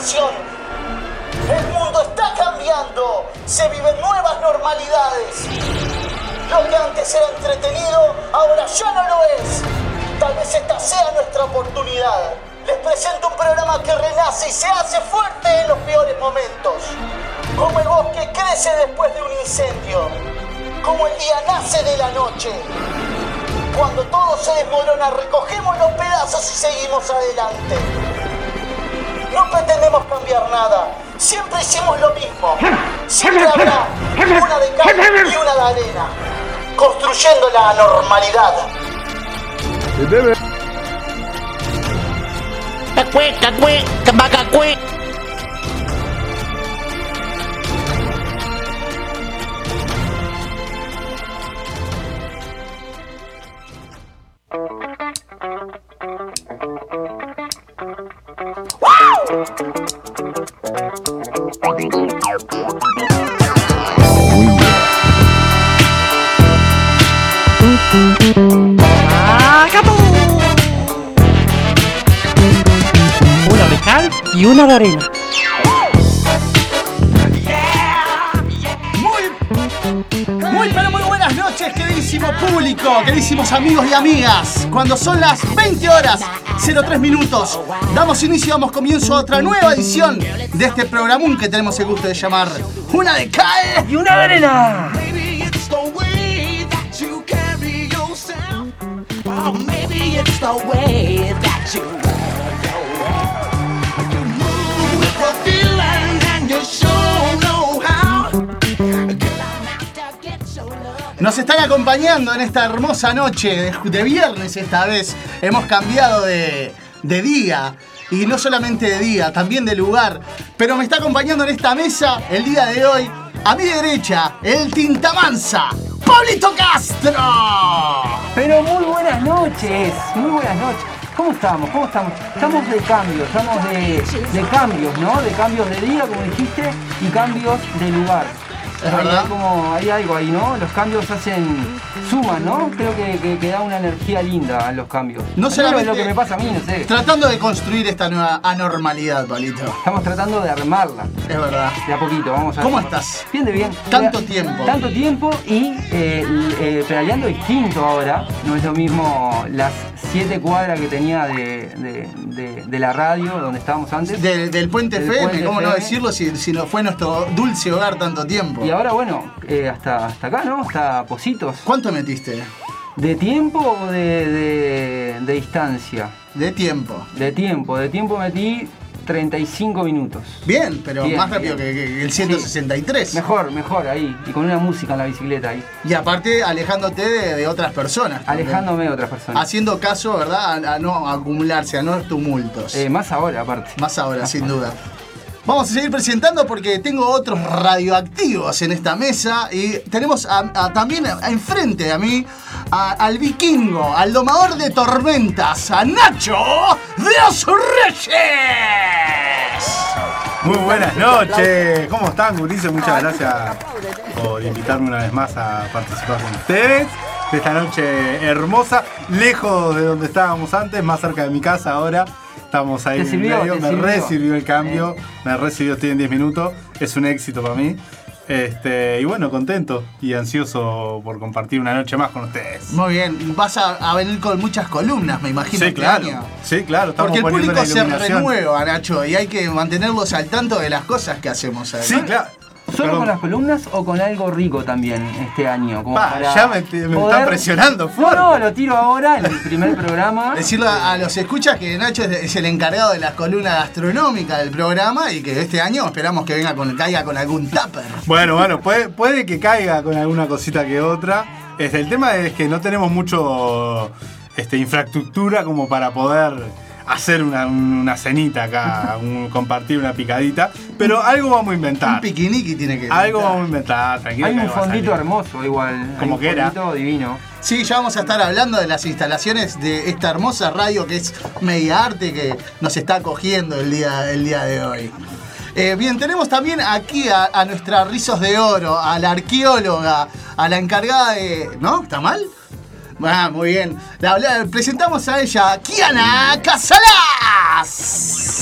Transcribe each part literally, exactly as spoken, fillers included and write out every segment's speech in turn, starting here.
atención. El mundo está cambiando. Se viven nuevas normalidades. Lo que antes era entretenido, ahora ya no lo es. Tal vez esta sea nuestra oportunidad. Les presento un programa que renace y se hace fuerte en los peores momentos. Como el bosque crece después de un incendio. Como el día nace de la noche. Cuando todo se desmorona, recogemos los pedazos y seguimos adelante. No pretendemos cambiar nada. Siempre hicimos lo mismo. Siempre habrá una de cal y una de arena. Construyendo la anormalidad. Cacue, cacue, cacue. Una de cal y una de arena. Muy, muy, pero muy buenas noches, queridísimo público, queridísimos amigos y amigas. Cuando son las veinte horas, cero tres minutos, damos inicio, damos comienzo a otra nueva edición de este programón que tenemos el gusto de llamar Una de cal Y una de arena. Nos están acompañando en esta hermosa noche de, de viernes esta vez. Hemos cambiado de, de día. Y no solamente de día, también de lugar. Pero me está acompañando en esta mesa el día de hoy, a mi derecha, el Tintamanza, Pablito Castro. Pero muy buenas noches, muy buenas noches. ¿Cómo estamos? ¿Cómo estamos? Estamos de cambio, estamos de, de cambios, ¿no? De cambios de día, como dijiste, y cambios de lugar. Es hay, verdad. hay como, hay algo ahí, ¿no? Los cambios hacen, suman, ¿no? Creo que, que, que da una energía linda a los cambios. No Al menos solamente- es lo que me pasa a mí, no sé. Tratando de construir esta nueva anormalidad, Pablito. Estamos tratando de armarla, Es verdad. de a poquito, vamos a ver. ¿Cómo estás? Bien de bien. Tanto Mira, tiempo. Tanto tiempo y eh, eh, pedaleando distinto ahora. No es lo mismo las siete cuadras que tenía de, de, de, de la radio donde estábamos antes. De- del Puente Del F M, Puente ¿cómo no F M. decirlo si, si no fue nuestro dulce hogar tanto tiempo? Y ahora, bueno, eh, hasta, hasta acá, ¿no? Hasta Positos. ¿Cuánto metiste? ¿De tiempo o de, de, de distancia? De tiempo. De tiempo. De tiempo metí treinta y cinco minutos. Bien, pero Bien, más rápido bien. que, que el ciento sesenta y tres. Mejor, mejor ahí. Y con una música en la bicicleta ahí. Y aparte alejándote de, de otras personas. también. Alejándome de otras personas. Haciendo caso, ¿verdad? A, a no acumularse, a no tumultos. Eh, más ahora, aparte. Más ahora, sin duda. Vamos a seguir presentando porque tengo otros radioactivos en esta mesa y tenemos a, a- también a- enfrente de mí a- al vikingo, al domador de tormentas, a Nacho de los Reyes. Muy buenas noches, ¿cómo están, gurises? Muchas gracias por invitarme una vez más a participar con ustedes de esta noche hermosa, lejos de donde estábamos antes, más cerca de mi casa ahora. Estamos ahí ¿Te en sirvió? medio, ¿Te me sirvió? recibió el cambio, me recibió, estoy en diez minutos, es un éxito para mí. Este, y bueno, contento y ansioso por compartir una noche más con ustedes. Muy bien, vas a, a venir con muchas columnas, me imagino. Sí, este claro. año. Sí, claro, estamos Porque el poniendo público la se iluminación. renueva, Nacho, y hay que mantenerlos al tanto de las cosas que hacemos. ¿Sabes? Sí, claro. ¿Solo Perdón. con las columnas o con algo rico también este año? Como Pa, para ya me, me poder- están presionando No, fuerte. no, lo tiro ahora en el primer programa. Decirle a, a los escuchas que Nacho es, es el encargado de las columnas gastronómicas del programa y que este año esperamos que venga con, caiga con algún tupper. Bueno, bueno, puede, puede que caiga con alguna cosita que otra. Este, el tema es que no tenemos mucho este, infraestructura como para poder hacer una, una cenita acá, un- compartir una picadita, pero algo vamos a Un inventar. piquiniqui tiene que Algo inventar. vamos a inventar, tranquilo. Hay que un va a fondito salir. hermoso igual. Como Hay un que era. fondito divino. Sí, ya vamos a estar hablando de las instalaciones de esta hermosa radio que es Media Arte que nos está acogiendo el día, el día de hoy. Eh, bien, tenemos también aquí a, a nuestra Rizos de Oro, a la arqueóloga, a la encargada de... ¿No? ¿Está mal? Ah, muy bien. La, la- presentamos a ella, Kiana Casalás.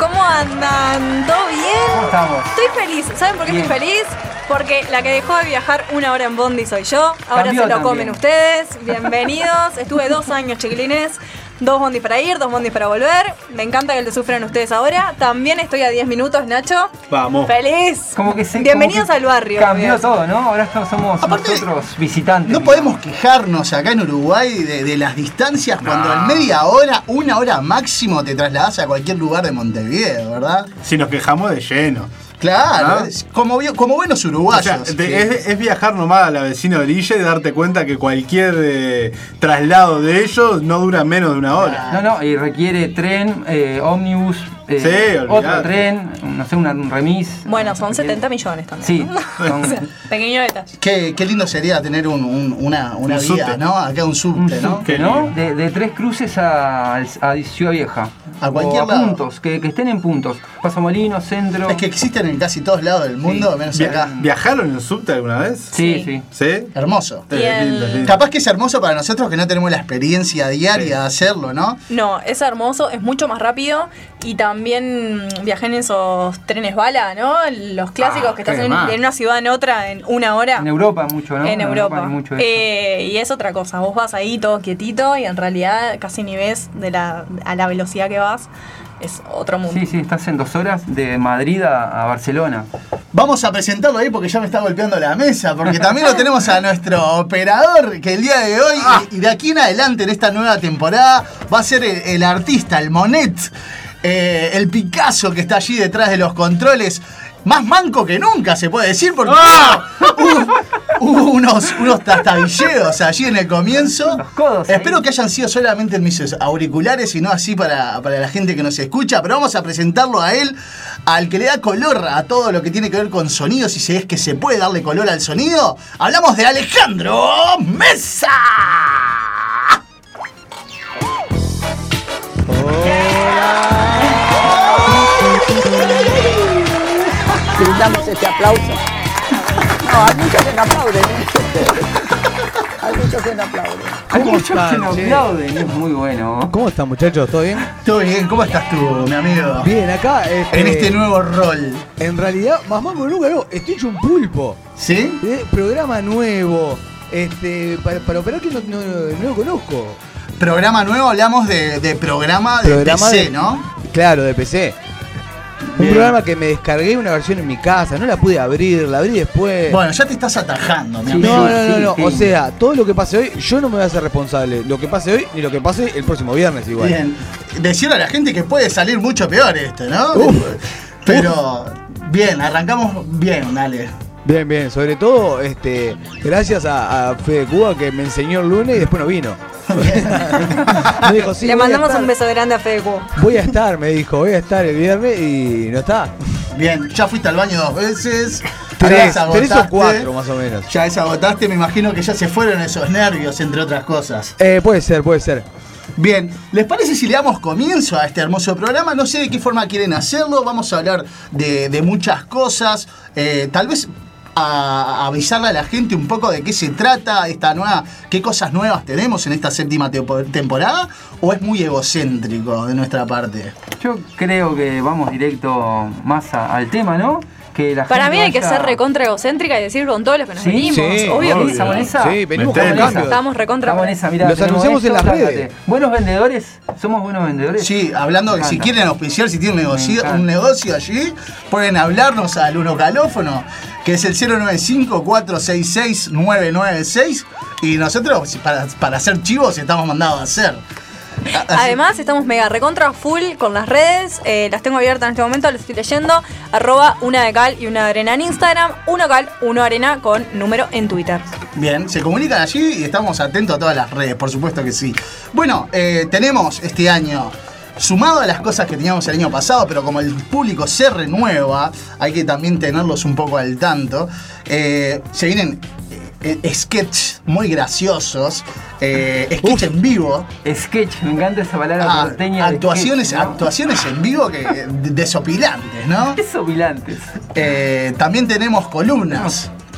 ¿cómo andan? ¿Todo bien? ¿Cómo estamos? Estoy feliz. ¿Saben por qué Bien. estoy feliz? Porque la que dejó de viajar una hora en Bondi soy yo. Ahora Cambió se lo también. comen ustedes. Bienvenidos. Estuve dos años, chiquilines. Dos bondis para ir, dos bondis para volver. Me encanta que lo sufran ustedes ahora. También estoy a diez minutos, Nacho. Vamos. ¡Feliz! Como que se, Bienvenidos como que al barrio. Cambió amigos. todo, ¿no? Ahora estamos- somos Aparte, nosotros visitantes. No podemos quejarnos acá en Uruguay de, de las distancias cuando en media hora, una hora máximo te trasladás a cualquier lugar de Montevideo, ¿verdad? Si nos quejamos de lleno. Claro, Ah. es como, vi- como buenos O uruguayos. sea, te- que- es, es viajar nomás a la vecina orilla y darte cuenta que cualquier eh, traslado de ellos no dura menos de una hora. No, no, y requiere tren, eh, ómnibus, eh, Sí, olvidate. otro tren, no sé, una- un remis. Bueno, son setenta millones también. Sí, ¿no? son- O sea, pequeño detalle. Qué, qué lindo sería tener un, un- una, una Un vía, subte. ¿no? Acá un un subte, ¿no? subte, Qué ¿no? lindo. De, de Tres Cruces a, a Ciudad Vieja. A cualquier o a lado. puntos, que, que estén en puntos. Pasamolinos, centro. Es que existen en casi todos lados del mundo, Sí. menos Via- acá. ¿Viajaron en subte alguna vez? Sí, Sí. sí. ¿Sí? Hermoso. Y Es el- lindo, es lindo. Capaz que es hermoso para nosotros que no tenemos la experiencia diaria de hacerlo, ¿no? No, es hermoso, es mucho más rápido y también viajé en esos trenes bala, ¿no? Los clásicos Ah, que estás qué en, más. en una ciudad en otra en una hora. En Europa mucho, ¿no? En Europa. hay mucho de eso. Eh, y es otra cosa, vos vas ahí todo quietito y en realidad casi ni ves de la, a la velocidad que vas, es otro mundo. Sí, sí, estás en dos horas de Madrid a, a Barcelona. Vamos a presentarlo ahí porque ya me está golpeando la mesa, porque también lo tenemos a nuestro operador que el día de hoy y, y de aquí en adelante en esta nueva temporada va a ser el, el artista, el Monet, eh, el Picasso que está allí detrás de los controles. Más manco que nunca, se puede decir, porque hubo, hubo unos, unos trastabilleos allí en el comienzo. Los codos ahí. Espero que hayan sido solamente en mis auriculares y no así para, para la gente que nos escucha, pero vamos a presentarlo a él, al que le da color a todo lo que tiene que ver con sonido, si se es que se puede darle color al sonido. Hablamos de Alejandro Mesa. Brindamos este aplauso. No, hay muchos que no aplauden. ¿eh? Hay muchos que no aplauden. Hay ¿Cómo muchos que están, no che? aplauden, es muy bueno. ¿Cómo están, muchachos? ¿Todo bien? Todo bien, ¿cómo estás tú, mi amigo? Bien, acá. Este, En este nuevo rol, En realidad, más manco nunca, no. Estoy hecho un pulpo. ¿sí? Eh, programa nuevo. Este, para, para operar que no, no, no lo conozco. Programa nuevo, hablamos de, de programa de Programa P C, de- ¿no? Claro, de P C. Un Bien. programa que me descargué una versión en mi casa. No la pude abrir, la abrí después. Bueno, ya te estás atajando, mi Sí. amigo. no, no, no, sí, no. sí. O sea, todo lo que pase hoy, yo no me voy a hacer responsable. Lo que pase hoy, ni lo que pase el próximo viernes igual. Bien. Decirle a la gente que puede salir mucho peor esto, ¿no? Uf. Pero, bien, arrancamos bien, dale. Bien, bien. Sobre todo, este, gracias a, a Fede Cuba que me enseñó el lunes y después no vino. Me dijo, sí, Le voy a mandamos estar. un beso grande a Fede Q. Voy a estar, me dijo, voy a estar el viernes y no está. Bien, ya fuiste al baño dos veces. Tres, ya tres o desagotaste. cuatro más o menos. Ya desagotaste, me imagino que ya se fueron esos nervios, entre otras cosas. Eh, puede ser, puede ser. Bien, ¿les parece si le damos comienzo a este hermoso programa? No sé de qué forma quieren hacerlo, vamos a hablar de, de muchas cosas, eh, tal vez a, a avisarle a la gente un poco de qué se trata esta nueva, qué cosas nuevas tenemos en esta séptima tepo- temporada, o es muy egocéntrico de nuestra parte. Yo creo que vamos directo más a- al tema, ¿no? Que la Para gente mí hay que vaya- ser recontra egocéntrica y decir con todos los que nos Sí, venimos. sí, obvio que ¿Estamos en sí. esa? Sí, venimos Metele. con cambios. Estamos recontra. Estamos en esa, mirá, Los tenemos anunciamos en las trácate. redes. Buenos vendedores, somos buenos vendedores. Sí, hablando Me que si encanta. quieren auspiciar, si tienen un negocio, encanta. un negocio allí, pueden hablarnos al unocalófono, que es el cero nueve cinco, cuatro seis seis, nueve nueve seis, y nosotros, para, para hacer chivos, estamos mandados a hacer. Así- Además, estamos mega recontra full con las redes. eh, las tengo abiertas en este momento, las estoy leyendo. Arroba una de cal y una de arena en Instagram. Uno cal, uno arena con número en Twitter. Bien, se comunican allí y estamos atentos a todas las redes, por supuesto que sí. Bueno, eh, tenemos este año, sumado a las cosas que teníamos el año pasado, pero como el público se renueva, hay que también tenerlos un poco al tanto. Eh, se vienen eh, sketches muy graciosos, eh, sketch en vivo. Sketch, me encanta esa palabra Ah, porteña de actuaciones, sketch, ¿no? actuaciones en vivo que desopilantes, ¿no? Es opilantes. Eh, también tenemos columnas.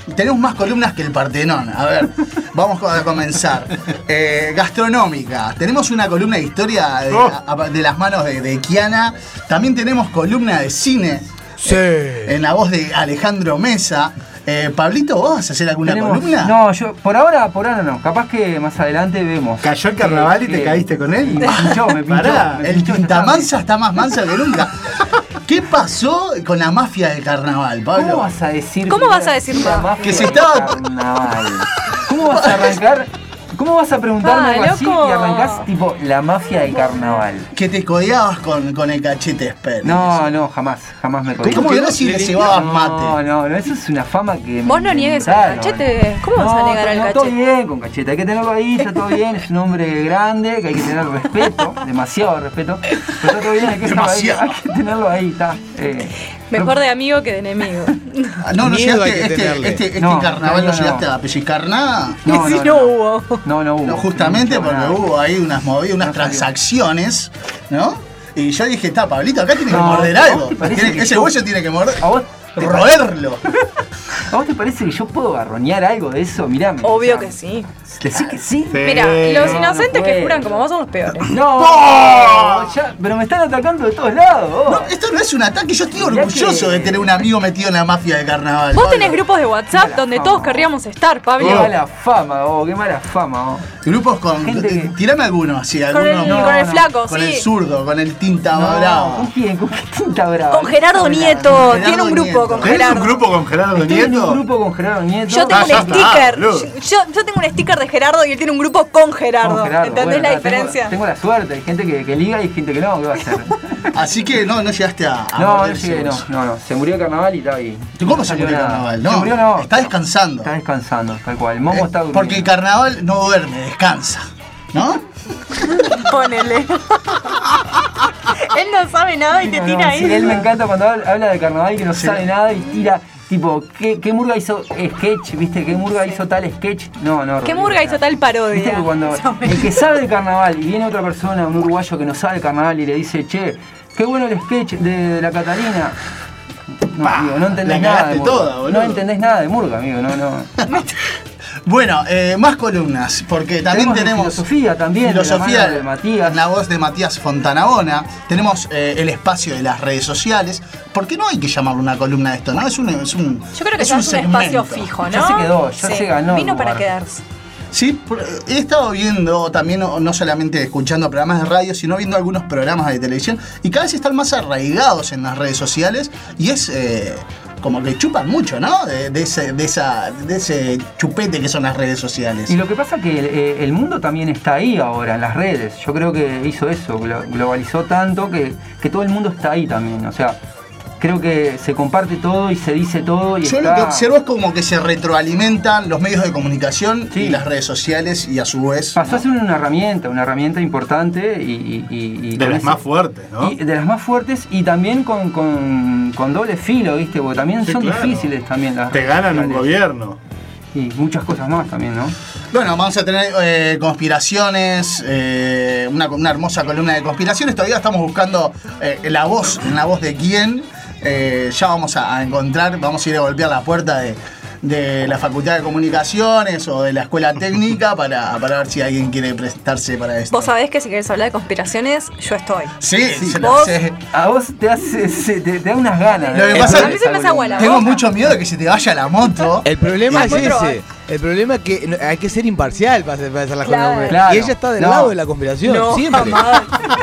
tenemos más columnas que el Partenón. A ver, vamos a comenzar. Eh, gastronómica. Tenemos una columna de historia de, Oh. a- de las manos de, de Kiana. También tenemos columna de cine. Sí. En la voz de Alejandro Mesa. Eh, Pablito, ¿vos vas a hacer alguna Tenemos- columna? No, yo por ahora, por ahora no. Capaz que más adelante vemos. ¿Cayó el carnaval y Que- te que- caíste con él? Y me pinchó, me pinchó. Pará, me El pinchó, ya Tintamansa está más mansa que nunca. ¿Qué pasó con la mafia del carnaval, ¿Cómo Pablo? vas a decir? ¿Cómo que vas a era decir la mafia? mafia Que se del estaba- carnaval? ¿Cómo vas a arrancar? ¿Cómo vas a preguntarme Ah, algo así loco. y arrancás tipo la mafia del carnaval? Que te codeabas con, con el cachete Pérez. No, no, jamás, jamás me cogí. ¿Cómo que no si le llevabas mate? No, no, no, eso es una fama que. Vos me no niegues al inventaron. Cachete. ¿Cómo vas a No, negar al no, Cachete? Todo bien con Cachete, hay que tenerlo ahí, está todo bien, es un hombre grande, que hay que tener respeto, demasiado respeto. Pero está todo bien, hay que, Demasiado. hay que tenerlo ahí, está. Eh, Mejor de amigo que de enemigo. Ah, no, no Miedo hay llegaste, que este, tenerle. este, este No, carnaval no, no, no. llegaste a pellizcar nada. No, Sí, no, no no. hubo. No, no hubo. No, justamente No porque nada. hubo ahí unas movidas, unas No salió. transacciones, ¿no? Y yo dije, está, Pablito, acá tiene que No, morder ¿a vos algo. te parece Tiene- que ese yo- hueso tiene que morder. ¿A vos, te Roerlo. ¿A vos te parece que yo puedo garroñar algo de eso? Mirame. Obvio o sea, que sí. ¿Decís que sí? Mira, Sí. los No, inocentes no que puedo. juran como vos son los peores. No, ya, pero me están atacando de todos lados. vos. No, esto no es un ataque, yo estoy Mirá orgulloso que- de tener un amigo metido en la mafia de carnaval. Vos Pablo. tenés grupos de WhatsApp Mala donde fama. todos querríamos estar, Qué Pablo. mala fama, vos, qué mala fama. vos. Grupos con. Gente que- Tirame alguno, así, Con alguno. el, No, con el no, flaco, Con sí. el zurdo, con el tinta No, bravo. ¿Con quién? ¿Con qué tinta brava? Con Gerardo No, Nieto. Gerardo Tiene un grupo Nieto. con ¿Tenés Gerardo. un grupo con Gerardo Estoy en Nieto? un grupo con Gerardo Nieto. Yo tengo Ah, un ya está, sticker. boludo. Yo, yo tengo un sticker de Gerardo y él tiene un grupo con Gerardo. Con Gerardo. ¿Entendés Bueno, la tengo- diferencia? Tengo, la suerte, hay gente que, que liga y hay gente que no, ¿qué va a hacer? Así que no, no llegaste a. a No, no morder ese llegué, no, hueso. no, no. Se murió el carnaval y está ahí. ¿Cómo No se salió murió el nada. carnaval? Se No, murió, no. está descansando. Está descansando, tal cual. El Momo Eh, está durmiendo. porque el carnaval no duerme, descansa. ¿No? Ponele. Él no sabe nada y te No, tira no, ahí. sí, él me encanta cuando habla habla de carnaval y que no Sí. sabe nada y tira, tipo, ¿qué, qué Murga hizo sketch? ¿Viste? ¿Qué Murga hizo tal sketch? No, no. ¿Qué Rodrigo, Murga no. hizo tal parodia? Viste que cuando Más o menos. el que sabe de carnaval y viene otra persona, un uruguayo que no sabe de carnaval y le dice, che, qué bueno el sketch de, de la Catalina. No, Pa, amigo, no entendés la nada cagaste de Murga. toda, boludo. No entendés nada de Murga, amigo, no, no. Bueno, eh, más columnas, porque también Tenemos de tenemos. filosofía también, de la Filosofía mano de Matías. en la voz de Matías Fontanabona. Tenemos eh, el espacio de las redes sociales. ¿Por qué no hay que llamarlo una columna de esto? ¿No? Es un, es un, Yo creo que es ya un es un espacio segmento. fijo, ¿no? Ya se quedó, ya se ganó el Vino para lugar. quedarse. Sí, por- he estado viendo también, no no solamente escuchando programas de radio, sino viendo algunos programas de televisión y cada vez están más arraigados en las redes sociales y es eh, como que chupan mucho, ¿no? De, de ese, de, esa, de ese chupete que son las redes sociales. Y lo que pasa es que el, eh, el mundo también está ahí ahora, en las redes. Yo creo que hizo eso, glo- globalizó tanto que, que todo el mundo está ahí también. O sea, creo que se comparte todo y se dice todo y Yo está... lo que observo es como que se retroalimentan los medios de comunicación Sí. y las redes sociales y a su vez... Pasó a ser una herramienta, una herramienta importante y... y- y- y De con las ese- más fuertes, ¿no? Y de las más fuertes y también con, con, con doble filo, ¿viste? Porque también Sí, son claro. difíciles también las Te redes ganan un sociales. gobierno. Y muchas cosas más también, ¿no? Bueno, vamos a tener eh, conspiraciones, eh, una, una hermosa columna de conspiraciones. Todavía estamos buscando eh, la voz, la voz de quién. Eh, ya vamos a, a encontrar, vamos a ir a golpear la puerta de, de la Facultad de Comunicaciones o de la Escuela Técnica para, para ver si alguien quiere prestarse para esto. Vos sabés que si querés hablar de conspiraciones, yo estoy. Sí, se lo vos- sé. A vos te hace, se- te, te da unas ganas. Lo que de- pasa- de A mí se me hace agua la Tengo boca. mucho miedo de que se te vaya la moto. El problema Ah, es fue probar. ese. El problema es que no- hay que ser imparcial para hacer, para hacer las Claro. cosas. Claro. Y ella está del No. lado de la conspiración, No, siempre. jamás.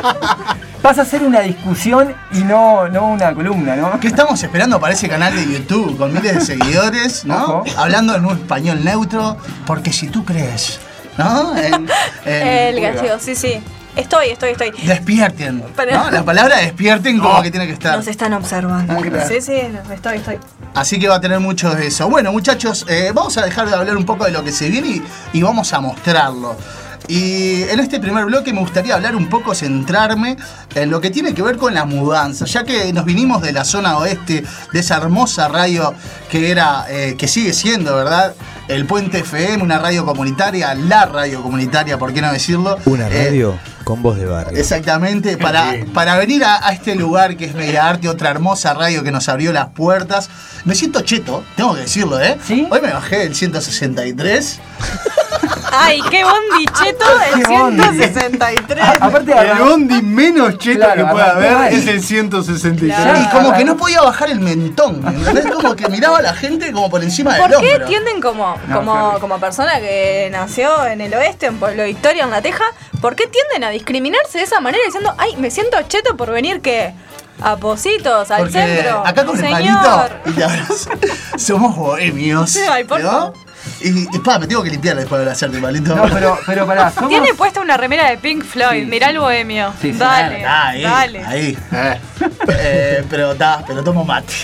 Vas a hacer una discusión y no, no una columna, ¿no? ¿Qué estamos esperando para ese canal de YouTube con miles de seguidores, ¿no? Ojo. Hablando en un español neutro, porque si tú crees, ¿no? En- en- El gallego, sí, sí. Estoy, estoy, estoy. Despierten, Pero- ¿no? La palabra despierten como que tiene que estar. Nos están observando. Ah, claro. Sí, sí, no, estoy, estoy. Así que va a tener mucho de eso. Bueno, muchachos, eh, vamos a dejar de hablar un poco de lo que se viene y, y vamos a mostrarlo. Y en este primer bloque me gustaría hablar un poco, centrarme en lo que tiene que ver con la mudanza, ya que nos vinimos de la zona oeste, de esa hermosa radio que era, eh, que sigue siendo, ¿verdad? El Puente F M, una radio comunitaria, la radio comunitaria, ¿por qué no decirlo? Una Eh, radio con voz de barrio. Exactamente, para, para venir a, a este lugar que es Media Arte, otra hermosa radio que nos abrió las puertas. Me siento cheto, tengo que decirlo, ¿eh? ¿Sí? Hoy me bajé del ciento sesenta y tres. Ay, qué bondi cheto el Qué bondi. ciento sesenta y tres. A- aparte El arran- bondi menos cheto Claro, que pueda arrancó haber ahí. es el ciento sesenta y tres. Claro. Y como que no podía bajar el mentón, ¿me ¿entendés? Como que miraba a la gente como por encima del ¿Por qué hombro. tienden como, No, como, claro. como persona que nació en el oeste, en Pueblo Victoria, en La Teja, por qué tienden a discriminarse de esa manera diciendo, ay, me siento cheto por venir que a Positos, al Porque centro? acá con el señor. palito y te abrazo, somos bohemios. Ay, por ¿no? favor. Y, y pa, me tengo que limpiar después de hacerte el palito. No, pero, pero pará, somos... Tiene puesta una remera de Pink Floyd, Sí, mirá sí. el bohemio. Sí, sí. Dale, Ah, ahí, dale. ahí. Eh. Eh, pero está, pero tomo mate.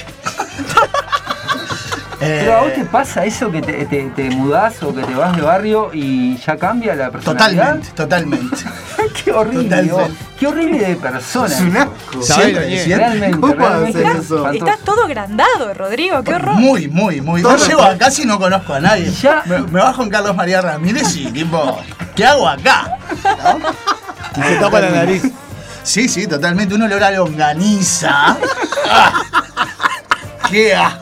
Eh, Pero a vos te pasa eso que te, te, te mudás o que te vas de barrio y ya cambia la personalidad. Totalmente, totalmente. Qué horrible, Totalmente. vos. Qué horrible de persona. Es un eso. asco. ¿Sabés Siempre, lo que es? siempre. Realmente, ¿Cómo realmente. haces es eso? espantoso. Estás todo agrandado, Rodrigo, qué horror. Muy, muy, muy. Yo llego acá si no conozco a nadie. Ya. Me, me bajo en Carlos María Ramírez y tipo, ¿qué hago acá? ¿No? Y se tapa la nariz. Sí, sí, totalmente. Un olor a longaniza. ¡Ah! ¡Qué asco!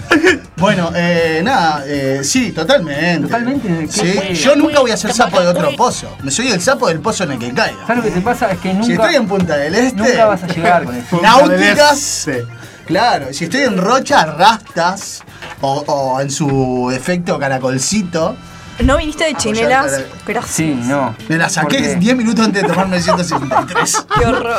Bueno, eh, nada, eh, sí, totalmente. Totalmente, ¿qué Sí, fue? yo nunca voy a ser sapo de otro pozo. Me soy el sapo del pozo en el que caiga. ¿Sabes lo que te pasa? Es que Si nunca, estoy en Punta del Este, nunca vas a llegar con eso. náuticas. Sí. Claro, si estoy en Rocha, rastas. O, o en su efecto caracolcito. ¿No viniste de chinelas? ya, Gracias. Sí, no. Me la saqué Porque- diez minutos antes de tomarme el ciento setenta y tres. Qué horror.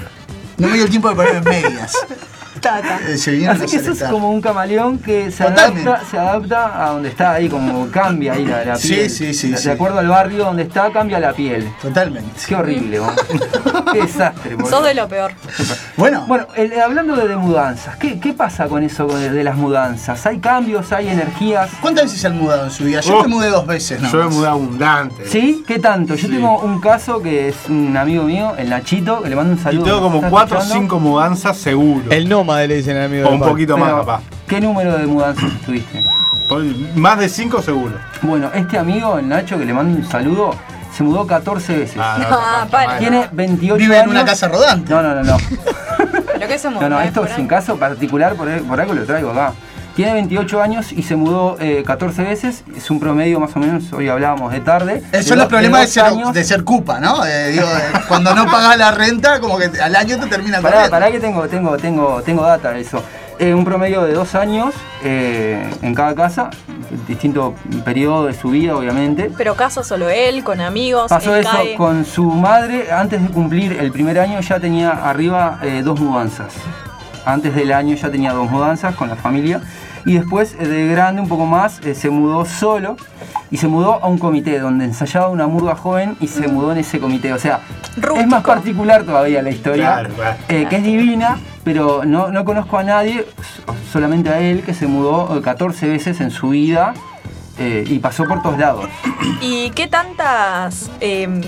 No me dio el tiempo de ponerme medias. Tata. Eh, se vinieron Así los que sos aletares. como un camaleón que se Totalmente. adapta, se adapta a donde está ahí, como cambia ahí la, la Sí, piel. sí, sí, De sí. acuerdo al barrio donde está, cambia la piel. Totalmente. Qué horrible, vos. Qué desastre. boludo. Sos de lo peor. Bueno, Bueno, el- hablando de, de mudanzas, ¿qué, ¿qué pasa con eso de, de las mudanzas? ¿Hay cambios? ¿Hay energías? ¿cuántas veces se han mudado en su vida? Yo Oh. me mudé dos veces, ¿no? Yo me mudé abundante. ¿Sí? ¿Qué tanto? Yo Sí. tengo un caso que es un amigo mío, el Nachito, que le mando un Y saludo. tengo como ¿Está cuatro o escuchando? cinco mudanzas seguro. El nómade le dicen al amigo O del un Pal. poquito más, Pero, papá. ¿qué número de mudanzas tuviste? Por- Más de cinco seguro. Bueno, este amigo, el Nacho, que le mando un saludo, se mudó catorce veces. Ah, no, Ah, capaz, para. capaz. Tiene veintiocho Vive en años. una casa rodante. No, no, no, no. Pero que se No, no, esto es un caso particular, por, por algo lo traigo acá. Tiene veintiocho años y se mudó eh, catorce veces. Es un promedio más o menos, hoy hablábamos de tarde. Esos de son do- los problemas de, dos ser, años. de ser cupa, ¿no? Eh, digo, eh, cuando no pagas la renta, como que al año te termina Pará, corriendo. pará que tengo, tengo, tengo, tengo data de eso. Eh, un promedio de dos años eh, en cada casa, distinto periodo de su vida, obviamente. Pero caso solo él, con amigos. Pasó él eso cae. con su madre, antes de cumplir el primer año ya tenía arriba eh, dos mudanzas. Antes del año ya tenía dos mudanzas con la familia. Y después, eh, de grande, un poco más, eh, se mudó solo y se mudó a un comité donde ensayaba una murga joven y se mudó en ese comité. O sea, Rústico. es más particular todavía la historia, Claro, claro. eh, que es divina, pero no, no conozco a nadie, solamente a él, que se mudó eh, catorce veces en su vida eh, y pasó por todos lados. ¿Y qué tantas em,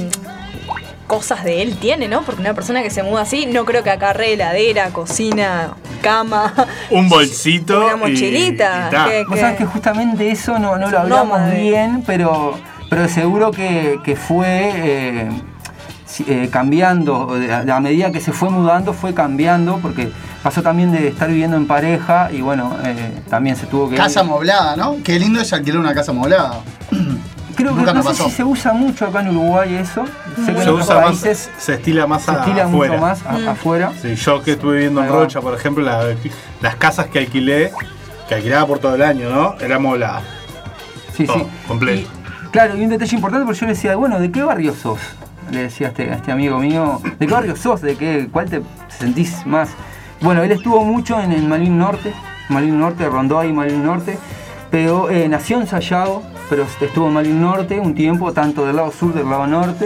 cosas de él tiene, no? Porque una persona que se muda así, no creo que acarree heladera, cocina, cama. Un bolsito. Una y- mochilita. y ta. que- Vos sabés que justamente eso no, no Es lo un hablamos nómade. bien, pero, pero seguro que, que fue eh, si- eh, cambiando, eh, a a medida que se fue mudando fue cambiando, porque pasó también de estar viviendo en pareja y bueno, eh, también se tuvo que... Casa amoblada, ¿no? Qué lindo es alquilar una casa amoblada. Creo que nunca no me sé que si se usa mucho acá en Uruguay eso, sé que en Se otros usa más, países se estila más se a- estila afuera. mucho más a- Mm. afuera. Sí, yo que estuve viviendo en Ahí va. Rocha, por ejemplo, la- las casas que alquilé, que alquilaba por todo el año, ¿no? Era amoblada. Sí, Todo, sí. completo. Y, claro, y un detalle importante porque yo le decía, bueno, ¿de qué barrio sos? Le decía a este, a este amigo mío, ¿de qué barrio sos? ¿De qué, cuál te sentís más? Bueno, él estuvo mucho en el Malvin Norte, Malvin Norte, rondó ahí Malvin Norte, pero eh, nació en Sayago, pero estuvo en Malvin Norte un tiempo, tanto del lado sur del lado norte.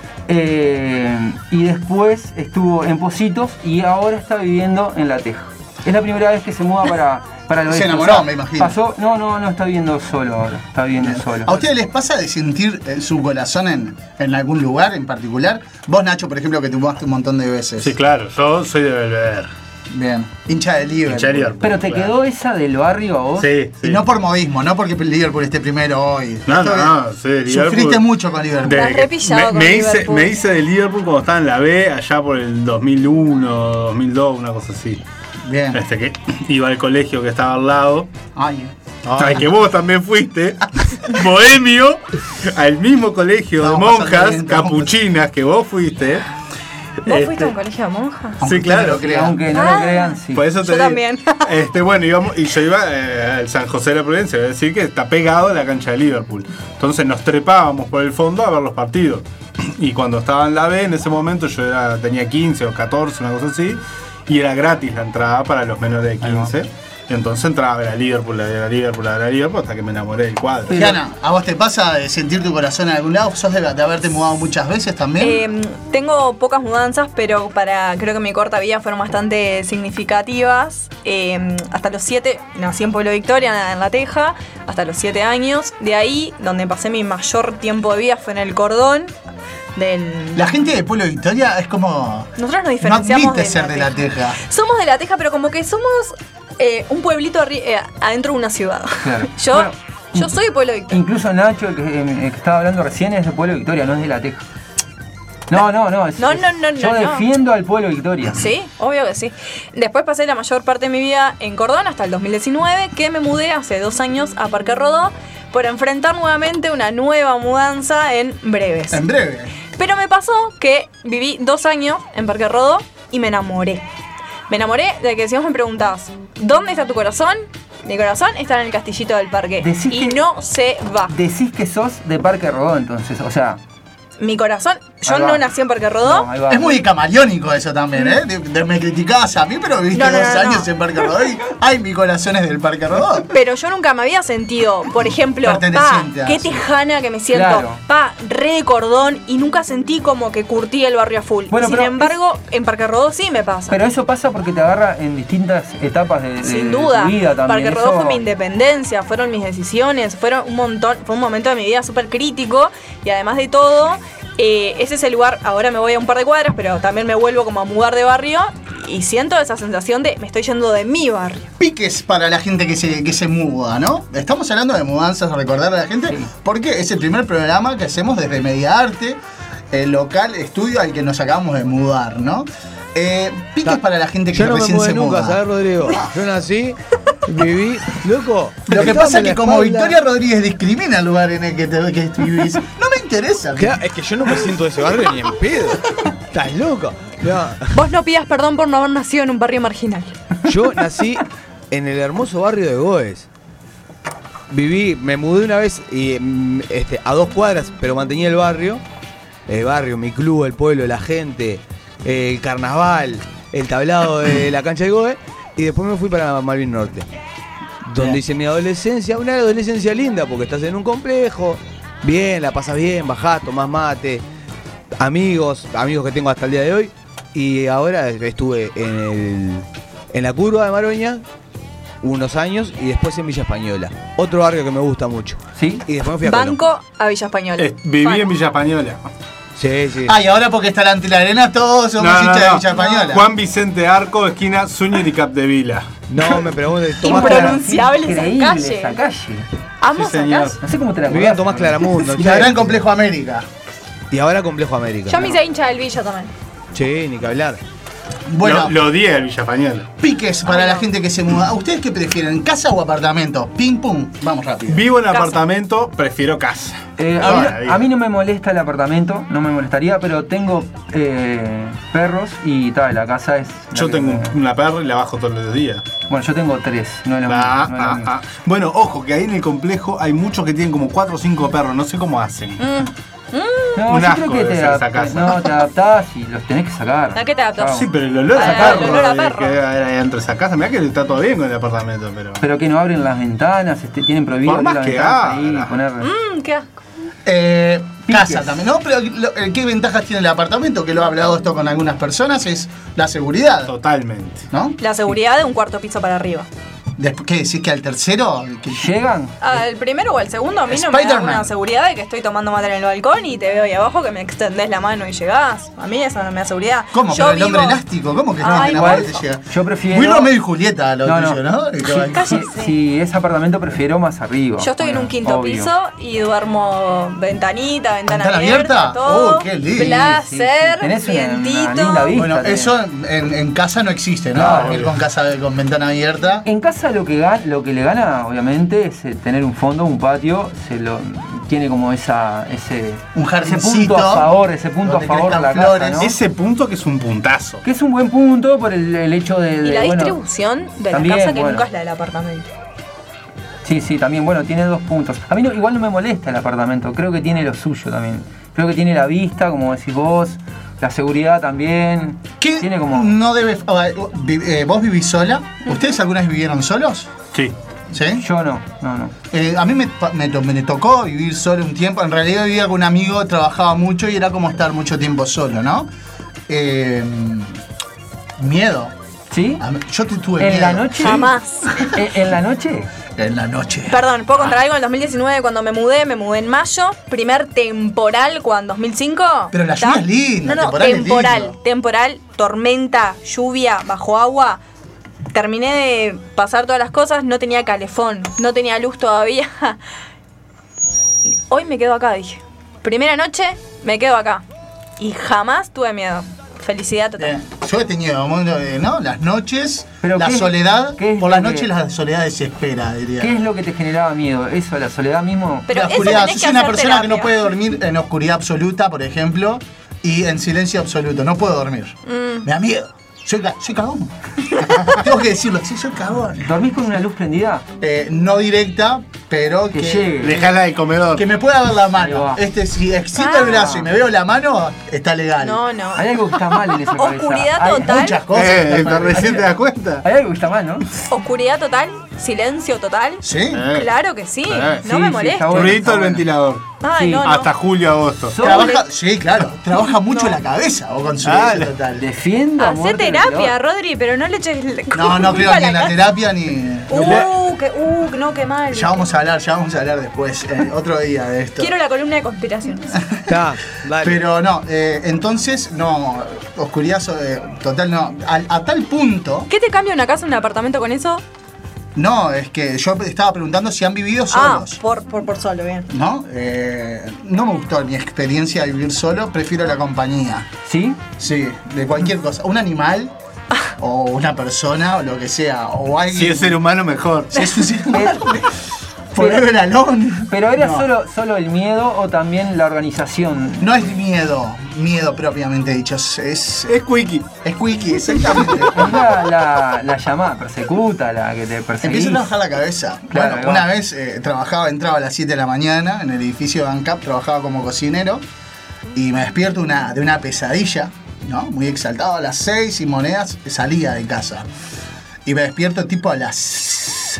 Eh, y después estuvo en Positos y ahora está viviendo en La Teja. Es la primera vez que se muda para, para el Se oeste. enamoró, O sea, me imagino. Pasó, no, no, no está viviendo solo ahora. Está viviendo solo. ¿A ustedes les pasa de sentir eh, su corazón en, en algún lugar en particular? Vos, Nacho, por ejemplo, que te mudaste un montón de veces. Sí, claro, yo soy de Belvedere. Bien. Hincha de Liverpool. Hincha de Liverpool. Pero te Claro. quedó esa del barrio a vos. Sí, sí. Y no por modismo, no porque el Liverpool esté primero hoy. No, Esto no, es- sí, Liverpool. Sufriste mucho con Liverpool. De- Estás repillado me, con me hice, Liverpool. me hice de Liverpool cuando estaba en la B, allá por el dos mil uno, dos mil dos, una cosa así. Bien. Este que iba al colegio que estaba al lado. Ay, Ay, que vos también fuiste, bohemio, al mismo colegio de Estamos pasando monjas bien, estamos capuchinas que vos fuiste. ¿Vos Este, fuiste a un colegio de monjas? Sí, claro. crean. Aunque no Ah. lo crean, sí. Por eso te Yo digo. también. Este, bueno, íbamos, y yo iba eh, al San José de la Providencia, es decir, que está pegado a la cancha de Liverpool. Entonces nos trepábamos por el fondo a ver los partidos. Y cuando estaba en la B, en ese momento yo era, tenía quince o catorce, una cosa así, y era gratis la entrada para los menores de quince. Y entonces entraba a ver a Liverpool, a ver a Liverpool, a ver a Liverpool, hasta que me enamoré del cuadro. Jana, ¿a vos te pasa de sentir tu corazón en algún lado? ¿Sos de, de haberte mudado muchas veces también? Eh, tengo pocas mudanzas, pero para creo que mi corta vida fueron bastante significativas. Eh, hasta los siete, nací en Pueblo Victoria, en La Teja, hasta los siete años. De ahí, donde pasé mi mayor tiempo de vida fue en el Cordón. Del... La gente de Pueblo Victoria es como... Nosotros nos No diferenciamos admite de ser La de La Teja. Teja. Somos de La Teja, pero como que somos eh, un pueblito arri- eh, adentro de una ciudad. Claro. Yo, Bueno, yo soy de Pueblo Victoria. Incluso Nacho, el que, el que estaba hablando recién, es de Pueblo Victoria, no es de La Teja. No, no, no. es- No, no, no, Yo no, no. defiendo al Pueblo Victoria. Sí, obvio que sí. Después pasé la mayor parte de mi vida en Cordón hasta el dos mil diecinueve, que me mudé hace dos años a Parque Rodó por enfrentar nuevamente una nueva mudanza en breves. En breve. Pero me pasó que viví dos años en Parque Rodó y me enamoré. Me enamoré de que si vos me preguntás, ¿dónde está tu corazón? Mi corazón está en el castillito del parque. Decís Y que- no se va. Decís que sos de Parque Rodó, entonces, o sea... Mi corazón, yo Ahí va. no nací en Parque Rodó. No, ahí va. Es muy camaleónico eso también, ¿eh? De- de- me criticabas a mí, pero viviste No, no, dos no, años no. en Parque Rodó y ay, mi corazón es del Parque Rodó. Pero yo nunca me había sentido, por ejemplo, pa, Perteneciente a qué eso. tejana que me siento, Claro. pa, re de Cordón, y nunca sentí como que curtí el barrio a full. Bueno, Sin pero embargo, en Parque Rodó sí me pasa. Pero eso pasa porque te agarra en distintas etapas de, de- Sin de duda, tu vida también. Parque Rodó Eso- fue mi independencia, fueron mis decisiones, fueron un montón, fue un momento de mi vida súper crítico y además de todo, eh, ese es el lugar, ahora me voy a un par de cuadras, pero también me vuelvo como a mudar de barrio y siento esa sensación de me estoy yendo de mi barrio. Piques para la gente que se, que se muda, ¿no? Estamos hablando de mudanzas, recordar a la gente, Sí. porque es el primer programa que hacemos desde Media Arte, el local estudio al que nos acabamos de mudar, ¿no? Eh, piques Ta- para la gente que Yo no me recién mudé se nunca, muda. ¿sabes, Rodrigo? Yo nací, viví, loco. Lo que estaba pasa es en que la como espalda. Victoria Rodríguez discrimina el lugar en el que, te, que vivís, no me interesa. Claro, es que yo no me siento de ese barrio ni en pedo. Estás loco. No, Vos no pidas perdón por no haber nacido en un barrio marginal. yo nací en el hermoso barrio de Goes. Viví, me mudé una vez y, mm, este, a dos cuadras, pero mantenía el barrio. El barrio, mi club, el pueblo, la gente, el carnaval, el tablado de la cancha de Goes. Y después me fui para Malvin Norte, donde Bien. hice mi adolescencia. Una adolescencia linda porque estás en un complejo, bien, la pasas bien, bajás, tomás mate, amigos, amigos que tengo hasta el día de hoy. Y ahora estuve en, el, en la curva de Maroña unos años y después en Villa Española. Otro barrio que me gusta mucho. ¿Sí? Y después me fui a Colón. Banco a Villa Española. Eh, viví Fan. en Villa Española. Sí, sí. Ah, y ahora porque está ante la arena, todos somos No, no, hinchas de no. Villa Española. Juan Vicente Arco, esquina Zúñiga y Capdevila. No me preguntes, Tomás Impronunciable esa Increíble calle. esa calle. Amo Sí, esa señor. calle. No sé cómo te la Vivía en acordás. Tomás Claramundo. Y la gran complejo América. Y ahora Complejo América. Yo me hice hincha del Villa también. Sí, ni que hablar. Bueno, Lo, lo odié el Villa Española. piques para la gente que se muda. ¿Ustedes qué prefieren, casa o apartamento? Ping pum, vamos rápido. Vivo en Casa. apartamento, prefiero casa. Eh, Toda a, la mí, vida. a mí no me molesta el apartamento, no me molestaría, pero tengo eh, perros y tal, la casa es... la Yo que tengo me- una perra y la bajo todos los días. Bueno, yo tengo tres, no es lo mismo. Ah, no es lo ah, mismo. ah. Bueno, ojo, que ahí en el complejo hay muchos que tienen como cuatro o cinco perros, no sé cómo hacen. Mm. No, Un yo asco creo que debe te, ser esa adap- casa. no, te adaptás y los tenés que sacar. ¿A qué te adaptás? Chao. Sí, pero el olor Ah, a el perro, olor a eh, perro. que hay dentro de esa casa, mirá que está todo bien con el apartamento, pero... Pero que no abren las ventanas, este, tienen prohibido Por abrir más las que ventanas abra. ahí, poner... Mmm, qué asco. Eh, casa también, ¿no? Pero lo- ¿qué ventajas tiene el apartamento? Que lo he hablado esto con algunas personas, es la seguridad, Totalmente. ¿no? La seguridad de un cuarto piso para arriba. Después, ¿qué decís que al tercero? Que- ¿Llegan? Al primero o al segundo, a mí no me da Spider-Man. una seguridad de que estoy tomando mate en el balcón y te veo ahí abajo que me extendés la mano y llegás. A mí eso no me da seguridad. ¿Cómo? Yo Pero el hombre vivo- elástico, ¿cómo que no? Ay, Que la igual, parte llega. yo prefiero- Muy Romeo y Julieta lo No, no. tuyo, ¿no? Y que va- Si, Cállese. si es apartamento, prefiero más arriba. Yo estoy en Bueno, un quinto obvio. piso y duermo ventanita, ventana, ¿Ventana abierta, abierta? todo. Oh, qué lindo. Placer, Sí, sí. Tenés una- una vientito. linda vista. Bueno, tenés. eso en, en casa no existe, ¿no? Claro. Dormir con casa con ventana abierta. En casa lo que, ga- lo que le gana, obviamente, es eh, tener un fondo, un patio, se lo tiene como esa, ese, Un ese jardincito punto a favor, ese punto a donde favor de la crezcan casa, flores. ¿no? Ese punto que es un puntazo. Que es un buen punto por el, el hecho de, Y de, la bueno, distribución de también, la casa que bueno. nunca es la del apartamento. Sí, sí, también, bueno, tiene dos puntos. A mí no, igual no me molesta el apartamento, creo que tiene lo suyo también. Creo que tiene la vista, como decís vos, la seguridad también. ¿Qué Tiene como... no debe... a ver, vi- eh, ¿Vos vivís sola? ¿Ustedes alguna vez vivieron solos? Sí. ¿Sí? Yo no, no, no. Eh, a mí me, pa- me, to- me tocó vivir solo un tiempo. En realidad vivía con un amigo, trabajaba mucho y era como estar mucho tiempo solo, ¿no? Eh, miedo. ¿Sí? A mí- Yo te tuve ¿En miedo. la noche? Jamás. ¿En, en la noche? En la noche. Perdón, ¿puedo contar algo? En el dos mil diecinueve cuando me mudé, me mudé en mayo, primer temporal cuando dos mil cinco. Pero la ¿está? lluvia es linda, No, no, temporal es temporal, lindo. temporal, tormenta, lluvia, bajo agua. Terminé de pasar todas las cosas, no tenía calefón, no tenía luz todavía. Hoy me quedo acá, dije. Primera noche, me quedo acá. Y jamás tuve miedo. Felicidad total. Eh, yo he tenido momentos de, ¿no? Las noches, Pero la ¿qué es- soledad. qué es Por lo las que- noches la soledad desespera, diría. ¿Qué es lo que te generaba miedo? ¿Eso, la soledad mismo? Pero la eso oscuridad. tenés Yo que soy una hacer persona que no terapia. puede dormir en oscuridad absoluta, por ejemplo, y en silencio absoluto. No puedo dormir. Mm. Me da miedo. Soy, ca- soy cagón. Tengo que decirlo, sí, soy cagón. ¿Dormís con una luz prendida? Eh, no directa, pero Que que, llegue. Dejala del comedor. que me pueda ver la Ahí mano. va. Este, si extiendo Ah. el brazo y me veo la mano, está legal. No, no. Hay algo que está mal en esa cabeza. Oscuridad Hay- total. Muchas cosas. Eh, están mal. recién te das cuenta. Hay algo que está mal, ¿no? Oscuridad total, silencio total. ¿Sí? Eh. Claro que sí. Eh. No Sí, me sí, molesta. está bueno. Ruidito del ventilador. Ay, Sí. no, no. Hasta julio, agosto. So- Trabaja, sí, claro. Trabaja mucho No. la cabeza o con su Ah, silencio la- total. Defiendo a Hacé muerte el terapia, ventilador. Rodri, pero no le eches el- No, no creo culpa a ni en la casa. terapia ni. Uh, que, uh, no, qué mal. Ya vamos a hablar, ya vamos a hablar después, eh, otro día de esto. Quiero la columna de conspiraciones. Está, dale. Pero no, eh, entonces, no, oscuridad so- eh, total no. A, a tal punto, ¿Qué te cambia una casa, un apartamento con eso? no, es que yo estaba preguntando si han vivido Ah, solos. por, por, por solo, bien. ¿No? Eh, no me gustó mi experiencia de vivir solo, prefiero la compañía. ¿Sí? Sí, de cualquier cosa. Un animal, o una persona, o lo que sea, o alguien. Si es ser humano, mejor. Si es un ser humano, forever alone. ¿Pero era No. solo, solo el miedo o también la organización? No es miedo, miedo propiamente dicho, es, es, Es quickie. es quickie, exactamente. Es la, la, la llamada persecuta, la que te perseguís. Empieza a trabajar la cabeza. Claro, bueno, ahí va. una vez eh, trabajaba, entraba a las siete de la mañana en el edificio de ANCAP, trabajaba como cocinero y me despierto una, de una pesadilla, ¿no? Muy exaltado, a las seis y monedas salía de casa. Y me despierto tipo a las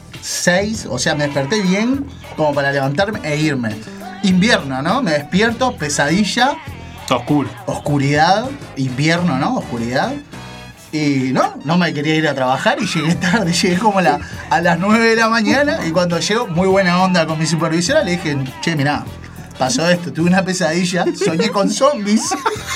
seis, o sea, me desperté bien como para levantarme e irme. Invierno, ¿no? Me despierto, pesadilla, Está oscuro. oscuridad, invierno, ¿no? Oscuridad. Y no, no me quería ir a trabajar y llegué tarde, llegué como a, la- a las nueve de la mañana y cuando llego, muy buena onda con mi supervisora, le dije, che, mirá, pasó esto, tuve una pesadilla, soñé con zombies,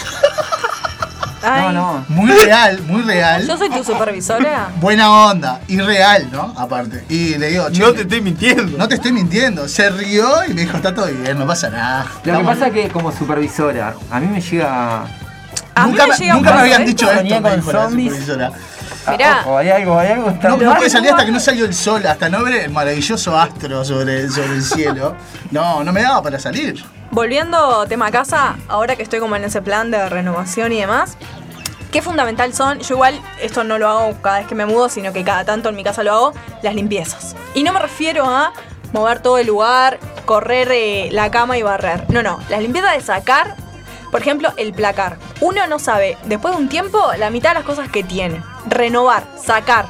Ay, No, no. muy real, muy real, Yo soy tu supervisora. buena onda y real, ¿no? Aparte. Y le digo, che, No te estoy mintiendo. no te estoy mintiendo, se rió y me dijo, está todo bien, no pasa nada. Lo que Estamos- pasa es que como supervisora, a mí me llega... A mí nunca me me, llega nunca un me caso habían de dicho esto. esto, Soñé me con dijo la zombies. supervisora. Ah, Mirá. ojo, hay algo, hay algo está No, no mal. puede salir hasta que no salió el sol, hasta no ver el maravilloso astro sobre, sobre el cielo. No, no me daba para salir. Volviendo tema casa, ahora que estoy como en ese plan de renovación y demás, qué fundamental son, yo igual esto no lo hago cada vez que me mudo, sino que cada tanto en mi casa lo hago, las limpiezas. Y no me refiero a mover todo el lugar, correr eh, la cama y barrer. No, no, las limpiezas de sacar, por ejemplo, el placar. Uno no sabe, después de un tiempo, la mitad de las cosas que tiene. Renovar, sacar,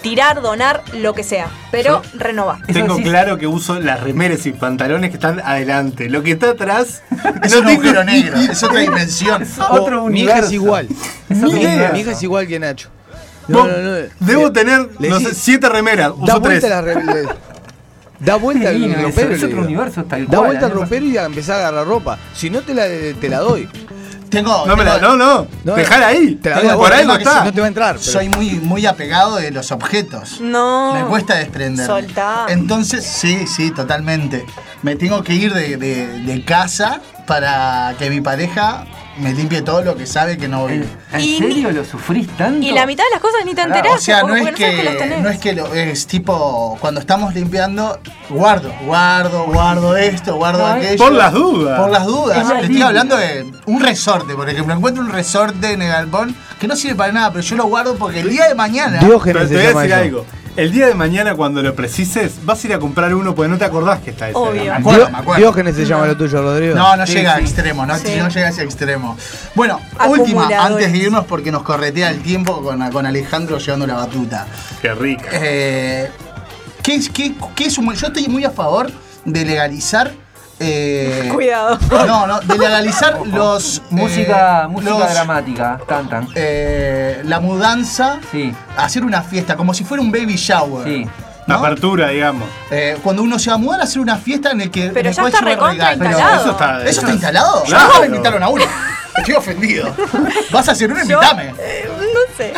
tirar, donar, lo que sea. Pero renova. Tengo sí. claro que uso las remeras y pantalones que están adelante. Lo que está atrás Es un agujero negro, es otra dimensión. Otro Oh, mi hija universo. es igual. Es Mi otro hija, universo. mi hija es igual que Nacho. Vos, debo Le- tener, le no decís- sé, siete remeras. Da Uso tres. vuelta la re- le- Da vuelta Qué el lindo eso, ropero. es le otro digo. universo tal Da cual, vuelta a el mí me ropero y a empezar a agarrar ropa. Si no te la, te la doy. Tengo, No, me la, tengo- no, no. No, Dejala ahí. Te la Tengo doy a Por vos, algo porque está. si no te va a entrar. pero- soy muy, muy apegado de los objetos. No. Me cuesta desprender. Soltá. Entonces, sí, sí, totalmente. Me tengo que ir de, de- de casa para que mi pareja me limpie todo lo que sabe que no vive. ¿En Y serio lo sufrís tanto? Y la mitad de las cosas ni te Pará, enterás. O sea, no porque es no sabes que las que, tenés. no es que lo, es tipo, cuando estamos limpiando, guardo, guardo, guardo esto, guardo No, es aquello. por las dudas. Por las dudas. Es más Le estoy limpio. hablando de un resorte, por ejemplo. Encuentro un resorte en el galpón que no sirve para nada, pero yo lo guardo porque el día de mañana. Pero Diógenes te se voy a llama decir eso. algo. El día de mañana, cuando lo precises, vas a ir a comprar uno porque no te acordás que está ese. Obvio. Me acuerdo, Dio- me acuerdo. Diógenes se llama lo tuyo, Rodrigo. No, no Sí, llega a sí. extremo, no, Sí. no llega a ese extremo. Bueno, última, Acumuladores. antes de irnos porque nos corretea el tiempo con, con Alejandro llevando la batuta. Qué rica. Eh, ¿qué, es, qué, qué es un, yo estoy muy a favor de legalizar. eh, Cuidado. No, no, de legalizar los. Música, eh, música los, dramática, cantan. eh, la mudanza, Sí, hacer una fiesta, como si fuera un baby shower. sí. ¿no? Apertura, digamos. Eh, cuando uno se va a mudar, hacer una fiesta en el que. Pero en el ya cual está lleve recontra regalos. instalado. Eso está. ¿Eso está instalado? Claro. No me invitaron a uno. Estoy ofendido. Vas a hacer uno, Yo- invítame. eh, no sé.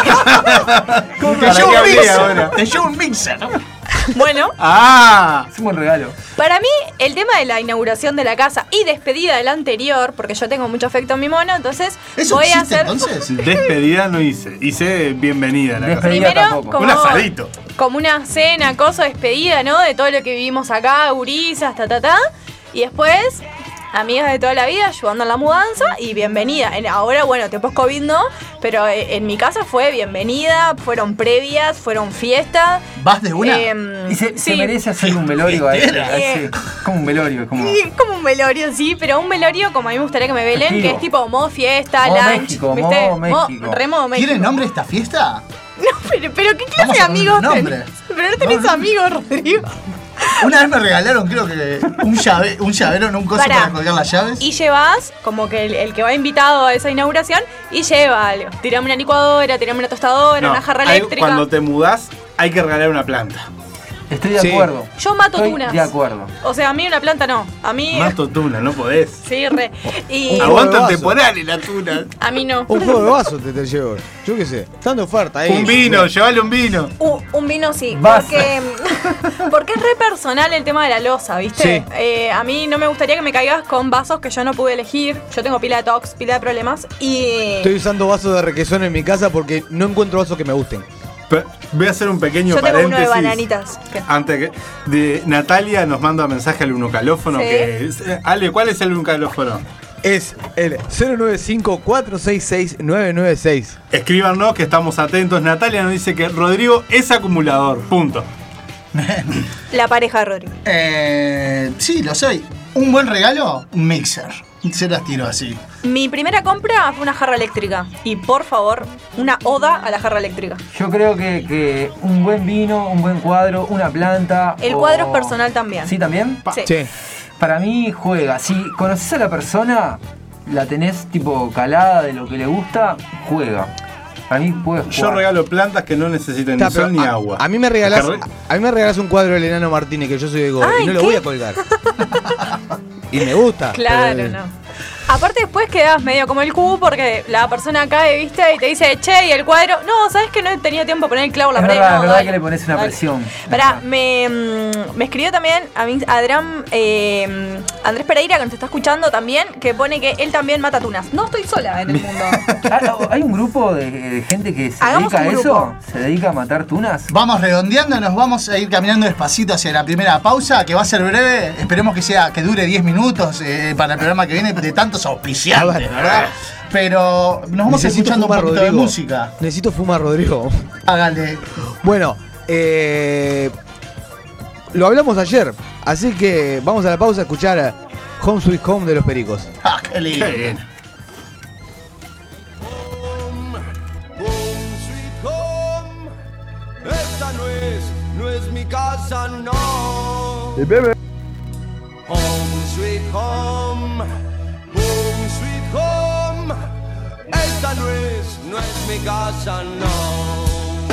Te ¿Para llevo qué un hablé mixer. ahora? Te llevo un mixer. Bueno, ¡Ah! Es un buen regalo. para mí el tema de la inauguración de la casa y despedida del anterior, porque yo tengo mucho afecto a mi mono, entonces ¿Eso voy a existe hacer entonces? Despedida no hice. Hice bienvenida a la casa. Despedida primero tampoco. como, Un asadito. como una cena, cosa despedida, ¿no? De todo lo que vivimos acá, gurisas, ta ta ta. Y después, amigas de toda la vida ayudando en la mudanza y bienvenida. En- ahora, bueno, después COVID no, pero eh, en mi casa fue bienvenida, fueron previas, fueron fiestas. ¿Vas de una? Em, Y se, se sí. merece hacer un velorio a ese. a ese- Eh. como un velorio, es como. Sí, como un velorio, sí, pero un velorio como a mí me gustaría que me velen, Festivo. que es tipo modo fiesta, Modo lunch, México, ¿viste? modo México. re modo México. ¿Tiene nombre esta fiesta? No, pero, pero ¿qué clase Vamos de a poner amigos un nombre. tenés? Pero no tenés No, no. amigos, Rodrigo. Una vez me regalaron, creo que un, llave, un llavero en un coso Pará. para colgar las llaves. Y llevas, como que el, el que va invitado a esa inauguración, y lleva algo. Tirame una licuadora, tirame una tostadora, No, una jarra hay- eléctrica. cuando te mudás, hay que regalar una planta. Estoy de Sí. acuerdo. Yo mato Estoy tunas. de acuerdo. O sea, a mí una planta no. A mí. Más totuna, no podés. Sí, re. Y. Un Aguanta juego de temporal en la tuna. A mí no. Un juego de vaso te, te llevo. Yo qué sé. Están de oferta ahí. Un vino, llevale un vino. Uh, un vino sí, Vas. porque, porque es re personal el tema de la loza, ¿viste? Sí. Eh, a mí no me gustaría que me caigas con vasos que yo no pude elegir. Yo tengo pila de tox, pila de problemas y... Estoy usando vasos de requesón en mi casa porque no encuentro vasos que me gusten. Pe- Voy a hacer un pequeño Yo tengo uno de paréntesis. bananitas. ¿Qué? Antes que. De Natalia nos manda mensaje al unucalófono. Sí. Que es- eh, Ale, ¿cuál es el unucalófono? Es el cero nueve cinco, cuatro seis seis, nueve nueve seis. Escríbanos que estamos atentos. Natalia nos dice que Rodrigo es acumulador. Punto. La pareja de Rodrigo. Eh, sí, lo soy. Un buen regalo, un mixer. Se las tiro así. Mi primera compra fue una jarra eléctrica. Y por favor, una oda a la jarra eléctrica. Yo creo que, que un buen vino, un buen cuadro, una planta. El o- cuadro es personal también. ¿Sí también? Sí. Sí. Para mí juega. Si conoces a la persona, la tenés tipo calada de lo que le gusta, juega. Para mí puede jugar. Yo regalo plantas que no necesiten Está, ni sol pero ni a, agua. a mí me regalás, Porque re- a mí me regalás un cuadro del Enano Martínez que yo soy de Godoy Ay, y no lo ¿qué? voy a colgar. Y me gusta. Claro, pero- no. Aparte después quedas medio como el cubo porque la persona cae, viste, y te dice, che, y el cuadro, no, ¿sabes que no tenía tiempo para poner el clavo en la Es pared? verdad, No, es verdad dale, que le pones una dale. presión. Pará, me, mm, me escribió también a mí, Adrián, eh, Andrés Pereira, que nos está escuchando también, que pone que él también mata tunas. No estoy sola en el mundo. Ah, ¿hay un grupo de, de gente que se Hagamos dedica a un eso? grupo. ¿Se dedica a matar tunas? Vamos redondeando, nos vamos a ir caminando despacito hacia la primera pausa, que va a ser breve. Esperemos que sea que dure diez minutos eh, para el programa que viene de tantos auspiciantes, Ah, ¿verdad? Pero nos vamos Necesito escuchando un fumar, poquito Rodrigo. de música. Necesito fumar, Rodrigo. Hágale. Bueno, eh, lo hablamos ayer, así que vamos a la pausa a escuchar Home Sweet Home de los Pericos. Ah, qué lindo. Qué bien. Home, sweet home, mi casa, no. Hey, baby. Home sweet home, home sweet home. Esta no es, no es mi casa, no.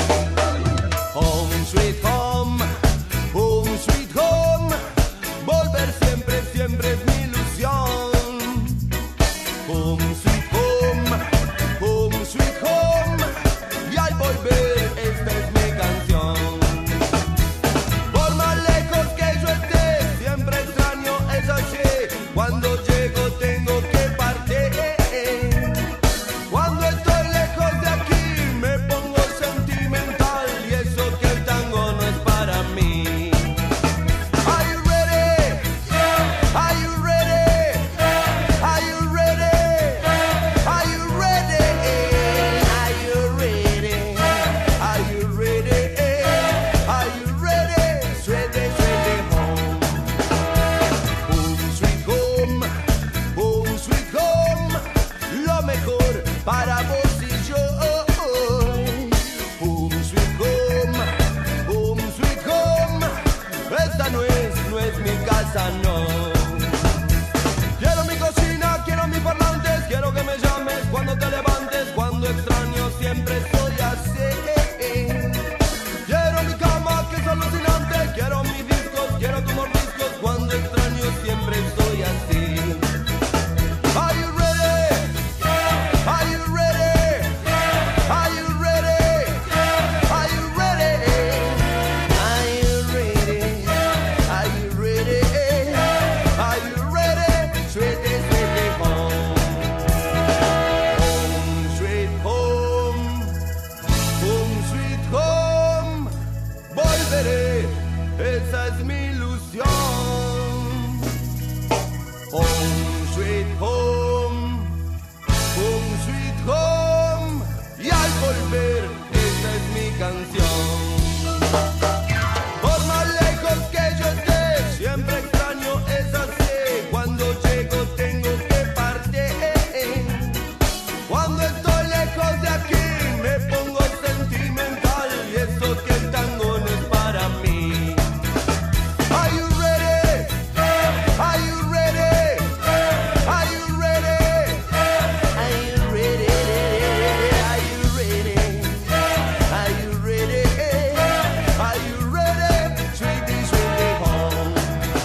Home sweet home, home sweet home. Volver siempre, siempre es mi ilusión. Home sweet home, home sweet home. Y al volver esta es mi canción. Por más lejos que yo esté, siempre extraño esa che. Cuando llego tengo que partir. Cuando estoy lejos de aquí me pongo sentimental. Y eso que el tango no es para mí. Are you ready? Are you ready? Are you ready? Are you ready? Are you ready? Are you ready? Are you ready? Suede, suede, home. Home sweet home. Home sweet home. Lo mejor para vos y yo. Home sweet home. Home sweet home. Esta no es, no es mi casa, no. Quiero mi cocina, quiero mis parlantes. Quiero que me llames cuando te levantes. Cuando extraño siempre soy así. Quiero mi cama que es alucinante. Quiero mis discos, quiero tus mordiscos. Cuando extraño siempre soy así. Are you ready? Are you ready? Are you ready? Are you ready? Are you ready? Are you ready? Are you ready? Suede, suede, home. Home sweet home. Home sweet home. Volveré, esa es mi ilusión. Home sweet home. Home sweet home. Y al volver, esta es mi canción. Por más lejos que yo esté, siempre extraño esa sed. Cuando llego tengo que partir. Cuando estoy lejos de aquí me pongo sentimental. Y eso que el tango no es para mí. Are you ready? Are you ready? Are you ready? Are you ready? Are you ready? Are you ready? Are you ready? Sweetie, sweetie home.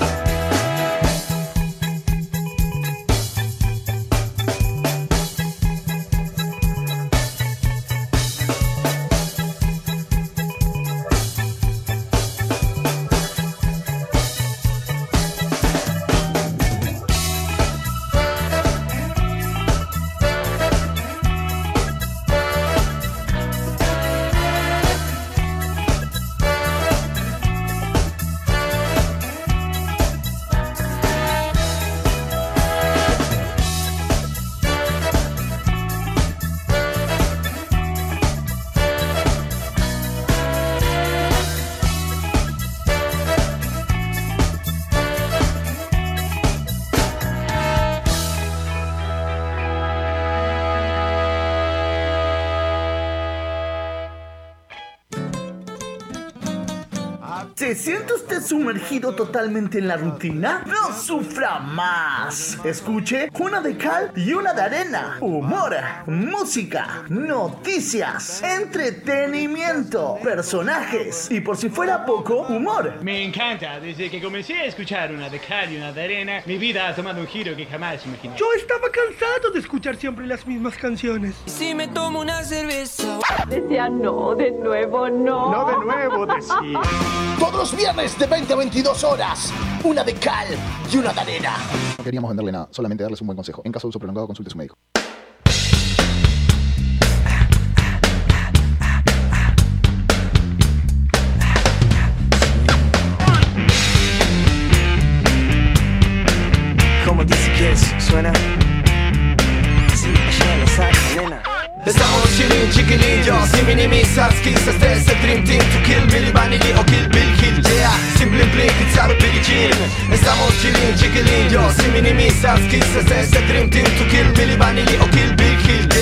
¿Se siente usted sumergido totalmente en la rutina? ¡No sufra más! Escuche una de cal y una de arena. Humor, música, noticias, entretenimiento, personajes y por si fuera poco, humor. Me encanta. Desde que comencé a escuchar una de cal y una de arena, mi vida ha tomado un giro que jamás imaginé. Yo estaba cansado de escuchar siempre las mismas canciones. Si me tomo una cerveza. Decía no, de nuevo no. No de nuevo, decía. Todos los viernes de veinte a veintidós horas, una de cal y una de arena. No queríamos venderle nada, solamente darles un buen consejo. En caso de uso prolongado, consulte a su médico. Como dice que es, suena. Sí, allá en la saca, nena. Estamos chillin, chiquilillos, sin minimizar skills. Este es el Dream Team, to kill Billy Vanilli o kill Bill Hill. Yeah, sin blin blin, pizarro, Billie Jean. Estamos chillin, chiquilillos, sin minimizar skills. Este es el Dream Team, to kill Billy Vanilli o kill Bill Hill. Yeah,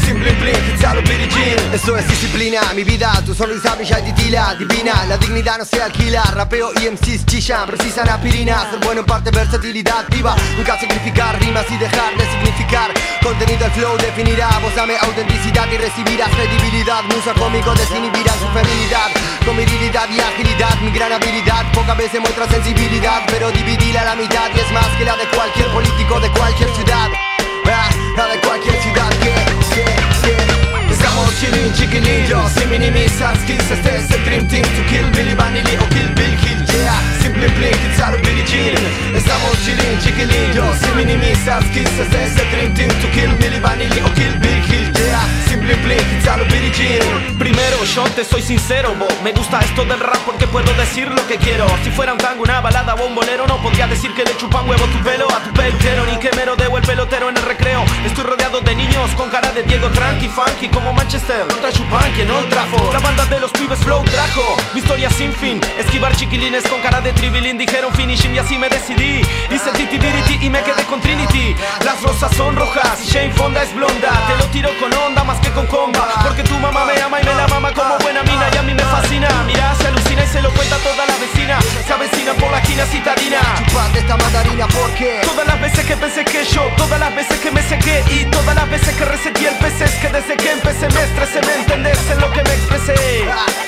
Simple Blink, Italo Billie Jean. Esto es disciplina, mi vida, tu sonrisa brilla y titila, divina. La dignidad no se alquila, rapeo y M Cs chillan, precisan aspirina. Ser bueno en parte, versatilidad viva. Nunca sacrificar rimas y dejar de significar. Contenido el flow definirá, vos dame autenticidad y recibirás credibilidad. Musa cómico desinhibirán su feminidad. Con virilidad y agilidad, mi gran habilidad. Pocas veces muestra sensibilidad, pero dividirla a la mitad y es más que la de cualquier político de cualquier ciudad. Ah, la de cualquier ciudad que, que, que. Estamos chilling, chiquilillos, sin minimizar skills. Este es el Dream Team, to kill Billy Vanilli o kill Bill Hill. Yeah, Simple Blink, Italo Billie Jean. Estamos chilling, chiquilillos, sin minimizar skills. Este es el Dream Team, to kill Billy Vanilli o kill Bill Hill. Yeah, Simple Blink, Italo Billie Jean. Primero yo te soy sincero, bo. Me gusta esto del rap porque puedo decir lo que quiero. Si fuera un tango, una balada o un bolero, no podría decir que le chupan huevo tu pelo a tu peluquero, ni que merodeo el pelotero en el recreo. Estoy rodeado de niños con cara de Diego tranqui, funky como Manchester contra Chupan que no trajo. La banda de los pibes flow trajo mi historia sin fin. Esquivar chiquilines con cara de tribilín dijeron finishing y así me decidí. Hice titibiriti y me quedé con Trinity. Las rosas son rojas y Jane Fonda es blonda. Te lo tiro con onda más que con comba, porque tu mamá me ama y me la mama como buena mina y a mí me fascina. Mira, se alucina y se lo cuenta toda la vecina. Se avecina por la esquina citadina. Chupate esta mandarina porque todas las veces que pensé que yo, todas las veces que me sequé y todas las veces que reseteé el P C es que desde que empecé me estresé, ¿me entendés? En lo que me expresé,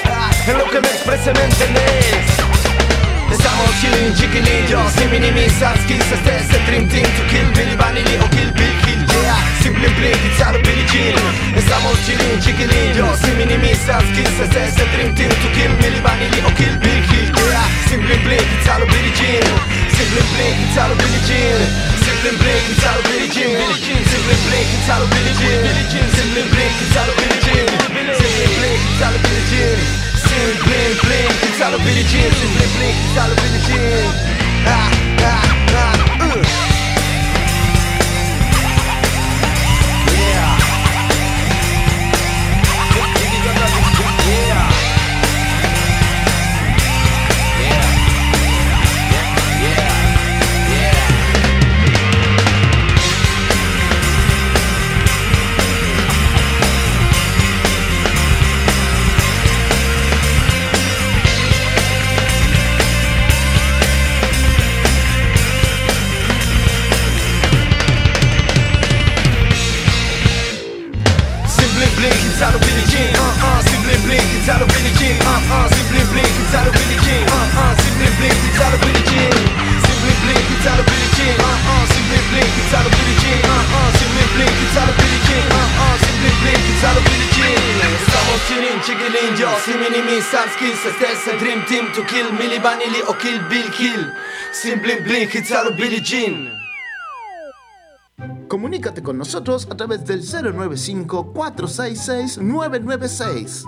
en lo que me expresé, ¿me entendés? Estamos chilling, chiquilillos, sin minimizar skills. Este es el Dream Team, to kill Billy Vanilli o kill Bill Hill. Yeah, Simple Blink, Italo Billie Jean. Estamos chilling, chiquilillos, sin minimizar skills. Este es el Dream Team, to kill Billy Vanilli o kill Bill Hill. Yeah, Simple Blink, Italo Billie Jean. Simple Blink, Italo Billie Jean. Simple Blink, Italo Billie Jean. Simple Blink, Italo Billie Jean. Simple Blink, Italo Billie Jean. Simple Blink, Italo Billie Jean. Simple Blink, Blink, Italo Billie Jean. Simple Blink, Italo Billie Jean. Ah, ah, ah, uh. Yeah. Yeah. Italo Billie Jean, uh uh, Simple Blink, Italo Billie Jean, uh uh, Simple Blink, Italo Billie Jean, uh uh, Simple Blink, Italo Billie Jean, Simple Blink, Italo Billie Jean, uh uh, Simple Blink, Italo Billie Jean, uh uh, Simple Blink, Italo Billie Jean, uh uh, Simple Blink, Italo Billie Jean. Estamos chilling, chiquilillos, sin minimizar skills. Este es el Dream Team, to kill Milli Vanilli o kill Bill Hill. Simple Blink, Italo Billie Jean. Comunícate con nosotros a través del cero nueve cinco, cuatro seis seis, nueve nueve seis.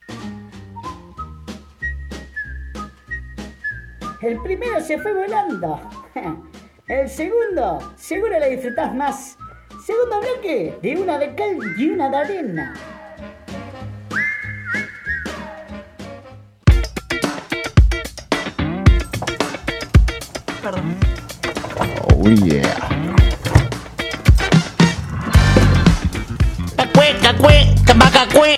El primero se fue volando. El segundo, seguro lo disfrutás más. Segundo bloque, de una de cal y una de arena. Perdón. Oh yeah. Cacue, cacue, camacacue.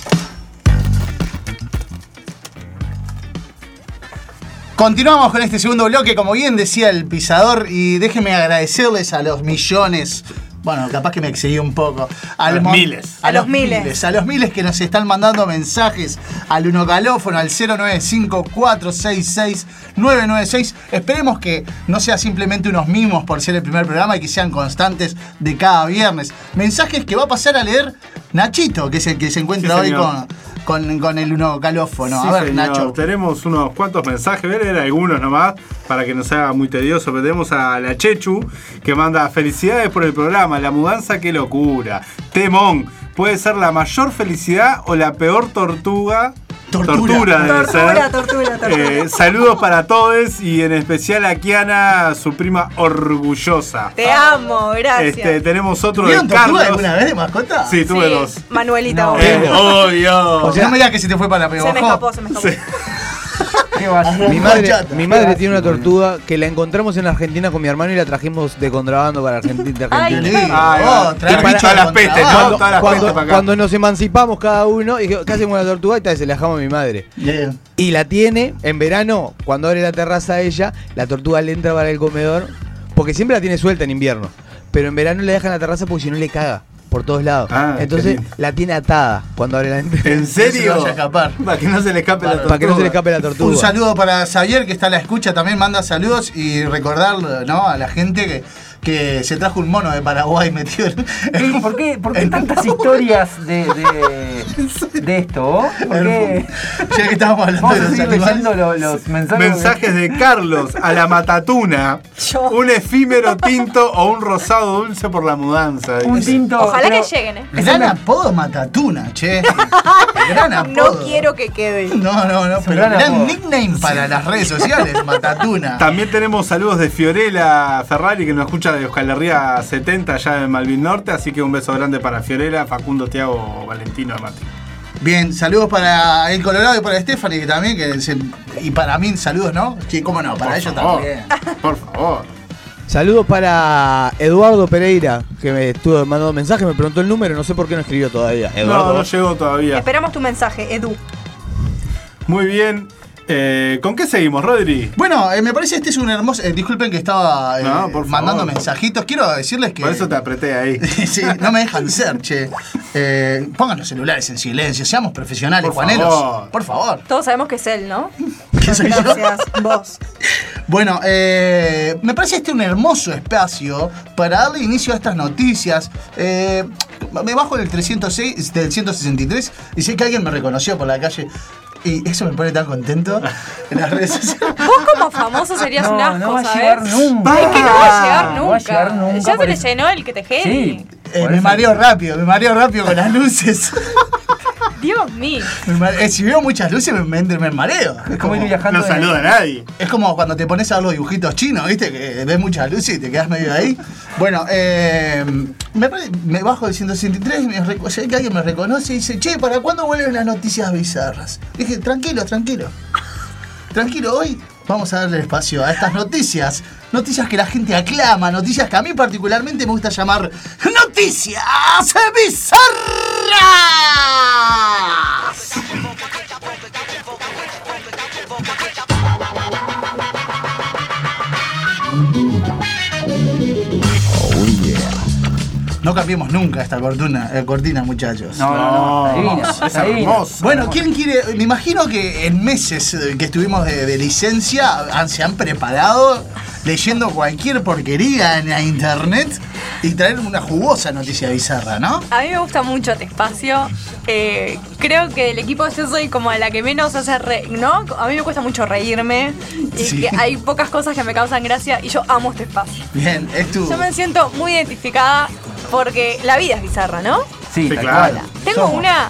Continuamos con este segundo bloque, como bien decía el pisador, y déjenme agradecerles a los millones, bueno, capaz que me excedí un poco, a, A los mo- miles. a, A los los miles. miles, a los miles que nos están mandando mensajes al unocalófono, al cero nueve cinco, cuatro seis seis, nueve nueve seis. Esperemos que no sea simplemente unos mimos por ser el primer programa y que sean constantes de cada viernes. Mensajes que va a pasar a leer Nachito, que es el que se encuentra Sí, hoy señor. con, con, con el unocalófono. Sí, a ver, señor. Nacho. Tenemos unos cuantos mensajes, voy a leer algunos nomás para que no sea muy tedioso, pero tenemos a la Chechu que manda felicidades por el programa, la mudanza, qué locura. Temón, puede ser la mayor felicidad o la peor tortuga. Tortura. Tortura debe Tortura, ser. tortura, tortura. Eh, saludos para todos y en especial a Kiana, su prima orgullosa. Te amo, gracias. Este, tenemos otro de ¿Tuvieron tortuga Carlos. alguna vez de mascota? Sí, tuve Sí, dos. Manuelita, No, obvio. Eh, obvio. O sea, no me digas que se te fue para la Se me escapó, se me escapó. Qué vacío. Mi madre, mi madre tiene una tortuga que la encontramos en Argentina con mi hermano y la trajimos de contrabando para Argentina. De Ay, Argentina. qué lindo. Oh, traer para- bicho de todas las pestes, ¿no? contrabando. Todas las Cuando, pestes para acá. cuando nos emancipamos cada uno, dije, ¿qué hacemos con la tortuga? Y tal, se la dejamos a mi madre. Bien. Y la tiene en verano, cuando abre la terraza a ella, la tortuga le entra para el comedor, porque siempre la tiene suelta en invierno. Pero en verano le dejan la terraza porque si no le caga por todos lados. Ah, Entonces qué lindo. la tiene atada cuando abre la entrada. ¿En No se serio? vaya a escapar. Para que no se le escape la tortuga. Para que no se le escape la tortuga. Un saludo para Xavier, que está a la escucha, también manda saludos y recordar, ¿no?, a la gente que, que se trajo un mono de Paraguay metido en... ¿Qué? ¿Por qué, por qué tantas historias de, de, de esto? ¿Oh? ¿Por qué? Ya que estábamos hablando Vamos de a los seguir animales. leyendo lo- los mensajes. Mensajes de Carlos a la matatuna. Un efímero tinto o un rosado dulce por la mudanza. Un dice. tinto. Ojalá pero- que lleguen, ¿eh? Gran apodo Matatuna, che. Gran No apodo. quiero que quede. No, no, no, un pero gran gran apodo. nickname para las redes sociales, Matatuna. También tenemos saludos de Fiorella Ferrari, que nos escucha de Euskal Herria setenta, allá en Malvin Norte. Así que un beso grande para Fiorella, Facundo, Tiago, Valentino, Mati. Bien, saludos para el Colorado y para Stephanie, que también, que se- y para mí, saludos, ¿no? Sí, cómo no, para Por ellos favor, también. Por favor. Saludos para Eduardo Pereira, que me estuvo mandando mensaje, me preguntó el número, no sé por qué no escribió todavía. No, Eduardo. no llegó todavía. Esperamos tu mensaje, Edu. Muy bien. Eh, ¿Con qué seguimos, Rodri? Bueno, eh, me parece este es un hermoso. eh, disculpen que estaba eh, No, por mandando favor. mensajitos. Quiero decirles que. Por eso te apreté ahí. Sí, no me dejan ser, che. Eh, pongan los celulares en silencio, seamos profesionales, Por Juanelos. favor. Por favor. Todos sabemos que es él, ¿no? ¿Qué soy yo? Gracias, vos. Bueno, eh, me parece este un hermoso espacio para darle inicio a estas noticias. Eh, me bajo del trescientos seis, del ciento sesenta y tres y sé que alguien me reconoció por la calle. Y eso me pone tan contento en las redes sociales. Vos como famoso serías No, un asco, no va a ¿sabes? llegar nunca. Es que no va a llegar No nunca. va a llegar nunca, Ya se por le eso- llenó el que te geni. Sí. Eh, Por me eso- mareo rápido, me mareo rápido con las luces. Dios mío. Me mare- eh, si veo muchas luces me, me, me mareo. Es como ir viajando No en- saluda a nadie. Es como cuando te pones a ver los dibujitos chinos, ¿viste? Que ves muchas luces y te quedas medio ahí. Bueno, eh, me, pare- me bajo del ciento sesenta y tres y me reco- sé que alguien me reconoce y dice, che, ¿para cuándo vuelven las noticias bizarras? Dije, tranquilo, tranquilo. Tranquilo, hoy vamos a darle espacio a estas noticias. Noticias que la gente aclama, noticias que a mí particularmente me gusta llamar noticias bizarras. No cambiemos nunca esta cortina, eh, cortina muchachos. No, no, no. Está divina, es está divina. hermoso. Bueno, ¿quién quiere? Me imagino que en meses eh, que estuvimos de, de licencia han- se han preparado leyendo cualquier porquería en la internet y traer una jugosa noticia bizarra, ¿no? A mí me gusta mucho este espacio. Eh, creo que del equipo yo soy como la que menos hace reír, ¿no? A mí me cuesta mucho reírme y Sí. que hay pocas cosas que me causan gracia y yo amo este espacio. Bien, es tu... Yo me siento muy identificada porque la vida es bizarra, ¿no? Sí, Sí, tal claro. cual. Tengo Somos. una...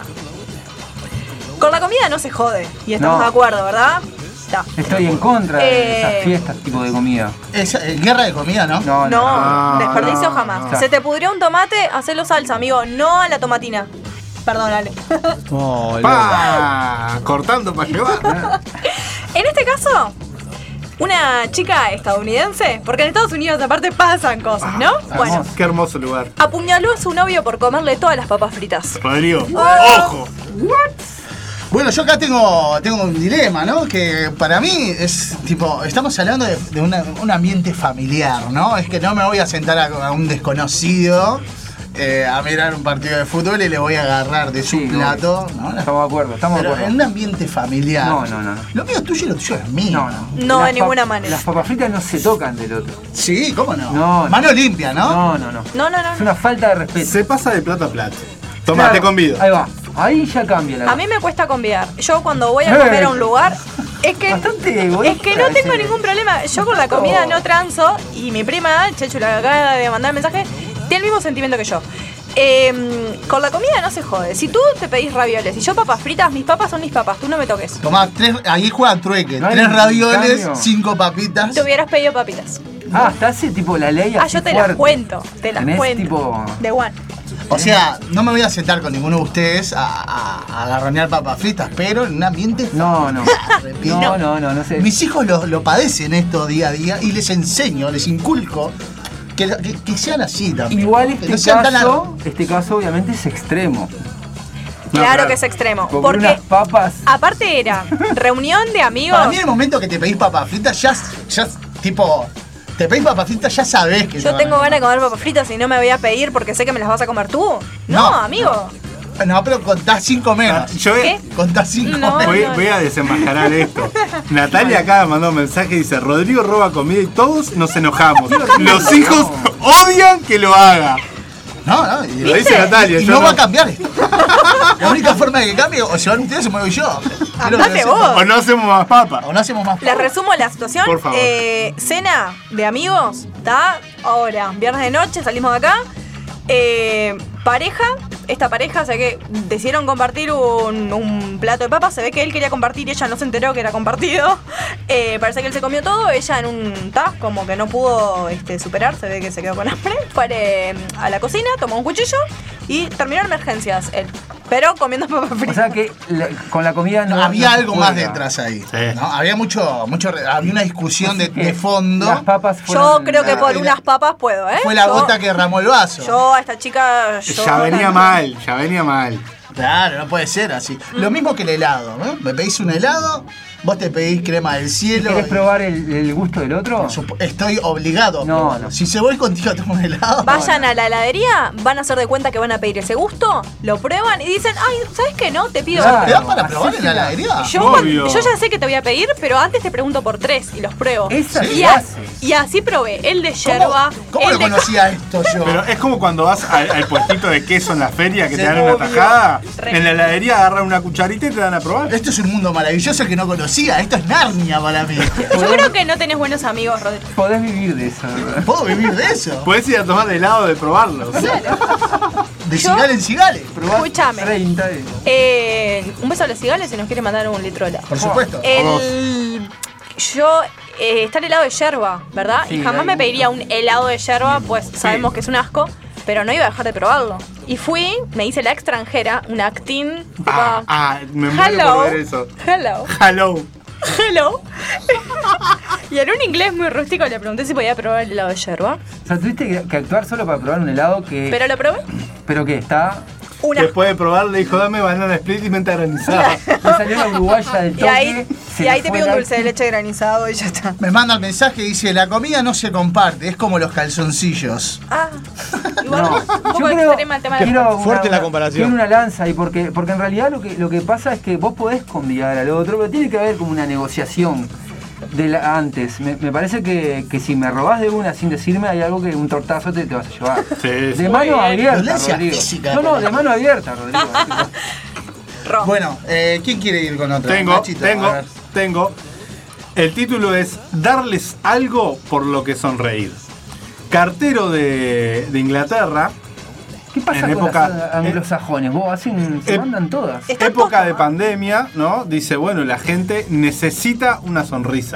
Con la comida no se jode y estamos No. de acuerdo, ¿verdad? Está. Estoy en contra de Eh. esas fiestas tipo de comida. Es, eh, guerra de comida, ¿no? No, no. No, no, desperdicio no, jamás. no. Se te pudrió un tomate, hacelo salsa, amigo, no a la tomatina. Perdónale. No, loco. Pa, cortando para llevar. En este caso, una chica estadounidense, porque en Estados Unidos aparte pasan cosas, ¿no? Bueno, hermoso. Qué hermoso lugar. apuñaló a su novio por comerle todas las papas fritas. Rodrigo, Oh. ojo. Bueno, yo acá tengo, tengo un dilema, ¿no? Que para mí es tipo, estamos hablando de, de una- un ambiente familiar, ¿no? Es que no me voy a sentar a, a un desconocido eh, a mirar un partido de fútbol y le voy a agarrar de su Sí, plato, ¿no? Estamos de acuerdo, estamos de Pero acuerdo. en un ambiente familiar. No, no, no. Lo mío es tuyo y lo tuyo es mío. No, no. No, Las de ninguna pap- manera. Las papas fritas no se tocan del otro. Sí, ¿cómo no? No, no. Mano limpia, ¿no? No, no, no. No, no, Es no. una falta de respeto. Se pasa de plato a plato. Toma, Claro, te convido. Ahí va. Ahí ya cambia la A mí me cuesta convidar. Yo cuando voy a Eh. comer a un lugar, es que Bastante egoísta es que no tengo ese. ningún problema. Yo con la comida no transo y mi prima, Chechu, la que acaba de mandar el mensaje, tiene el mismo sentimiento que yo. Eh, con la comida no se jode. Si tú te pedís ravioles y yo papas fritas, mis papas son mis papas, tú no me toques. Tomá, tres, ahí juega trueque. No hay tres un ravioles, cambio. cinco papitas. Te hubieras pedido papitas. Ah, hasta hace tipo la ley Ah, así yo te fuerte. las cuento, te las Tenés cuento. tipo- De one. O sea, no me voy a sentar con ninguno de ustedes a, a, a agarronear papas fritas, pero en un ambiente. No, no. Repito. No, no, no, no sé. Mis hijos lo, lo padecen esto día a día y les enseño, les inculco que, que, que sean así también. Igual Que este no sean tan caso, este caso obviamente es extremo. Claro, claro. que es extremo. Por Porque unas papas. aparte era reunión de amigos. Para mí, en el momento que te pedís papas fritas, ya, ya tipo. Te pedís papas fritas, ya sabés que Yo te tengo van a- ganas de comer papas fritas y no me voy a pedir porque sé que me las vas a comer tú. No, No, amigo. No, pero contás cinco menos. Yo ¿Qué? Contás cinco No, menos. voy, no, voy a desenmascarar esto. Natalia acá me mandó un mensaje y dice: Rodrigo roba comida y todos nos enojamos. Los hijos odian que lo haga. No, no. Y, Lo dice Natalia. y yo no, va a cambiar esto. La única forma de que cambie, o se van ustedes o me voy yo. Creo que Andate no vos. O no hacemos más papas. O no hacemos más. Les resumo la situación. Por favor. Eh, cena de amigos, ¿está? Ahora, viernes de noche, salimos de acá. Eh, pareja, esta pareja, o sea que decidieron compartir un, un plato de papas. Se ve que él quería compartir y ella no se enteró que era compartido. Eh, parece que él se comió todo. Ella en un task como que no pudo este, superar. Se ve que se quedó con hambre. Fue eh, a la cocina, tomó un cuchillo y terminó en emergencias él. Pero comiendo papas O fritas. sea que la- con la comida no. Había no se algo más juega. detrás ahí. Sí. ¿no? Había mucho, mucho. re- Había una discusión de, Así que de fondo. Las papas Yo fueron- creo que por era- unas papas puedo, ¿eh? Fue la Yo- gota que derramó el vaso. Yo a esta chica. Yo Ya venía también. mal, ya venía mal. Claro, no puede ser así. Lo mismo que el helado, ¿no? Me pedís un helado, vos te pedís crema del cielo. ¿Querés y- probar el, el gusto del otro? Supo- Estoy obligado. a No, probarlo. no. Si se voy contigo a tomar un helado. Vayan a la heladería, van a hacer de cuenta que van a pedir ese gusto, lo prueban y dicen, ay, ¿sabes qué no? Te pido Claro. otro. ¿Te dan para Así probar en se la la- heladería? Yo, cuando- Obvio. yo ya sé que te voy a pedir, pero antes te pregunto por tres y los pruebo. Esa y, se a- hace. y así probé el de ¿Cómo, yerba. ¿cómo el lo de- conocía esto yo? Pero es como cuando vas al, al puestito de queso en la feria que Sí, te dan una obvio. tajada. Re. En la heladería agarran una cucharita y te dan a probar. Esto es un mundo maravilloso que no conocía. Esto es Narnia para mí. Yo creo que no tenés buenos amigos, Rodrigo. Podés vivir de eso. ¿verdad? ¿Puedo vivir de eso? Puedes ir a tomar helado de probarlo. De Yo- cigales en cigales. Probás Escúchame. treinta y- Eh, un beso a los cigales si nos quiere mandar un litro de helado. Por supuesto. El, yo, eh, está el helado de yerba, ¿verdad? Sí, y jamás hay me un- pediría un helado de yerba, pues sabemos que es un asco, pero no iba a dejar de probarlo. Y fui, me hice la extranjera, un actin. Ah, tipo, ah, me muero hello, por ver eso. hello, Hello. hello. Y en un inglés muy rústico le pregunté si podía probar el helado de yerba. O sea, tuviste que, que actuar solo para probar un helado que. Pero lo probé. ¿Pero qué? Está. Una. Después de probar le dijo, dame banana split y menta granizada. Le salió la uruguaya del Y toque. ahí, se y le ahí te fue pido un el dulce de leche granizado y ya está. Me manda el mensaje y dice, la comida no se comparte, es como los calzoncillos. Ah, igual No, un poco yo creo extrema el tema de quiero la una- Fuerte la una- comparación. quiero una lanza ahí porque, porque en realidad lo que, lo que pasa es que vos podés convidar al otro, pero tiene que haber como una negociación de la, antes. Me, me parece que, que si me robás de una sin decirme hay algo que un tortazo te, te vas a llevar. Sí, De sí. mano abierta, Violencia Rodrigo. física. No, no, de mano abierta, Rodrigo. Ron. Bueno, eh, ¿quién quiere ir con otra? Tengo, Nachito, tengo, a ver. tengo. El título es Darles algo por lo que sonreír. Cartero de, de Inglaterra, ¿Qué pasa En con época- los anglosajones? Vos hacen, se eh, mandan todas. Está época poco, de ¿no? pandemia, ¿no? Dice, bueno, la gente necesita una sonrisa.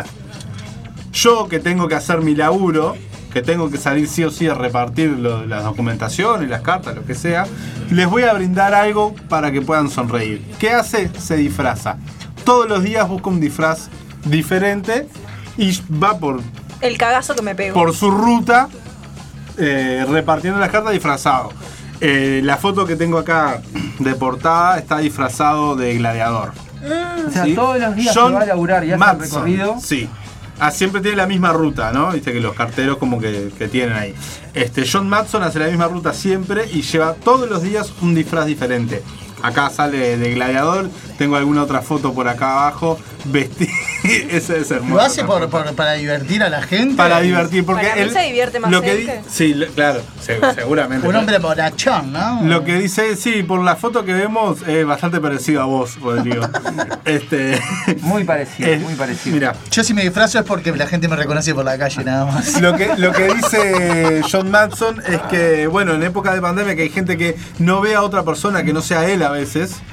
Yo que tengo que hacer mi laburo, que tengo que salir sí o sí a repartir lo- las documentaciones, las cartas, lo que sea, les voy a brindar algo para que puedan sonreír. ¿Qué hace? Se disfraza. Todos los días busca un disfraz diferente y va por, El cagazo que me pego. por su ruta eh, repartiendo las cartas disfrazado. Eh, la foto que tengo acá de portada está disfrazado de gladiador. O sea, ¿sí? todos los días John se va a laburar y hace el Madson, recorrido. Sí. Ah, siempre tiene la misma ruta, ¿no? Viste que los carteros como que, que tienen ahí. Este, John Madson hace la misma ruta siempre y lleva todos los días un disfraz diferente. Acá sale de gladiador, tengo alguna otra foto por acá abajo. Vestido. Ese es hermoso. ¿Lo hace por, también. por- para divertir a la gente? Para divertir, porque Para mí él. se divierte más lo que él di- que- Sí, le- claro, se- seguramente. Un hombre borrachón, ¿no? Lo que dice, sí, por la foto que vemos, es bastante parecido a vos, Rodrigo. este. Muy parecido, es- muy parecido. Mira, Yo si me disfrazo es porque la gente me reconoce por la calle nada más. Lo que, lo que dice John Madson es que, bueno, en época de pandemia que hay gente que no ve a otra persona que no sea él a veces,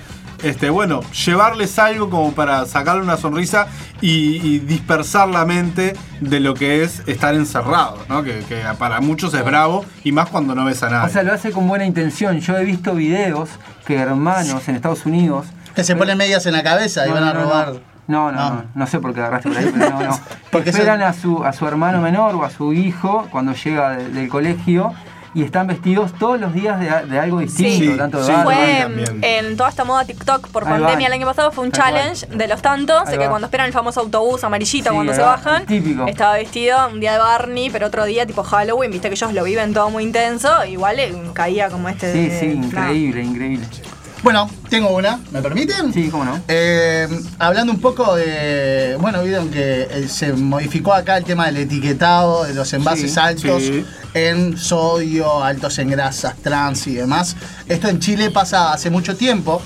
este, bueno, llevarles algo como para sacarle una sonrisa y, y dispersar la mente de lo que es estar encerrado, ¿no? Que, que para muchos es bravo y más cuando no ves a nadie. O sea, lo hace con buena intención. Yo he visto videos que hermanos en Estados Unidos... Que se ponen medias en la cabeza y No, van a no, no, robar. No, no, no, no, no sé por qué agarraste por ahí, pero no, no. Porque esperan a su, a su hermano menor o a su hijo cuando llega de- del colegio y están vestidos todos los días de, de algo distinto, Sí. tanto de Sí, Batman. fue en toda esta moda TikTok por Ahí va. pandemia el año pasado, fue un Tal cual. challenge de los tantos, Ahí de que va. cuando esperan el famoso autobús amarillito Sí, cuando ahí se va, bajan, típico. estaba vestido un día de Barney, pero otro día tipo Halloween, viste que ellos lo viven todo muy intenso, igual eh, caía como este Sí, de... sí, nada. increíble, increíble. Bueno, tengo una, ¿me permiten? Sí, cómo no. Eh, hablando un poco de. Bueno, vieron que eh, se modificó acá el tema del etiquetado de los envases Sí, altos sí. en sodio, altos en grasas trans y demás. Esto en Chile pasa hace mucho tiempo.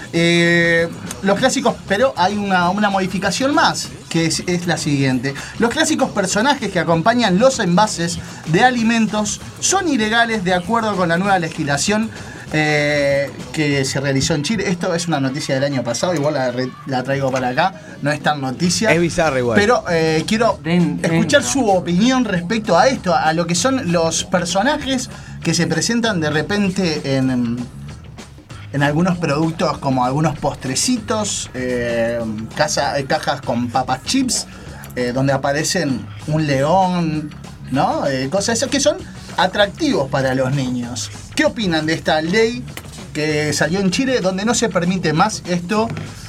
Eh, los clásicos, pero hay una, una modificación más, que es, es la siguiente. Los clásicos personajes que acompañan los envases de alimentos son ilegales de acuerdo con la nueva legislación eh, que se realizó en Chile. Esto es una noticia del año pasado, igual la, re- la traigo para acá, no es tan noticia. Es bizarro igual. Pero eh, quiero Den- den, escuchar ¿no? su opinión respecto a esto, a lo que son los personajes que se presentan de repente en, en algunos productos como algunos postrecitos, eh, casa- eh, cajas con papas chips, eh, donde aparecen un león, ¿no? Eh, cosas esas que son atractivos para los niños. ¿Qué opinan de esta ley que salió en Chile donde no se permite más esto?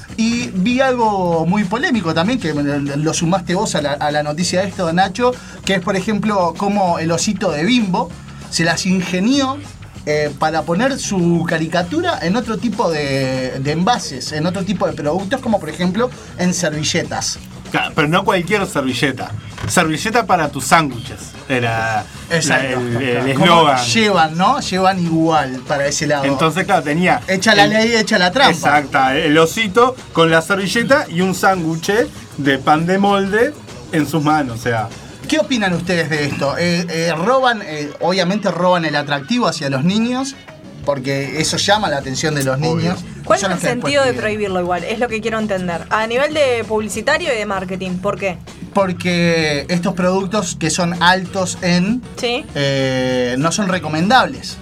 Y vi algo muy polémico también, que lo sumaste vos a la, a la noticia de esto, Nacho, que es, por ejemplo, cómo el osito de Bimbo se las ingenió eh, para poner su caricatura en otro tipo de, de envases, en otro tipo de productos, como por ejemplo en servilletas. Claro, pero no cualquier servilleta. Servilleta para tus sándwiches. Era Exacto. la- el el Como eslogan. llevan, ¿no? Llevan igual para ese lado. Entonces, claro, tenía. Echa la el- ley, echa la trampa. Exacta, el osito con la servilleta y un sándwich de pan de molde en sus manos. O sea, ¿Qué opinan ustedes de esto? Eh, eh, roban, eh, obviamente roban el atractivo hacia los niños, porque eso llama la atención de los niños. ¿Cuál es Son el los que después sentido de piden. prohibirlo igual? Es lo que quiero entender. A nivel de publicitario y de marketing, ¿por qué? Porque estos productos que son altos en Sí. eh, no son recomendables.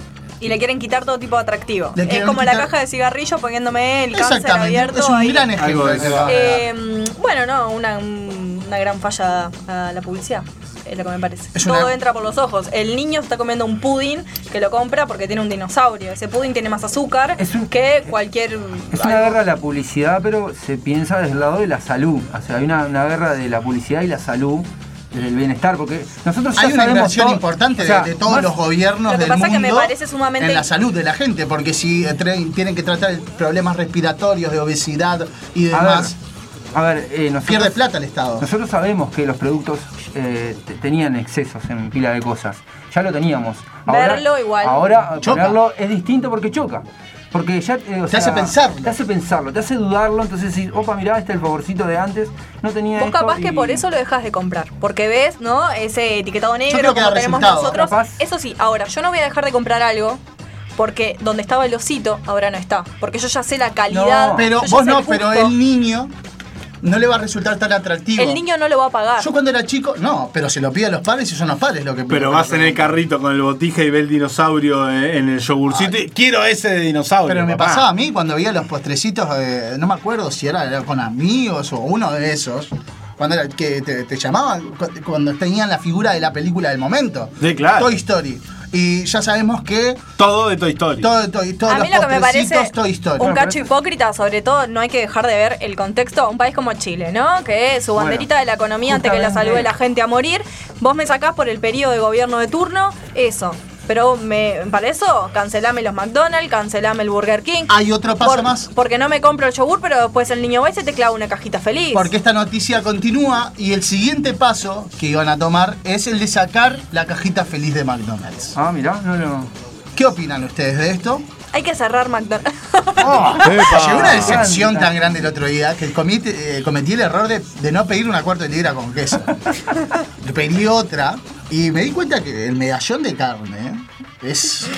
Y le quieren quitar todo tipo de atractivo. Le Es quieren como la quitar- caja de cigarrillos poniéndome el cáncer Exactamente, abierto. es un ahí. gran ejemplo de eso. Eh, bueno, no, una, una gran falla a la publicidad. Es lo que me parece. Es Todo una- entra por los ojos. El niño está comiendo un pudding que lo compra porque tiene un dinosaurio. Ese pudding tiene más azúcar que cualquier. Es una guerra de la publicidad, pero se piensa desde el lado de la salud. O sea, hay una, una guerra de la publicidad y la salud, desde el bienestar, porque nosotros ya Hay una sabemos inversión todo- importante o sea, de, de todos más- los gobiernos Lo que del pasa mundo que me parece sumamente- en la salud de la gente, porque si eh, tra- tienen que tratar problemas respiratorios, de obesidad y A demás, ver, a ver eh, nosotros, pierde plata el Estado. Nosotros sabemos que los productos eh, te- tenían excesos en pila de cosas. Ya lo teníamos. Verlo igual. Ahora Choca. ponerlo es distinto porque choca. Porque ya eh, o Te hace pensarlo. Te hace pensarlo, te hace dudarlo. Entonces decís, opa, mirá, este es el favorcito de antes. No tenía Vos esto capaz y- que por eso lo dejas de comprar. Porque ves, ¿no? Ese etiquetado negro creo que como da tenemos resultado. nosotros. Capaz. Eso sí, ahora, yo no voy a dejar de comprar algo porque donde estaba el osito, ahora no está. Porque yo ya sé la calidad. No, Pero yo ya vos sé no, el pero gusto. el niño no le va a resultar tan atractivo. El niño no lo va a pagar. Yo cuando era chico, no, pero se lo pide a los padres y son los padres lo que pero lo vas que- en el carrito con el botija y ves el dinosaurio eh, en el yogurcito. y quiero ese de dinosaurio. Pero me papá. pasaba a mí cuando veía los postrecitos, eh, no me acuerdo si era, era con amigos o uno de esos, cuando era que te, te llamaban, cu- cuando tenían la figura de la película del momento. Sí, claro. Toy Story. Y ya sabemos que Todo de Toy Story. todo, todo- todos A los mí lo que me postrecitos parece Toy Story. un cacho hipócrita, sobre todo, no hay que dejar de ver el contexto. Un país como Chile, ¿no? Que su Bueno, banderita de la economía antes que la salud de la gente a morir. Vos me sacás por el periodo de gobierno de turno, eso. Pero me, para eso, cancelame los McDonald's, cancelame el Burger King. Hay otro paso Por- más. Porque no me compro el yogur, pero después el niño va y se te clava una cajita feliz. Porque esta noticia continúa y el siguiente paso que iban a tomar es el de sacar la cajita feliz de McDonald's. Ah, mirá, no lo. ¿Qué opinan ustedes de esto? Hay que cerrar McDonald's. Oh, Epa. llegó una decepción Encanta. tan grande el otro día que comí, eh, cometí el error de, de no pedir una cuarta de libra con queso. Pedí otra y me di cuenta que el medallón de carne es... Sí,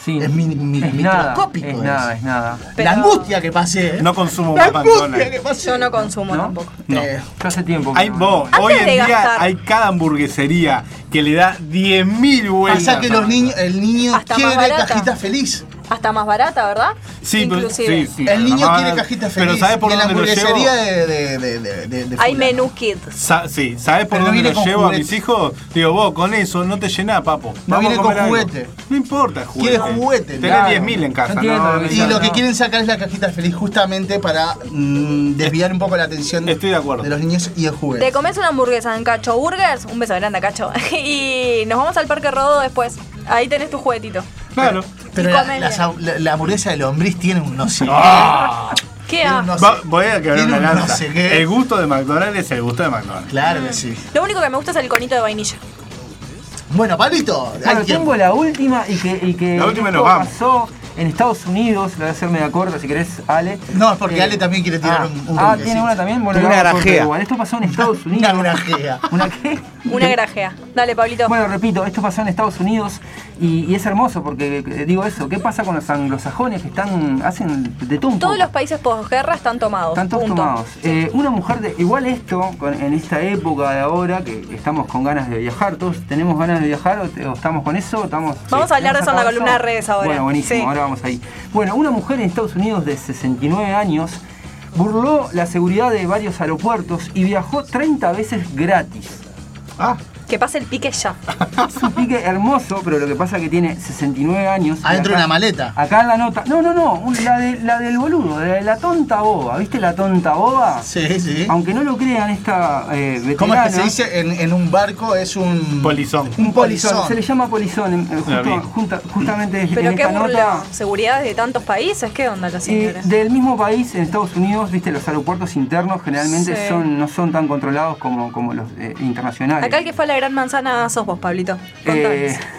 Sí. Es, mi, mi, Es nada, microscópico. es nada, es nada. La Pero- angustia que pasé. ¿eh? No consumo La más angustia McDonald's. que pasé. Yo no consumo ¿No? tampoco. No. Eh, Yo hace tiempo que Hay, no. vos, Antes hoy en de día gastar. hay cada hamburguesería que le da diez mil vueltas. pasa que los niños, el niño Hasta más quiere barata. cajita feliz. Hasta más barata, ¿verdad? Sí, pero- Inclusive. sí, sí, El niño mamá, quiere cajita feliz. Pero ¿sabes por y en la dónde lo hamburguesería llevo? de, de, de, de, de, de Hay fulano. menú kit. Sa- sí, ¿sabes por Pero no dónde viene lo con llevo a juguete. mis hijos? Digo, vos, con eso no te llenás, papo. No Vamos viene a con comer algo. juguete. No importa el juguete. Quiere juguete, Tenés claro. diez mil en casa. Yo entiendo no, lo que Y Ya, lo que no. quieren sacar es la cajita feliz justamente para mm, desviar un poco la atención Estoy de acuerdo. de los niños y el juguete. Te comes una hamburguesa en Cacho Burgers, un beso grande a Cacho. Y nos vamos al Parque Rodó después. Ahí tenés tu juguetito. Claro. Pero y la, come la, bien. la- la hamburguesa de lombriz tiene un no sé qué. Ah. ¿Qué Tiene un ha? no sé- Va- voy a quebrar tiene una un no lanza. sé qué. El gusto de McDonald's es el gusto de McDonald's. Claro que sí. Lo único que me gusta es el conito de vainilla. Bueno, Palito, hay Bueno, tiempo. tengo la última y que, y que La última y esto nos vamos. pasó en Estados Unidos. La voy a hacer media corta si querés, Ale. No, es porque Eh, Ale también quiere tirar ah, un, un Ah, rinquecito. ¿tiene una también? Bueno, Una la hago corta grajea. igual. Esto pasó en Estados Unidos. Una grajea. ¿Una qué? Una grajea. Dale, Pablito. Bueno, repito, esto pasó en Estados Unidos y, y es hermoso porque, eh, digo eso, ¿qué pasa con los anglosajones que están, hacen de todo un Todos poco? los países posguerra están tomados. Están todos punto. tomados. Eh, una mujer de. Igual esto, con- en esta época de ahora, que estamos con ganas de viajar, todos tenemos ganas de viajar o, te- o estamos con eso, estamos. Vamos a hablar de eso en la ¿tenemos columna de acá redes ahora. Bueno, buenísimo, Sí. ahora vamos ahí. Bueno, una mujer en Estados Unidos de sesenta y nueve años burló la seguridad de varios aeropuertos y viajó treinta veces gratis. Ah, Que pase el pique ya. Es un pique hermoso, pero lo que pasa es que tiene sesenta y nueve años. y Adentro de acá- una maleta. Acá en la nota. No, no, no. un- La, de, la del boludo, de la tonta boba. ¿Viste la tonta boba? Sí, sí. Aunque no lo crean, esta eh, veterana. ¿Cómo es que se dice en, en un barco? Es un. polizón. Un polizón. polizón. Se le llama polizón. eh, La justo- vi. junta- justamente ¿Pero en qué esta burla? nota. ¿Seguridad de tantos países? ¿Qué onda la eh, señora? del mismo país, en Estados Unidos, viste, los aeropuertos internos generalmente Sí. son, no son tan controlados como, como los eh, internacionales. Acá el que fue a la Gran Manzana sos vos, Pablito. Contanos. Eh,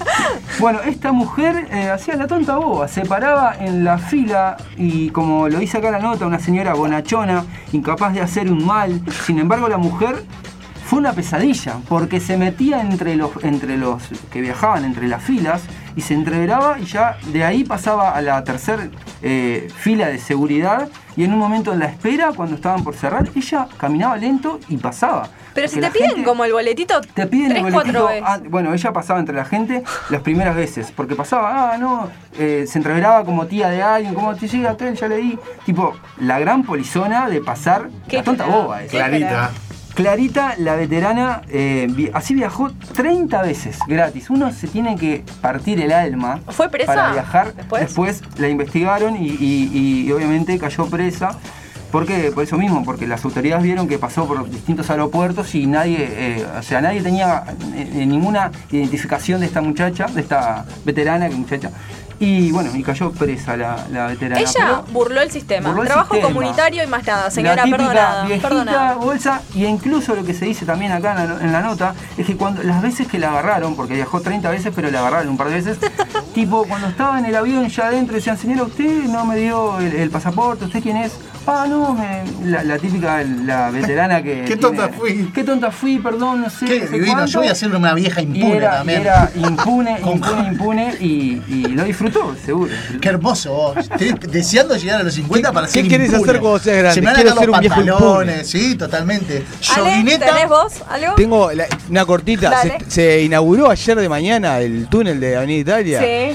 bueno, esta mujer eh, hacía la tonta boba, se paraba en la fila y como lo dice acá la nota, una señora bonachona, incapaz de hacer un mal. Sin embargo, la mujer fue una pesadilla porque se metía entre los, entre los que viajaban, entre las filas, y se entreveraba y ya de ahí pasaba a la tercera eh, fila de seguridad y en un momento en la espera, cuando estaban por cerrar, ella caminaba lento y pasaba. Pero si Porque te la piden gente- como el boletito te piden tres, el cuatro boletito. veces. ah, bueno, ella pasaba entre la gente las primeras veces, porque pasaba, ah, no, eh, se entreveraba como tía de alguien, como te llega aquel, ya le di. Tipo, la gran polizona de pasar Qué la tonta crack, boba. esa. qué Clarita. Clarita, la veterana, eh, vi- así viajó treinta veces gratis. Uno se tiene que partir el alma ¿Fue presa para viajar. después? la investigaron y, y- y obviamente cayó presa. ¿Por qué? Por eso mismo, porque las autoridades vieron que pasó por distintos aeropuertos y nadie, eh, o sea, nadie tenía eh, ninguna identificación de esta muchacha, de esta veterana, que muchacha. Y bueno, y cayó presa la, la veterana. Ella Pero- burló el sistema. burló el Trabajo sistema. comunitario y más nada. Señora, la típica perdonada. viejita Perdonada. bolsa, y incluso lo que se dice también acá en la, en la nota es que cuando las veces que la agarraron, porque viajó treinta veces pero la agarraron un par de veces, tipo cuando estaba en el avión ya adentro decían, señora, usted no me dio el, el pasaporte, ¿usted quién es? Ah, no, me, la, la típica, la veterana que... Qué tiene- tonta fui. Qué tonta fui, perdón, no sé. Qué no sé divino, cuánto. yo voy a ser una vieja Y impune era, y también. era impune, impune, impune y, y lo disfrutó, seguro. Qué hermoso vos. Estoy deseando llegar a los cincuenta para qué ser querés impune. hacer cuando seas grande? Se me van a Quiero caer ser los un viejo pantalones, sí, totalmente. Ale, Yoguineta. ¿tenés vos algo? Tengo la- una cortita. Dale. Se, se inauguró ayer de mañana el túnel de Avenida Italia. Sí.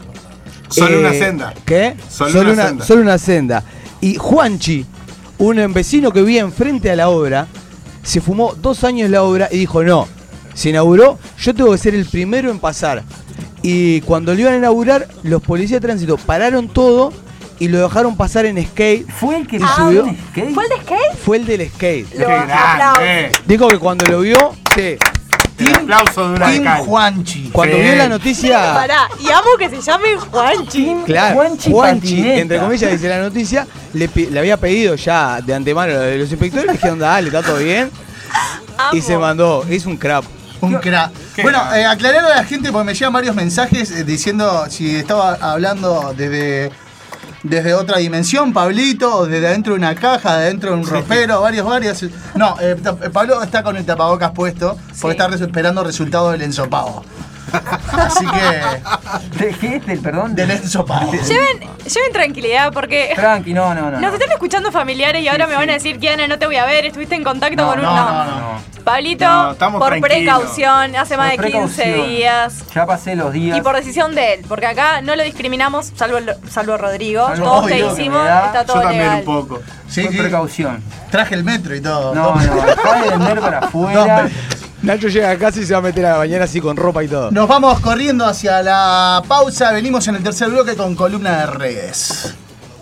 Solo Eh, una senda. ¿Qué? Solo una senda. Solo una senda. Y Juanchi, un vecino que vivía enfrente a la obra, se fumó dos años la obra y dijo, no, se inauguró, yo tengo que ser el primero en pasar. Y cuando lo iban a inaugurar, los policías de tránsito pararon todo y lo dejaron pasar en skate. ¿Fue el que y pasó subió. en skate? ¿Fue el de skate? Fue el del skate. Lo Qué aplaudo. grande. Dijo que cuando lo vio, sí, El aplauso de una Team decal. Juanchi. cuando Sí. vio la noticia... Pará, y amo que se llame Juanchi. Claro, Juanchi Juanchi, Patineta. entre comillas dice la noticia, le, pi- le había pedido ya de antemano a los inspectores, le dijeron, dale, está todo bien. Amo. Y se mandó, es un crap. Un crack. Qué Bueno, grande. eh, aclarar a la gente porque me llegan varios mensajes eh, diciendo si estaba hablando desde, desde otra dimensión, Pablito, o desde adentro de una caja, de adentro de un ropero, varios, varios. No, eh, ta- Pablo está con el tapabocas puesto porque Sí. está res- esperando resultados del ensopado. Así que. ¿De qué? Del perdón. Del Enzo Páez. Lleven, lleven tranquilidad porque. Tranqui, no, no, no. Nos no. están escuchando familiares y ahora me van a decir, Kiana, no te voy a ver, estuviste en contacto No, con un. no, No, no, no. Pablito, No, estamos por tranquilos. precaución, hace más de Por quince precaución. días. Ya pasé los días. Y por decisión de él, porque acá no lo discriminamos, salvo, el- salvo Rodrigo. Salvo Todos Rodrigo, te que hicimos, me da- está todo Yo también legal. un poco. Sí, Por sí. precaución. Traje el metro y todo. No, no, dejá de vender para afuera. Nacho llega a casa y se va a meter a la bañera así con ropa y todo. Nos vamos corriendo hacia la pausa. Venimos en el tercer bloque con columna de redes.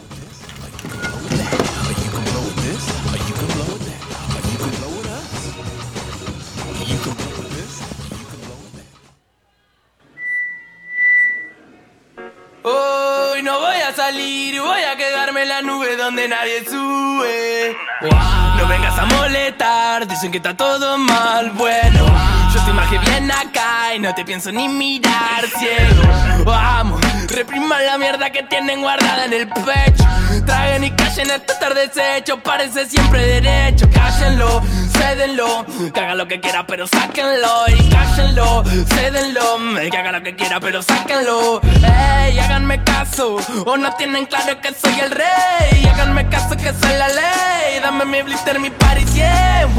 Hoy no voy a salir, voy a quedarme en la nube donde nadie sube. Wow. No vengas a molestar, dicen que está todo mal. Bueno, yo estoy más que bien acá y no te pienso ni mirar ciego. Vamos, repriman la mierda que tienen guardada en el pecho. Traguen y callen esto estar deshecho, parece siempre derecho. Cállenlo, cédenlo, que haga lo que quiera pero sáquenlo. Y cállenlo, cédenlo, que haga lo que quiera pero sáquenlo. Ey, háganme caso, o no tienen claro que soy el rey. Háganme caso que soy la ley, dame mi blister, mi party cien.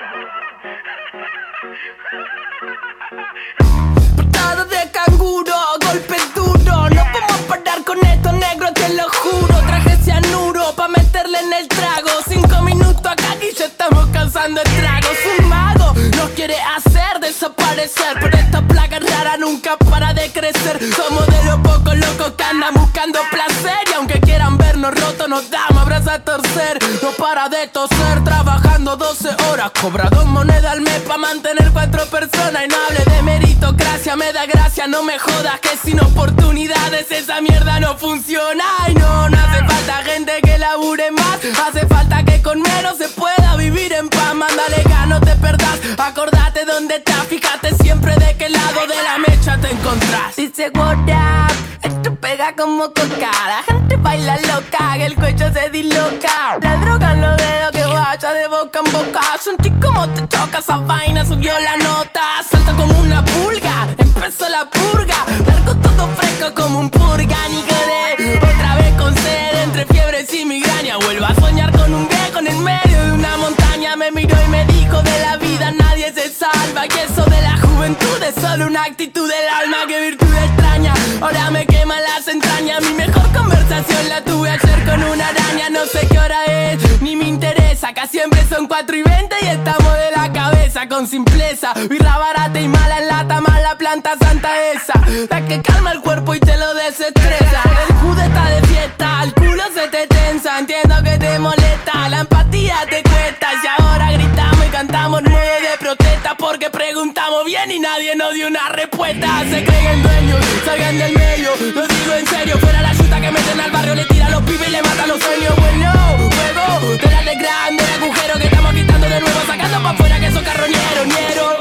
Portada de canguro, golpe duro. No podemos parar con esto, negro, te lo juro. Traje cianuro pa' meterle en el trago. Cinco minutos acá y ya estamos causando estragos. Un mago nos quiere hacer desaparecer, pero esta plaga rara nunca para de crecer. Somos de los pocos locos que andan buscando placer, y aunque quieran vernos rotos nos damos abrazos a torcer. No para de toser, trabajando doce horas, cobra dos monedas al mes pa' mantener cuatro personas. Y no hable de meritocracia, me da gracia, no me jodas que sin oportunidades esa mierda no funciona. Y no, no hace falta gente que labure más, hace falta que con menos se pueda vivir en paz. Mándale gas, no te perdás, acordate dónde estás, fíjate siempre de qué lado de la mecha te encontrás. Dice what up, esto pega como coca, la gente baila loca, que el cuello se disloca. La droga en los dedos que vaya de boca en boca, sentí como te choca esa vaina, subió la nota. Salta como una pulga, empezó la purga, largo todo fresco como un purga, ni quedé. Otra vez con sed, entre fiebres y migraña, vuelvo a soñar con un viejo en el medio de una montaña. Me miró y me dijo, de la vida nadie se salva, y eso de la juventud es solo una actitud del alma. Que virtud extraña, ahora me quema las entrañas. Mi mejor conversación la tuve ayer con una araña. No sé qué hora es, ni me interesa, acá siempre son cuatro y veinte y estamos de la cabeza con simpleza. Birra barata y mala en lata, mala planta santa esa, la que calma el cuerpo y te lo desestresa. El judo está de fiesta, el culo se te tensa, entiendo que te molesta, la empatía te cuesta. Y ahora gritamos y cantamos nueve de protesta, porque preguntamos bien y nadie nos dio una respuesta. Se creen dueños, salgan del medio, lo digo en serio. Fuera la chuta que meten al barrio, le tira a los pibes y le matan los sueños. Bueno, juego, te de grande el agujero que estamos quitando de nuevo, sacando pa' afuera que son carroñeros, ñeros.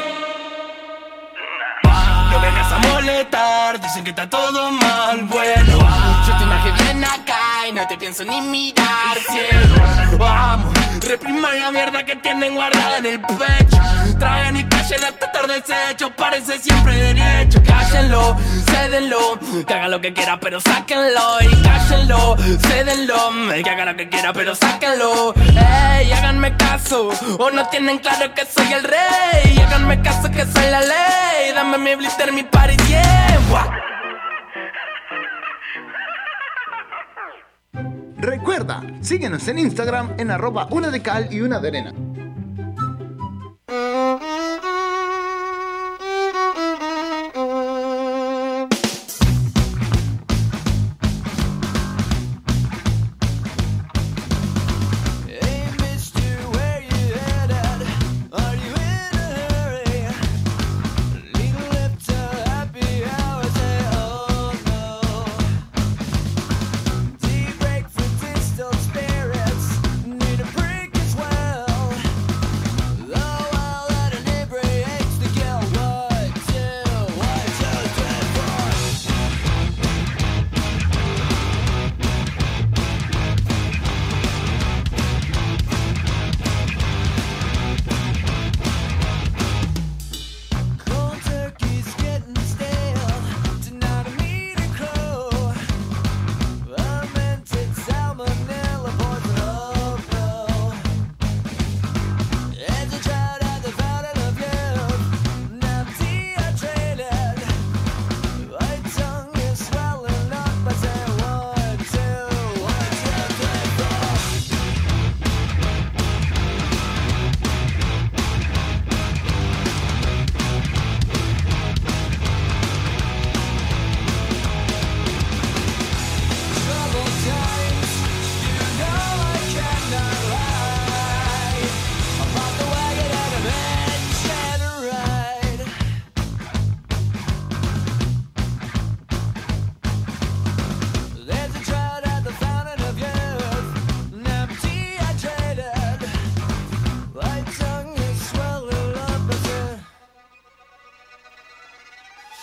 No vengas a molestar, dicen que está todo mal. Bueno, yo te imagino bien acá y no te pienso ni mirar ciego. Vamos, repriman la mierda que tienen guardada en el pecho. Traen y callen hasta estar deshecho, parece siempre derecho. Cállenlo, cédenlo, que haga lo que quiera pero sáquenlo. Y cállenlo, cédenlo, que haga lo que quiera pero sáquenlo. Ey, háganme caso, o no tienen claro que soy el rey. Háganme caso que soy la ley, dame mi blister, mi party yeah. Recuerda, síguenos en Instagram en arroba una de cal y una de arena. Deep break for distant spirits, need a break as well.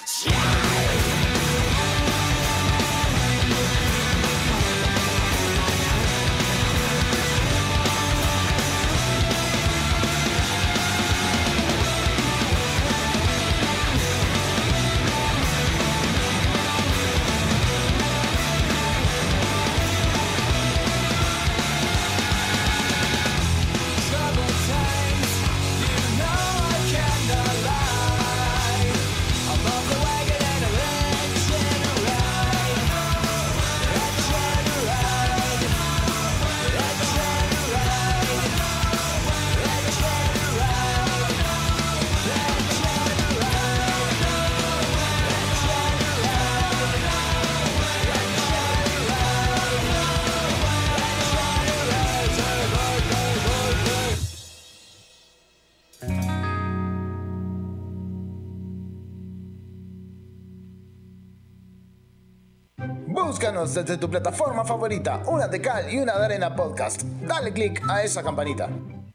Búscanos desde tu plataforma favorita, una de cal y una de arena podcast. Dale click a esa campanita.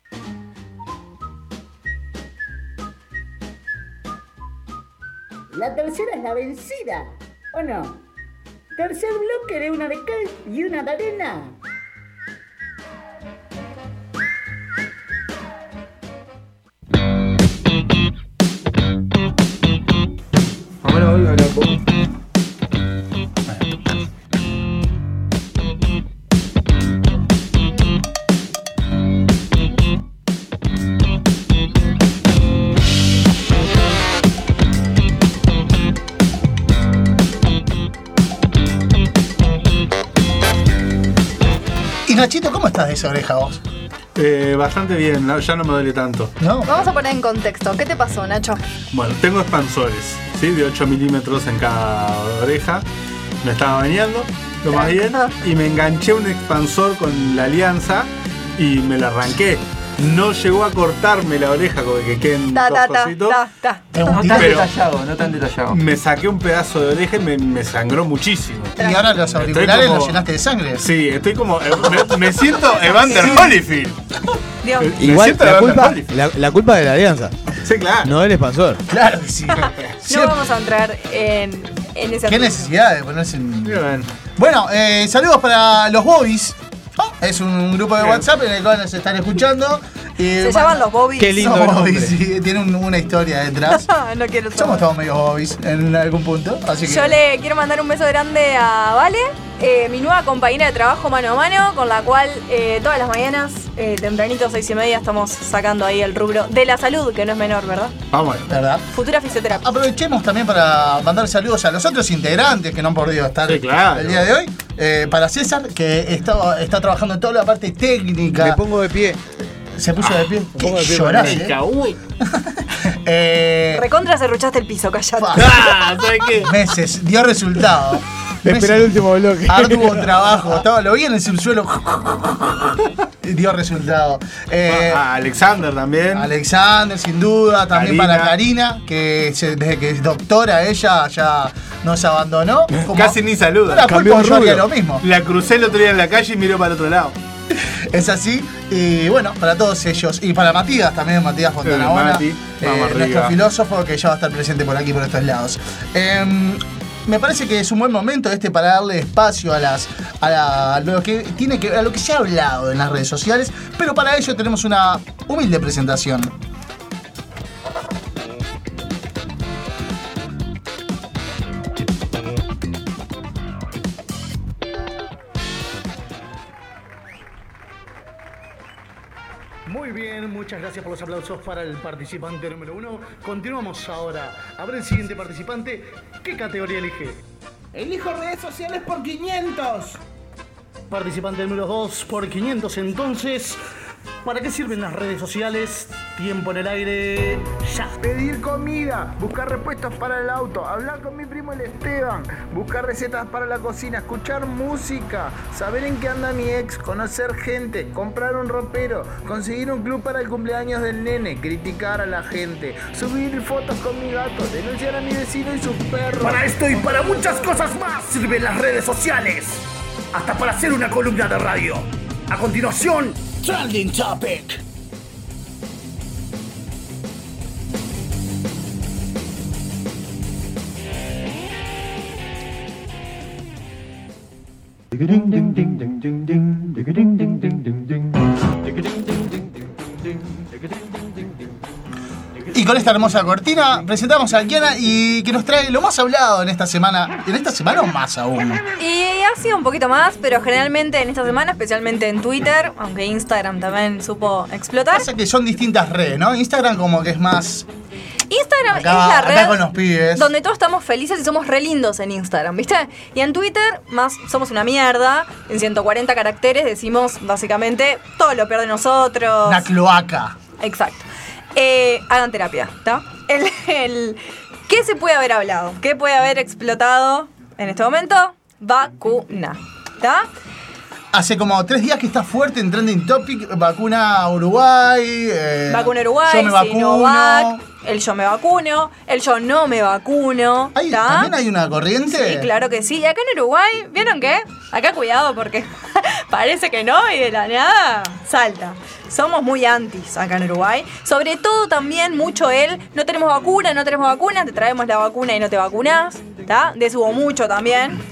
La tercera es la vencida, ¿o no? Tercer bloque de una de cal y una de arena. Ahora voy a hablar un poco. Y Nachito, ¿cómo estás de esa oreja vos? Eh, bastante bien, no, ya no me duele tanto. ¿No? Vamos a poner en contexto. ¿Qué te pasó, Nacho? Bueno, tengo expansores, ¿sí? De ocho milímetros en cada oreja. Me estaba bañando, lo más bien, y me enganché un expansor con la alianza y me la arranqué. No llegó a cortarme la oreja con que queden Ta, dos ta, ta, cositos. ta, ta. No tan Pero detallado, no tan detallado. me saqué un pedazo de oreja y me, me sangró muchísimo. Y ahora los Estoy auriculares como- los llenaste de sangre. Sí, estoy como. eh, Me, me siento Evander Holyfield. Dios. Me Igual siento la Evander culpa, Holyfield. la, la culpa de la alianza, Sí, claro. no del expansor. Claro que sí. No vamos a entrar en, en ese Qué asunto. necesidad de ponerse en... Bien. Bueno, eh, saludos para los Bobbies. Es un grupo de Bien. WhatsApp en el cual nos están escuchando. Eh, Se llaman los Bobbies. Qué lindo Son nombre. Bobbies, sí, tiene un- una historia detrás. No quiero saber. Somos todos medio Bobbies en algún punto, así que... Yo le quiero mandar un beso grande a Vale, eh, mi nueva compañera de trabajo mano a mano, con la cual eh, todas las mañanas, eh, tempranito, seis y media, estamos sacando ahí el rubro de la salud, que no es menor, ¿verdad? Vamos. ¿Verdad? Futura fisioterapia. Aprovechemos también para mandar saludos a los otros integrantes que no han podido estar Sí, claro. el día de hoy. Eh, para César, que está, está trabajando en toda la parte técnica. Me pongo de pie. Se puso de pie. ¿Qué pongo de pie llorás, para eh? Uy. Eh, Recontra serruchaste el piso, callate. Ah, ¿sabes qué? meses, dio resultado. Espera el último bloque. Arduo trabajo, estaba, lo vi en el subsuelo. Dio resultado. Eh, Ah, Alexander también. Alexander, sin duda, también Karina. para Karina, que se- desde que es doctora ella ya nos abandonó. Como- Casi ni saluda. No la Cambió culpo, yo haría rubro. lo mismo. La crucé el otro día en la calle y miró para el otro lado. Es así. Y bueno, para todos ellos. Y para Matías también, Matías Fontanabona, Mati, eh, vamos nuestro arriba. filósofo que ya va a estar presente por aquí, por estos lados. Em, me parece que es un buen momento este para darle espacio a las a, la- a lo que tiene que a lo que se ha hablado en las redes sociales, pero para ello tenemos una humilde presentación. Muy bien, muchas gracias por los aplausos para el participante número uno. Continuamos ahora. A ver el siguiente participante. ¿Qué categoría elige? Elijo redes sociales por quinientos. Participante número dos por quinientos entonces. ¿Para qué sirven las redes sociales? Tiempo en el aire. Ya. Pedir comida, buscar repuestos para el auto, hablar con mi primo el Esteban, buscar recetas para la cocina, escuchar música, saber en qué anda mi ex, conocer gente, comprar un ropero, conseguir un club para el cumpleaños del nene, criticar a la gente, subir fotos con mi gato, denunciar a mi vecino y sus perros. Para esto y para muchas cosas más sirven las redes sociales. Hasta para hacer una columna de radio. A continuación, Trending Topic. Y con esta hermosa cortina presentamos a Kiana y que nos trae lo más hablado en esta semana. ¿En esta semana o más aún? Y ha sido un poquito más, pero generalmente en esta semana, especialmente en Twitter, aunque Instagram también supo explotar. Pasa que son distintas redes, ¿no? Instagram como que es más... Instagram Acá- es la acá red con los pibes. donde todos estamos felices y somos re lindos en Instagram, ¿viste? Y en Twitter, más somos una mierda. En ciento cuarenta caracteres decimos básicamente todo lo peor de nosotros. Una cloaca. Exacto. Eh, hagan terapia, ¿está? El, el- ¿Qué se puede haber hablado? ¿Qué puede haber explotado en este momento? Vacuna, ¿está? Hace como tres días que está fuerte en Trending Topic, vacuna Uruguay. eh, Vacuna Uruguay, yo me vacuno. Sinovac, el yo me vacuno, el yo no me vacuno. Ay, ¿tá? ¿también hay una corriente? Sí, claro que sí. Y acá en Uruguay, ¿vieron qué? Acá cuidado porque parece que no y de la nada salta. Somos muy antis acá en Uruguay. Sobre todo también mucho el no tenemos vacuna, no tenemos vacuna, te traemos la vacuna y no te vacunás. ¿Está? De eso hubo mucho también.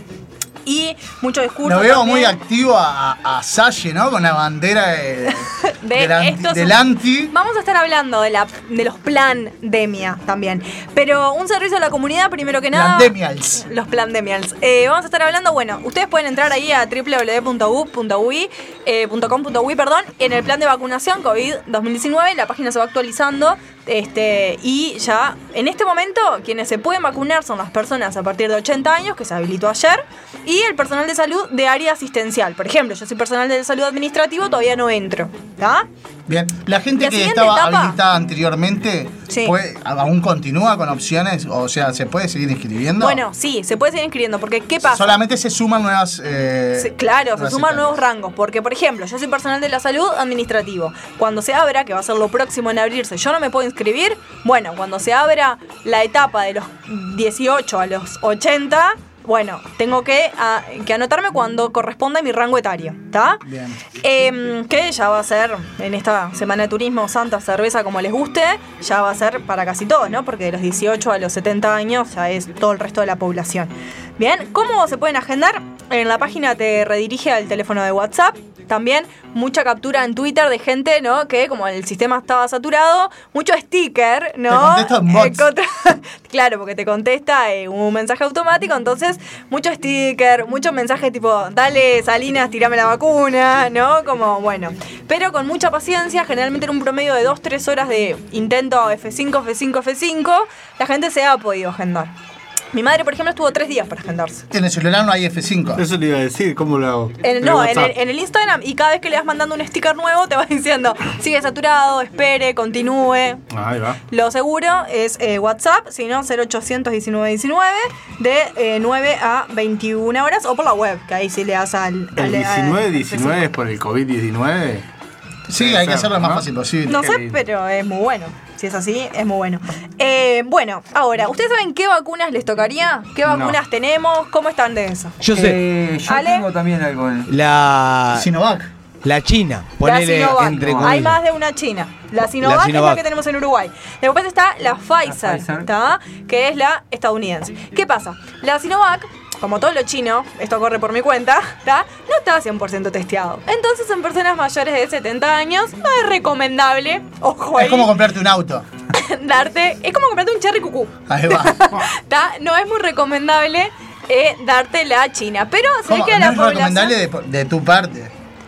Y mucho discurso. Lo veo también. muy activo a, a Salle, ¿no? Con la bandera de, De del anti. estos- del anti. Vamos a estar hablando de, la, de los plandemia también. Pero un servicio a la comunidad, primero que nada. Plandemials. Los plandemials. Eh, vamos a estar hablando, bueno, ustedes pueden entrar ahí a w w w punto u punto u i punto com punto u i, perdón, en el plan de vacunación COVID dos mil diecinueve, la página se va actualizando. Este, y ya en este momento quienes se pueden vacunar son las personas a partir de ochenta años, que se habilitó ayer, y el personal de salud de área asistencial. Por ejemplo, yo soy personal de salud administrativo, todavía no entro, ¿está? Bien, la gente La que siguiente estaba etapa- habilitada anteriormente, Sí. puede- ¿aún continúa con opciones? O sea, ¿se puede seguir inscribiendo? Bueno, sí, se puede seguir inscribiendo, porque ¿qué pasa? Solamente se suman nuevas... eh, Sí, claro, se nuevas suman etapas. nuevos rangos, porque por ejemplo, yo soy personal de la salud administrativo. Cuando se abra, que va a ser lo próximo en abrirse, yo no me puedo inscribir. Bueno, cuando se abra la etapa de los dieciocho a los ochenta, bueno, tengo que, a- que anotarme cuando corresponda a mi rango etario, ¿está? Bien. Em, que ya va a ser en esta semana de turismo, santa cerveza, como les guste, ya va a ser para casi todos, ¿no? Porque de los dieciocho a los setenta años ya es todo el resto de la población. Bien, ¿cómo se pueden agendar? En la página te redirige al teléfono de WhatsApp. También mucha captura en Twitter de gente, ¿no? Que como el sistema estaba saturado, mucho sticker, ¿no? Te contestan bots. Eh, contra- claro, porque te contesta eh, un mensaje automático, entonces mucho sticker, muchos mensajes tipo, dale Salinas, tirame la vacuna, ¿no? Como, bueno. Pero con mucha paciencia, generalmente en un promedio de dos tres horas de intento F cinco, F cinco, F cinco, la gente se ha podido agendar. Mi madre, por ejemplo, estuvo tres días para agendarse. En el celular no hay F cinco. Eso le iba a decir, ¿cómo lo hago? En- En no, en WhatsApp. el, en el Instagram, y cada vez que le vas mandando un sticker nuevo, te va diciendo, sigue saturado, espere, continúe. Ahí va. Lo seguro es eh, WhatsApp, si no, cero ochocientos diecinueve diecinueve, de eh, nueve a veintiuna horas, o por la web, que ahí sí le das al... ¿El al- diecinueve al- diecinueve es por el COVID diecinueve? Sí, hay que hacerlo lo más fácil posible. No sé, pero es muy bueno. Si es así, es muy bueno. Eh, bueno, ahora, ¿ustedes saben qué vacunas les tocaría? ¿Qué No. vacunas tenemos? ¿Cómo están de eso? Yo sé. Eh, yo Ale. tengo también algo. en- La. Sinovac. La China. La Ponele Sinovac. entre Hay comillas. más de una China. La Sinovac, La es Sinovac. la que tenemos en Uruguay. Después está la Pfizer, Pfizer. ¿tá? Que es la estadounidense. ¿Qué pasa? La Sinovac, como todo lo chino, esto corre por mi cuenta, ¿tá? No está cien por ciento testeado. Entonces, en personas mayores de setenta años, no es recomendable, ojo ahí, Es como comprarte un auto. darte... Es como comprarte un cherry cucú. Ahí va. ¿Tá? No es muy recomendable eh, darte la China. Pero se ve ¿Cómo? que a No la es población... recomendable de, de tu parte.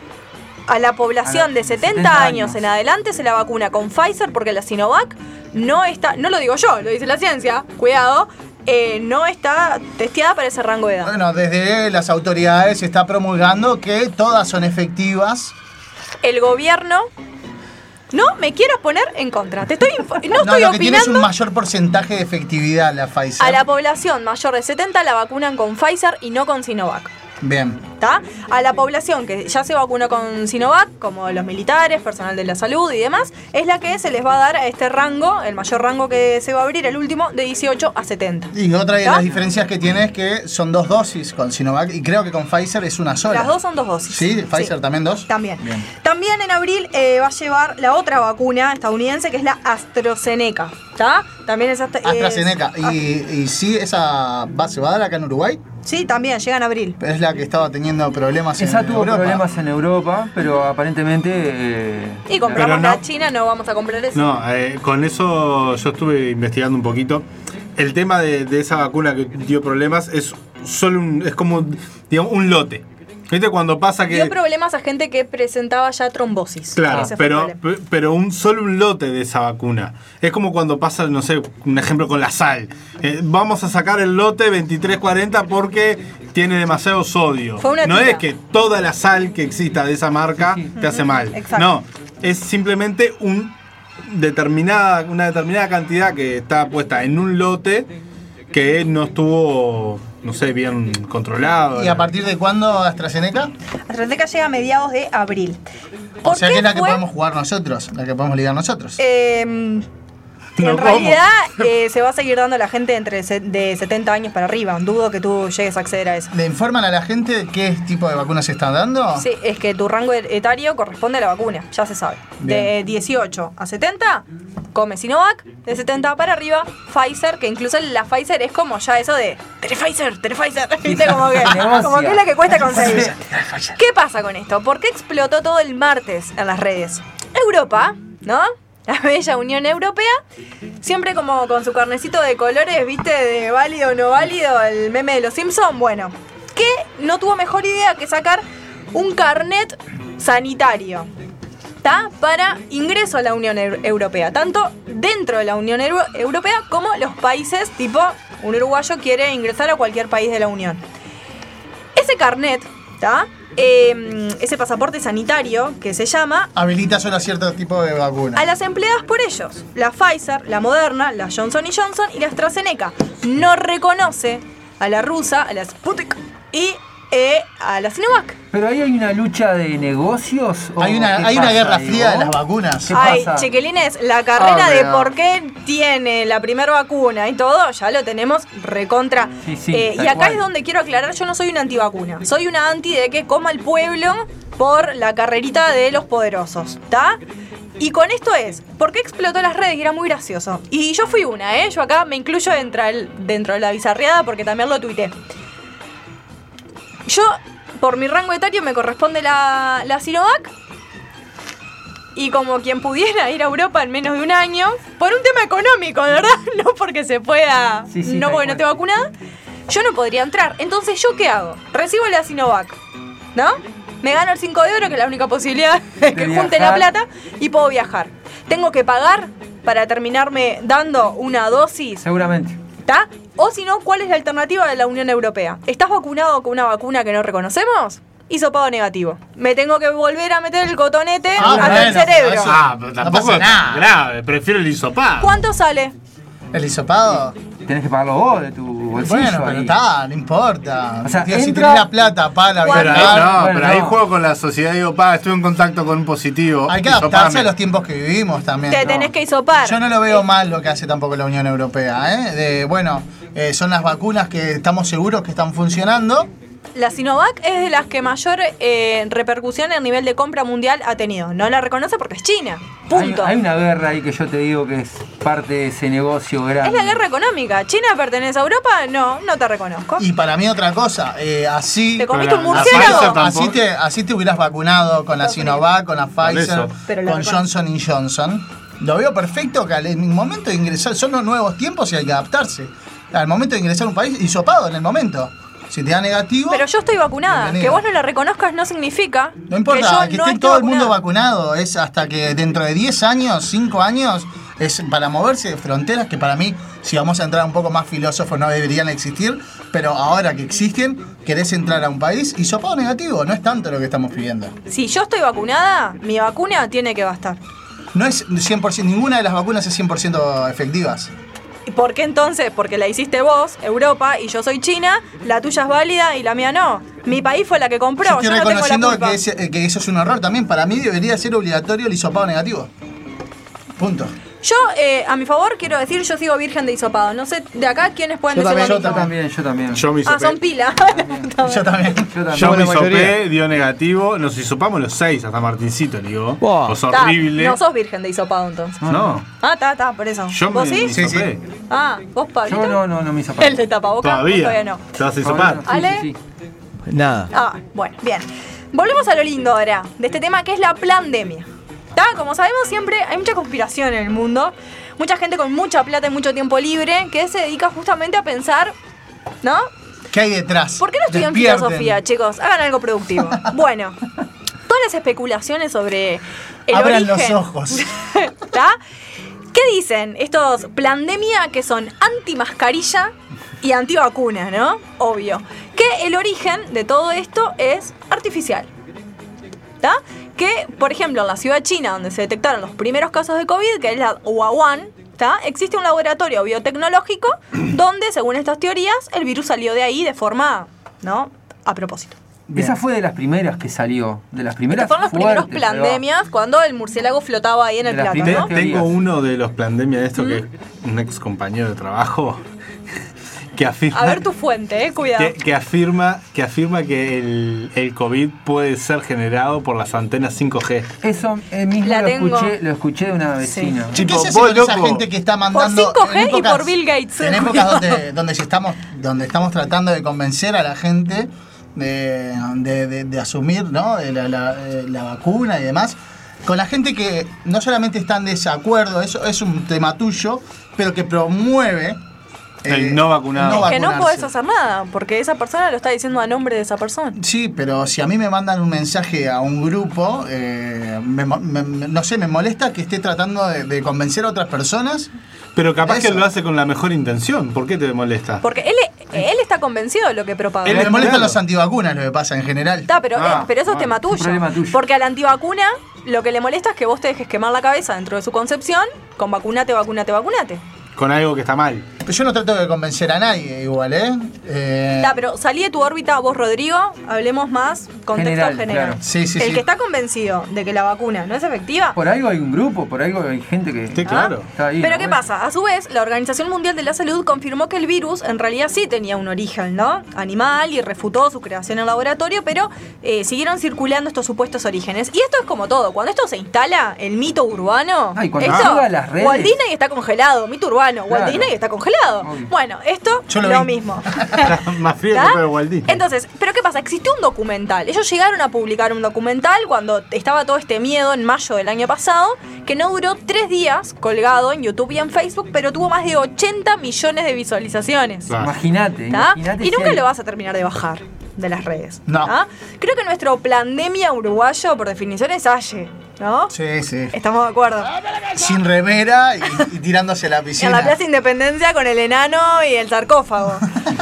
A la población de setenta años en adelante se la vacuna con Pfizer porque la Sinovac no está, no lo digo yo, lo dice la ciencia, cuidado, eh, no está testeada para ese rango de edad. Bueno, desde las autoridades se está promulgando que todas son efectivas. El gobierno, no me quiero poner en contra, te estoy info- no, No, estoy lo que tiene es un opinando. mayor porcentaje de efectividad la Pfizer. A la población mayor de setenta la vacunan con Pfizer y no con Sinovac. Bien. ¿Tá? A la población que ya se vacunó con Sinovac, como los militares, personal de la salud y demás, es la que se les va a dar a este rango, el mayor rango que se va a abrir, el último, de dieciocho a setenta. Y otra de ¿Tá? las diferencias que tiene es que son dos dosis con Sinovac y creo que con Pfizer es una sola. Las dos son dos dosis. ¿Sí? ¿Pfizer Sí. también dos? También. Bien. También en abril eh, va a llevar la otra vacuna estadounidense, que es la AstraZeneca. ¿Está? También es Astra- AstraZeneca. es- ¿Y, y sí, esa va, se va a dar acá en Uruguay? Sí, también, llega en abril. Es la que estaba teniendo teniendo problemas Esa en tuvo Europa. problemas en Europa, pero aparentemente... eh, Y compramos Pero no- la China, no vamos a comprar eso. No, eh, con eso yo estuve investigando un poquito. El tema de, de esa vacuna que dio problemas es solo un, es como, digamos, un lote. ¿Viste cuando pasa que... Dio problemas a gente que presentaba ya trombosis. Claro, Ese fue el pero, problema. pe- pero un solo un lote de esa vacuna. Es como cuando pasa, no sé, un ejemplo con la sal. Eh, vamos a sacar el lote veintitrés cuarenta porque tiene demasiado sodio. Fue una No tira. es que toda la sal que exista de esa marca te hace mal. Exacto. No, es simplemente un determinada, una determinada cantidad que está puesta en un lote que no estuvo, no sé, bien controlado. ¿Y a partir de cuándo AstraZeneca? AstraZeneca llega a mediados de abril. O sea qué que es la que fue? podemos jugar nosotros, la que podemos ligar nosotros. Eh, No, en ¿cómo? realidad eh, se va a seguir dando a la gente entre se- de setenta años para arriba. Dudo que tú llegues a acceder a eso. ¿Le informan a la gente qué tipo de vacunas se están dando? Sí, es que tu rango etario corresponde a la vacuna, ya se sabe. De dieciocho a setenta, come Sinovac, de setenta para arriba, Pfizer, que incluso la Pfizer es como ya eso de tenés Pfizer, tenés Pfizer, ¿viste? Como que, como que es la que cuesta conseguir. ¿Qué pasa con esto? ¿Por qué explotó todo el martes en las redes? Europa, ¿no? La bella Unión Europea, siempre como con su carnecito de colores, ¿viste? De válido o no válido, el meme de los Simpsons. Bueno, que no tuvo mejor idea que sacar un carnet sanitario, ¿está? Para ingreso a la Unión Eu- Europea, tanto dentro de la Unión Euro- Europea como los países, tipo, un uruguayo quiere ingresar a cualquier país de la Unión. Ese carnet, ¿está? Eh, ese pasaporte sanitario que se llama Habilita solo a cierto tipo de vacuna. a las empleadas por ellos. La Pfizer, la Moderna, la Johnson y Johnson y la AstraZeneca. No reconoce a la rusa, a la Sputnik y eh, a la Sinovac. Pero ahí hay una lucha de negocios. ¿o Hay una, qué hay una pasa guerra ahí, fría de vos? las vacunas. ¿Qué Ay, pasa? chiquilines, la carrera Ah, de vea. por qué tiene la primera vacuna y todo, ya lo tenemos recontra. Sí, sí, Eh, tal y acá cual. es donde quiero aclarar, yo no soy una antivacuna. Soy una anti de que coma el pueblo por la carrerita de los poderosos, ¿está? Y con esto es, ¿por qué explotó las redes? Y era muy gracioso. Y yo fui una, ¿eh? Yo acá me incluyo dentro, del- dentro de la bizarreada porque también lo tuité. Yo, por mi rango etario, me corresponde la, la Sinovac. Y como quien pudiera ir a Europa en menos de un año, por un tema económico, de verdad, no porque se pueda, Sí, sí, no tal porque no esté vacunada, yo no podría entrar. Entonces, ¿yo qué hago? Recibo la Sinovac, ¿no? Me gano el cinco de oro, que es la única posibilidad de que De junte la viajar. plata, y puedo viajar. Tengo que pagar para terminarme dando una dosis, Seguramente. ¿está? O si no, ¿cuál es la alternativa de la Unión Europea? ¿Estás vacunado con una vacuna que no reconocemos? Hisopado negativo. Me tengo que volver a meter el cotonete Ah, hasta el bueno, cerebro. eso- Ah, pero No tampoco pasa es nada. tan grave. Prefiero el hisopado. ¿Cuánto sale? ¿El hisopado? Tenés que pagarlo vos de tu bolsillo. Bueno, pero ahí. está, no importa. O sea, Tío, si entra- tenés la plata para Pero ahí, viajar, no, Bueno, pero ahí no. juego con la sociedad y digo, pa, estuve en contacto con un positivo. hay que adaptarse hisopame. a los tiempos que vivimos también. Te ¿no? tenés que hisopar. Yo no lo veo mal lo que hace tampoco la Unión Europea, ¿eh? De, bueno, eh, son las vacunas que estamos seguros que están funcionando. La Sinovac es de las que mayor eh, repercusión a nivel de compra mundial ha tenido. No la reconoce porque es China. Hay, Punto. hay una guerra ahí que yo te digo que es parte de ese negocio Es grande. la guerra económica. ¿China pertenece a Europa? No, no te reconozco. Y para mí otra cosa, eh, así... ¿Te comiste un así, murciélago? así te, así te hubieras vacunado con la Sinovac, con la Pfizer, eso. Pero la con reconozco. Johnson y Johnson. Lo veo perfecto que al en el momento de ingresar, son los nuevos tiempos y hay que adaptarse. Al momento de ingresar a un país, hisopado en el momento. Si te da negativo, Pero yo estoy vacunada. Bienvenida. Que vos no la reconozcas no significa no importa, que yo que no esté esté todo el mundo vacunada. vacunado. Es hasta que dentro de diez años, cinco años, es para moverse de fronteras que para mí, si vamos a entrar un poco más filósofos, no deberían existir. Pero ahora que existen, querés entrar a un país, hisopado negativo. No es tanto lo que estamos pidiendo. Si yo estoy vacunada, mi vacuna tiene que bastar. No es cien por ciento, ninguna de las vacunas es cien por ciento efectivas. ¿Y por qué entonces? Porque la hiciste vos, Europa, y yo soy China, la tuya es válida y la mía no. Mi país fue la que compró, Yo yo, estoy no tengo la reconociendo culpa. que, ese- que eso es un error también. Para mí debería ser obligatorio el hisopado negativo. Punto. Yo, eh, a mi favor, quiero decir, yo sigo virgen de hisopado. No sé, de acá, ¿quiénes pueden Yo decir también, lo yo mismo? también, yo también. Yo me Ah, hisopé. son pila. Yo también. Yo también. Yo me la mayoría. hisopé, dio negativo. Nos hisopamos los seis, hasta Martincito, le digo. Wow. Es Ta, horrible. no sos virgen de hisopado, entonces. No, Ah, está, está, por eso. yo me ¿Vos sí? Sí, sí. hisopé. Ah, vos, Pablito. Yo no, no, no me hizo El de tapabocas, vos Todavía. todavía no. ¿Te vas a hisopar? Ale. Sí, sí. Nada. Ah, bueno, bien. Volvemos a lo lindo ahora, de este tema que es la plandemia. ¿Tá? Como sabemos siempre hay mucha conspiración en el mundo, mucha gente con mucha plata y mucho tiempo libre que se dedica justamente a pensar, ¿no? ¿Qué hay detrás? ¿Por qué no estudian Despierten. filosofía, chicos? Hagan algo productivo. Bueno, todas las especulaciones sobre el Abran origen. los ojos. ¿Tá? ¿Qué dicen estos plandemia que son anti-mascarilla y anti-vacuna, ¿no? Obvio. Que el origen de todo esto es artificial. ¿Tá? Que, por ejemplo, en la ciudad china, donde se detectaron los primeros casos de COVID, que es la Wuhan, ¿tá? Existe un laboratorio biotecnológico donde, según estas teorías, el virus salió de ahí de forma, ¿no? A propósito. Bien. Esa fue de las primeras que salió, de las primeras Fueron los primeros fuertes, plandemias cuando el murciélago flotaba ahí en el De las plato, primeras ¿no? Tengo uno de los plandemias de esto que es un ex compañero de trabajo que afirma A ver tu fuente, eh, cuidado. que, que afirma que afirma que el, el COVID puede ser generado por las antenas cinco G. Eso eh, mismo La lo tengo. escuché, lo escuché de una vecina. ¿Qué Tipo, se hace vos, con esa loco. gente que está Por mandando cinco G en y épocas- por Bill Gates. En épocas donde, donde, si estamos, donde estamos tratando de convencer a la gente de, de, de- de asumir, ¿no? de la, la- eh, la vacuna y demás, con la gente que no solamente está en desacuerdo, eso es un tema tuyo, pero que promueve El no vacunado. no Es que no vacunarse. podés hacer nada, porque esa persona lo está diciendo a nombre de esa persona. Sí, pero si a mí me mandan un mensaje a un grupo, eh, me mo- me- me- no sé, me molesta que esté tratando de, de convencer a otras personas. Pero capaz Eso. que lo hace con la mejor intención. ¿Por qué te molesta? Porque él, él está convencido de lo que propaga. Me molestan claro. los antivacunas, lo que pasa en general. Está, pero, Ah, eh, pero eso es bueno, tema es un tuyo. problema tuyo. Porque a la antivacuna lo que le molesta es que vos te dejes quemar la cabeza dentro de su concepción con vacunate, vacunate, vacunate. Con algo que está mal. Pero yo no trato de convencer a nadie igual, ¿eh? eh Está, pero salí de tu órbita vos, Rodrigo, hablemos más contexto General, general. claro. Sí, sí, El sí. que está convencido de que la vacuna no es efectiva. Por algo hay un grupo, por algo hay gente que Sí, claro. está ahí. Pero ¿no? ¿qué Bueno. pasa? A su vez, la Organización Mundial de la Salud confirmó que el virus en realidad sí tenía un origen, ¿no? Animal y refutó su creación en laboratorio, pero eh, siguieron circulando estos supuestos orígenes. Y esto es como todo, cuando esto se instala, el mito urbano, Ay, cuando esto, llega a las redes. Walt Disney está congelado, mito urbano, Walt Claro. Disney está congelado. Obvio. Bueno, esto Yo lo lo, vi. mismo. Más frío ¿Tá? que Pedro Walt Disney. Entonces, ¿pero qué pasa? Existió un documental. Ellos llegaron a publicar un documental cuando estaba todo este miedo en mayo del año pasado, que no duró tres días colgado en YouTube y en Facebook, pero tuvo más de ochenta millones de visualizaciones. Claro. Imagínate, ¿Tá? imagínate Y si nunca hay- lo vas a terminar de bajar de las redes. No. ¿tá? Creo que nuestro plandemia uruguayo, por definición, es Aye, ¿no? Sí, sí. Estamos de acuerdo. Sin remera y, y tirándose a la piscina. En la Plaza Independencia con el enano y el sarcófago.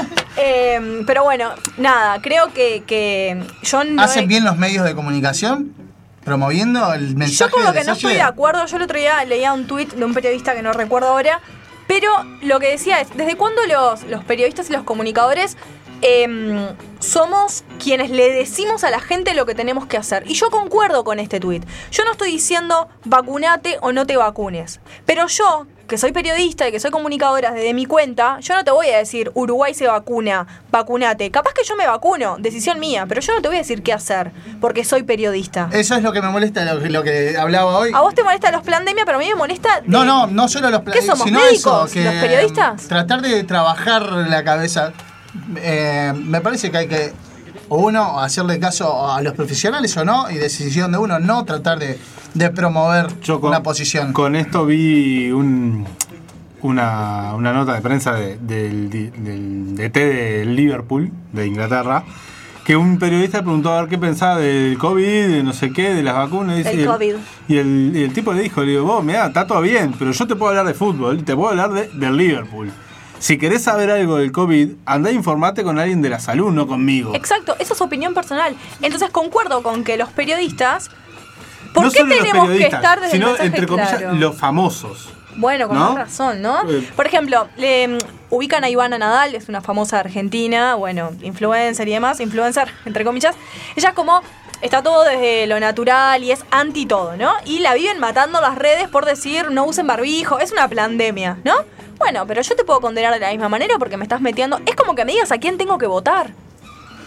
Eh, pero bueno, nada, creo que, que yo no ¿Hacen he- bien los medios de comunicación? Promoviendo el mensaje Yo con lo de que no Desalle? estoy de acuerdo, yo el otro día leía un tuit de un periodista que no recuerdo ahora, pero lo que decía es, ¿desde cuándo los, los periodistas y los comunicadores em, somos quienes le decimos a la gente lo que tenemos que hacer? Y yo concuerdo con este tuit. Yo no estoy diciendo vacunate o no te vacunes, pero yo, que soy periodista y que soy comunicadora desde mi cuenta, yo no te voy a decir Uruguay se vacuna, vacunate. Capaz que yo me vacuno, decisión mía, pero yo no te voy a decir qué hacer, porque soy periodista. Eso es lo que me molesta, lo, que- lo que hablaba hoy. A vos te molesta los plandemia, pero a mí me molesta. de- No, no, no solo los pla- ¿Qué somos, sino médicos, eso, que los periodistas? tratar de trabajar la cabeza. Eh, me parece que hay que, o uno, hacerle caso a los profesionales o no, y decisión de uno, no tratar de, de promover Yo con, una posición. Con esto vi un, una, una nota de prensa de- del, del D T de Liverpool, de Inglaterra, que un periodista le preguntó a ver qué pensaba del COVID, de no sé qué, de las vacunas. y Del el- COVID. Y el, y el tipo le dijo, le digo, vos, mirá, está todo bien, pero yo te puedo hablar de fútbol y te puedo hablar de, del Liverpool. Si querés saber algo del COVID, andá a informarte con alguien de la salud, no conmigo. Exacto, eso es opinión personal. Entonces concuerdo con que los periodistas. ¿Por no qué solo los tenemos que periodistas, estar desde sino, el mensaje entre comillas, claro? los famosos. Bueno, con ¿no? más razón, ¿no? Eh. Por ejemplo, le mm, ubican a Ivana Nadal, es una famosa argentina, bueno, influencer y demás, influencer, entre comillas. Ella es como, está todo desde lo natural y es anti todo, ¿no? Y la viven matando las redes por decir no usen barbijo, es una plandemia, ¿no? Bueno, pero yo te puedo condenar de la misma manera porque me estás metiendo, es como que me digas a quién tengo que votar.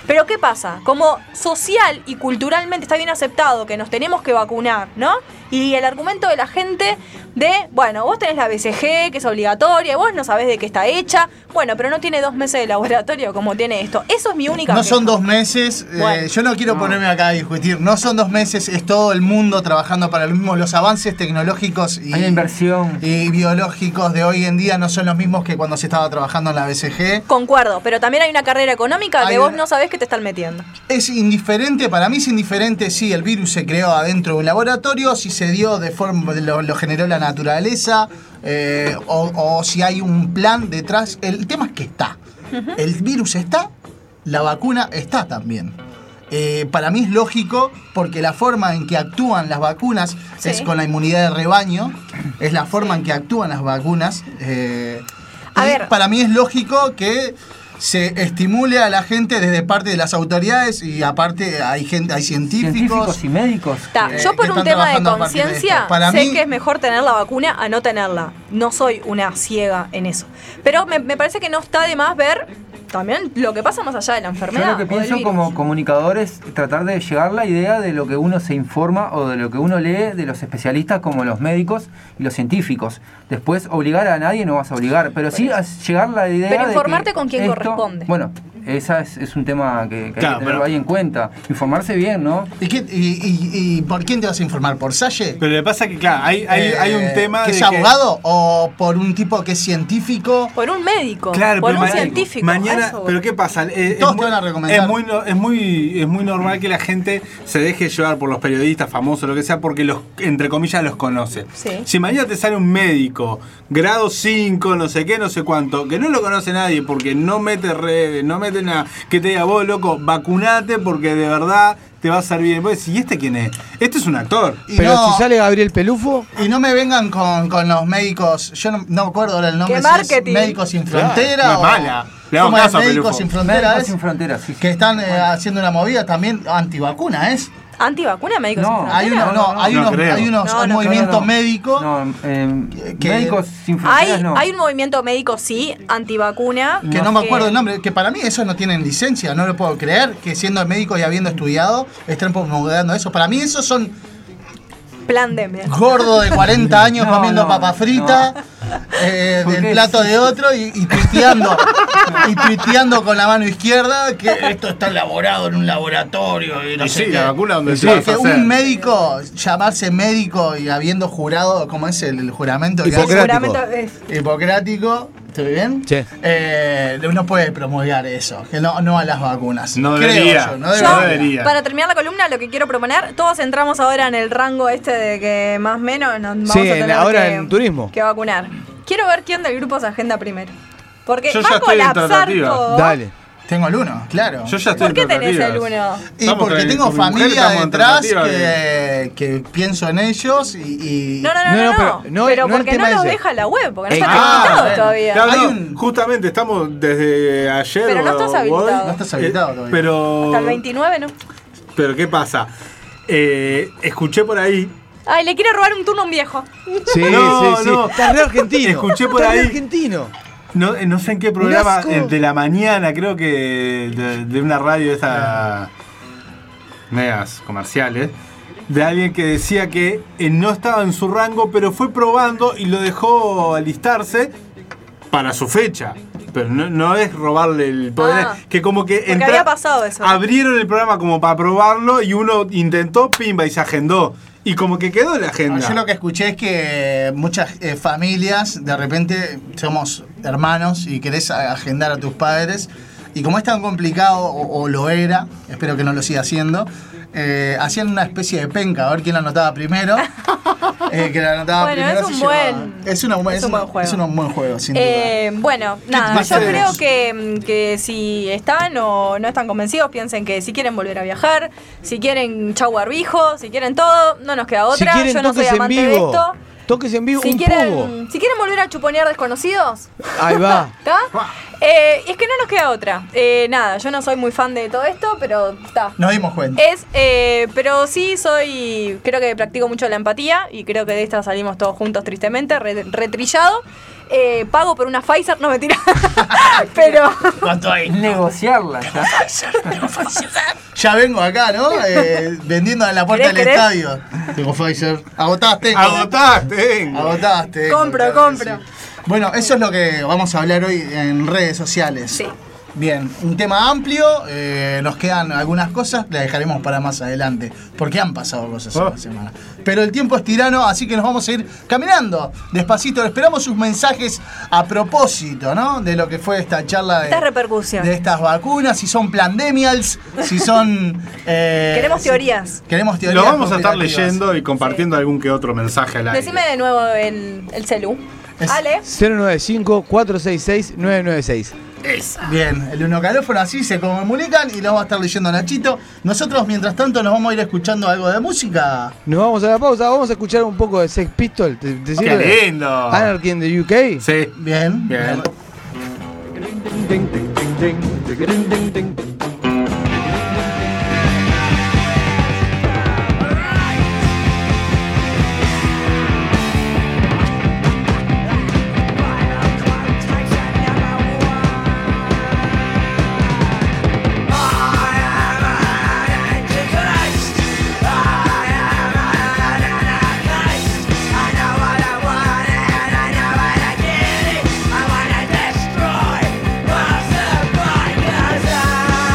Pero ¿qué pasa? Como social y culturalmente está bien aceptado que nos tenemos que vacunar, ¿no? Y el argumento de la gente de, bueno, vos tenés la B C G, que es obligatoria, vos no sabés de qué está hecha, bueno, pero no tiene dos meses de laboratorio como tiene esto. Eso es mi única No queja. son dos meses, eh, Bueno. yo no quiero ponerme acá a discutir, no son dos meses, es todo el mundo trabajando para lo mismo. Los avances tecnológicos y, Hay inversión. y biológicos de hoy en día no son los mismos que cuando se estaba trabajando en la B C G. Concuerdo, pero también hay una carrera económica Hay que vos una- no sabés que te están metiendo. Es indiferente, para mí es indiferente si el virus se creó adentro de un laboratorio, si se dio de forma, lo, lo generó la naturaleza, eh, o, o si hay un plan detrás. El tema es que está. El virus está, la vacuna está también. Eh, para mí es lógico porque la forma en que actúan las vacunas Sí. es con la inmunidad de rebaño, es la forma en que actúan las vacunas. Eh, A y ver. para mí es lógico que se estimule a la gente desde parte de las autoridades y aparte hay gente, hay científicos. Científicos y médicos. Ta, eh, yo por que un están tema de trabajando a partir de conciencia esto. Para sé mí- que es mejor tener la vacuna a no tenerla. No soy una ciega en eso. Pero me, me parece que no está de más ver también lo que pasa más allá de la Yo enfermedad. lo que o del pienso virus. como comunicador es tratar de llegar la idea de lo que uno se informa o de lo que uno lee de los especialistas como los médicos y los científicos. Después obligar a nadie no vas a obligar, pero sí a llegar la idea Pero de informarte que con quien esto- corresponde. Bueno, esa es, es un tema que, que hay Claro, que tenerlo pero- ahí en cuenta. Informarse bien, ¿no? ¿Y, qué- y- y- y por quién te vas a informar? ¿Por Salle? Pero le pasa que, claro, hay, hay, Eh, hay un tema ¿Que de es abogado o por un tipo que es científico? Por un médico, Claro, por pero un ma- científico. Mañana, a eso voy. pero ¿qué pasa? Eh, Todos es te muy- van a recomendar. Es muy, no- es muy, es muy normal que la gente se deje llevar por los periodistas famosos, lo que sea, porque los, entre comillas, los conoce. Sí. Si mañana te sale un médico, grado cinco, no sé qué, no sé cuánto, que no lo conoce nadie porque no mete redes, no mete nada, que te diga, vos, loco, vacunate porque de verdad te va a hacer bien. Vos decís, ¿y este quién es? Este es un actor. Y Pero no- si sale Gabriel Pelufo, Y no me vengan con, con los médicos, yo no, no me acuerdo ahora el nombre, ¡Qué si es marketing! Médicos Sin Claro, Frontera no es o- mala. Le damos ¿cómo es? caso a Médicos Pelufo. Sin Frontera, Médicos es, sin fronteras, sí, sí. que están eh, haciendo una movida también antivacuna, ¿es? ¿Antivacuna, médicos No, sin Hay, fronteras? uno, no, hay No unos, creo. hay unos No, un no, movimiento no, no. médico No, eh, que- médicos sin fronteras Hay, no. hay un movimiento médico, sí, antivacuna. que no me acuerdo el nombre, que para mí esos no tienen licencia, no lo puedo creer, que siendo médicos y habiendo estudiado estén promulgando eso. Para mí esos son Plan Demian. gordos de cuarenta años No, comiendo no, papa frita eh, ¿Por del qué? plato de otro y, y tuiteando y tuiteando con la mano izquierda que esto está elaborado en un laboratorio y no Y sé sí, qué. la vacuna donde Sí, se va a que hacer. un médico, llamarse médico y habiendo jurado, ¿cómo es el, el juramento? que Hipocrático. hace? Hipocrático, ¿estoy bien? Sí. Eh, no puede promulgar eso, que no, no a las vacunas. No Creo debería. yo, no Yo- debería. Yo, debería. para terminar la columna, lo que quiero proponer, todos entramos ahora en el rango este de que más o menos nos vamos Sí, a en- tener ahora que, en turismo. que vacunar. Quiero ver quién del grupo se agenda primero. Porque Yo va ya a estoy en colapsar tratativa. todo. dale. Tengo el uno, claro. Yo ya estoy ¿Por qué en tenés tratativas. el uno? Y Estamos porque con- tengo con mi mujer familia estamos en detrás tratativa que, que pienso en ellos y... y- No, no, no, No, no, no, no. pero no- pero no el porque tema no los ese. deja la web, porque no Eh, está ah, habilitado bueno. todavía. Claro, Hay no, un- justamente estamos desde ayer. Pero no o estás hoy. habilitado. No estás habilitado Eh, todavía. Pero, Hasta el veintinueve, ¿no? pero ¿qué pasa? Eh, escuché por ahí. Ay, le quiero robar un turno a un viejo. Sí, No, sí, sí. no. Estás re argentino. Escuché por Estás re ahí. argentino. No, eh, no sé en qué Un programa, asco. eh, de la mañana, creo que de, de una radio de estas megas comerciales, de alguien que decía que eh, no estaba en su rango, pero fue probando y lo dejó alistarse para su fecha. Pero no, no es robarle el poder, Ah, que como que porque había pasado eso. abrieron el programa como para probarlo y uno intentó, pimba, y se agendó. Y como que quedó en la agenda. Yo lo que escuché es que muchas eh, familias, de repente, somos hermanos y querés a- agendar a tus padres. Y como es tan complicado, o, o lo era, espero que no lo siga haciendo, eh, hacían una especie de penca, a ver quién la anotaba primero. eh, que la anotaba Bueno, primero es se un llevaba- buen- es, una, es es, un una- buen juego. es un buen juego, sin duda. Eh, bueno, nada, te yo parece? creo que, que si están o no están convencidos, piensen que si quieren volver a viajar, si quieren chau barbijo, si quieren todo, no nos queda Si otra. quieren Yo no soy toques en amante de vivo. esto. Toques en vivo, Si un poco. quieren, si quieren volver a chuponear desconocidos, Ahí va. ¿está? Eh, es que no nos queda otra. Eh, nada, yo no soy muy fan de todo esto, pero está. Nos dimos cuenta. Es, eh, pero sí soy, creo que practico mucho la empatía y creo que de esta salimos todos juntos tristemente, re- retrillado. eh, pago por una Pfizer, no me tira. Pero. ¿Cuánto hay? Negociarla ya. Ya vengo acá, ¿no? Eh, vendiendo en la puerta del ¿Querés, querés? estadio. Tengo Pfizer. Agotaste. Agotaste. Agotaste. Compro, compro. Bueno, eso es lo que vamos a hablar hoy en redes sociales. Sí. Bien, un tema amplio, eh, nos quedan algunas cosas, las dejaremos para más adelante, porque han pasado cosas Oh. esta semana. Pero el tiempo es tirano, así que nos vamos a ir caminando despacito. Esperamos sus mensajes a propósito, ¿no? De lo que fue esta charla de, Esta repercusión. de estas vacunas, si son plandemials, si son... eh, Queremos si- teorías. Queremos teorías. Lo vamos a estar conspirativas. leyendo y compartiendo algún que otro mensaje al aire. Decime de nuevo el, el celu. Ale. cero nueve cinco, cuatro seis seis, nueve nueve seis. Bien, el unocalófono así se comunican y lo va a estar leyendo Nachito. Nosotros, mientras tanto, nos vamos a ir escuchando algo de música. Nos vamos a la pausa, vamos a escuchar un poco de Sex Pistols. ¿Te, te sirve? ¡Qué lindo! Anarchy in the U K. Sí. Bien. Bien. I wanna destroy, what's the point? 'Cause I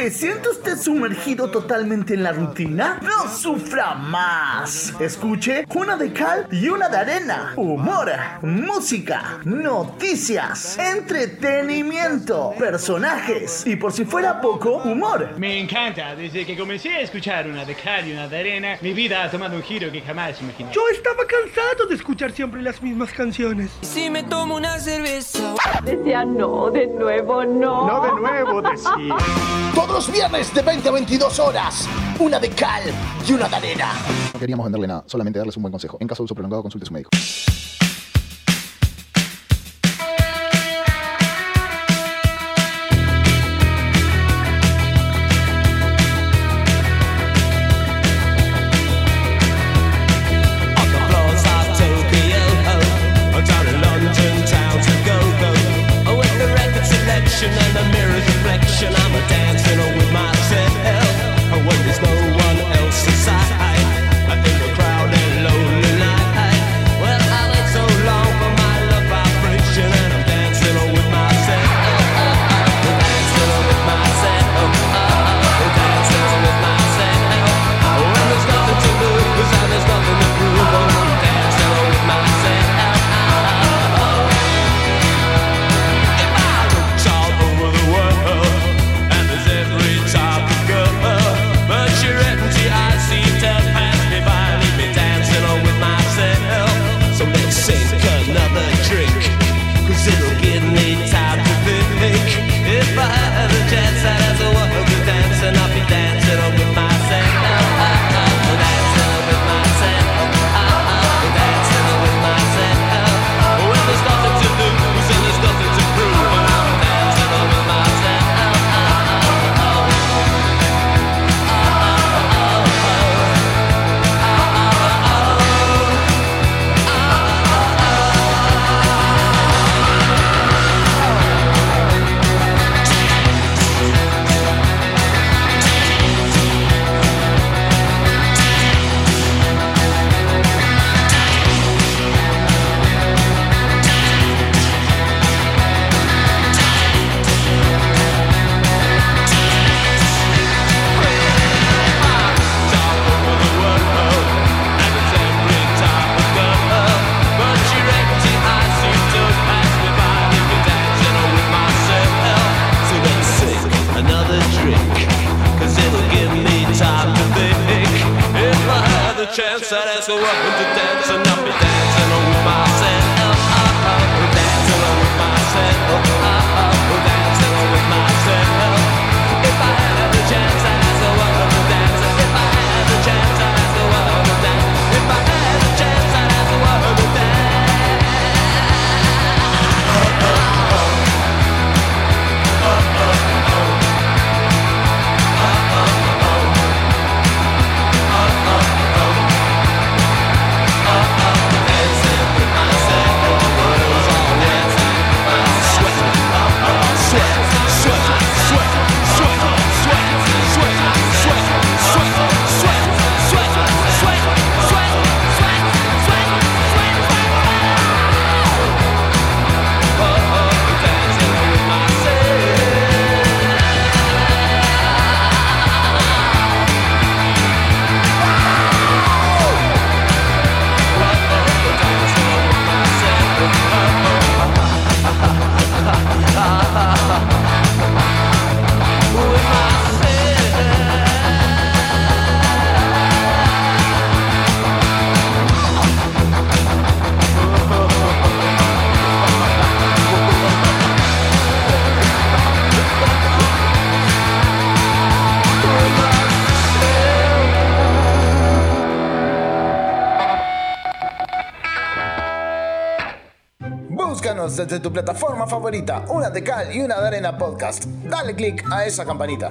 ¿Se siente usted sumergido totalmente en la rutina? No sufra más. Escuche una de cal y una de arena. Humor, música, noticias, entretenimiento, personajes y por si fuera poco, humor. Me encanta, desde que comencé a escuchar una de cal y una de arena, mi vida ha tomado un giro que jamás imaginé. Yo estaba cansado de escuchar siempre las mismas canciones. Si me tomo una cerveza. Decía no, de nuevo no. No de nuevo, decía. Todos los viernes de veinte a veintidós horas, una de cal y una de arena. No queríamos venderle nada, solamente darles un buen consejo. En caso de uso prolongado, consulte a su médico. And the mirror's reflection, I'm a dancing with myself. And when there's no one else inside, in the crowd and lonely night. Well, I wait so long for my love vibration, and I'm dancing with myself. I'm dancing with myself. I'm dancing with myself. When there's nothing to lose and there's nothing to prove, I'm dancing with myself. Another drink, cause it'll give me time to think. If I had a chance, I'd have to walk and dance, and I'll be dancing with myself. Dancing with myself. Dancing with myself. When there's nothing to lose and there's nothing to prove, and I'm dancing with myself. Chance that I so welcome to dance and I'll be dancing with myself. I'm dancing with myself. I'm dancing with myself. If I had the chance, I'd so welcome to dance. If I had the chance, I'd so welcome to dance. If I had the chance, I'd so welcome to dance. Búscanos desde tu plataforma favorita, una de cal y una de arena podcast. Dale click a esa campanita.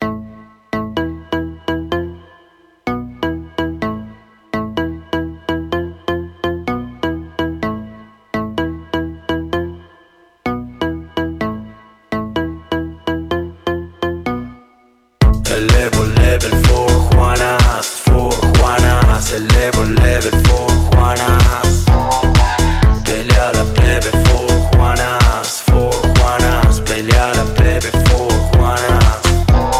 Level, level for Juanas, for Juanas, el level, level for Juanas. Pelea la plebe for Juanas, for Juanas, pelea la plebe for Juanas.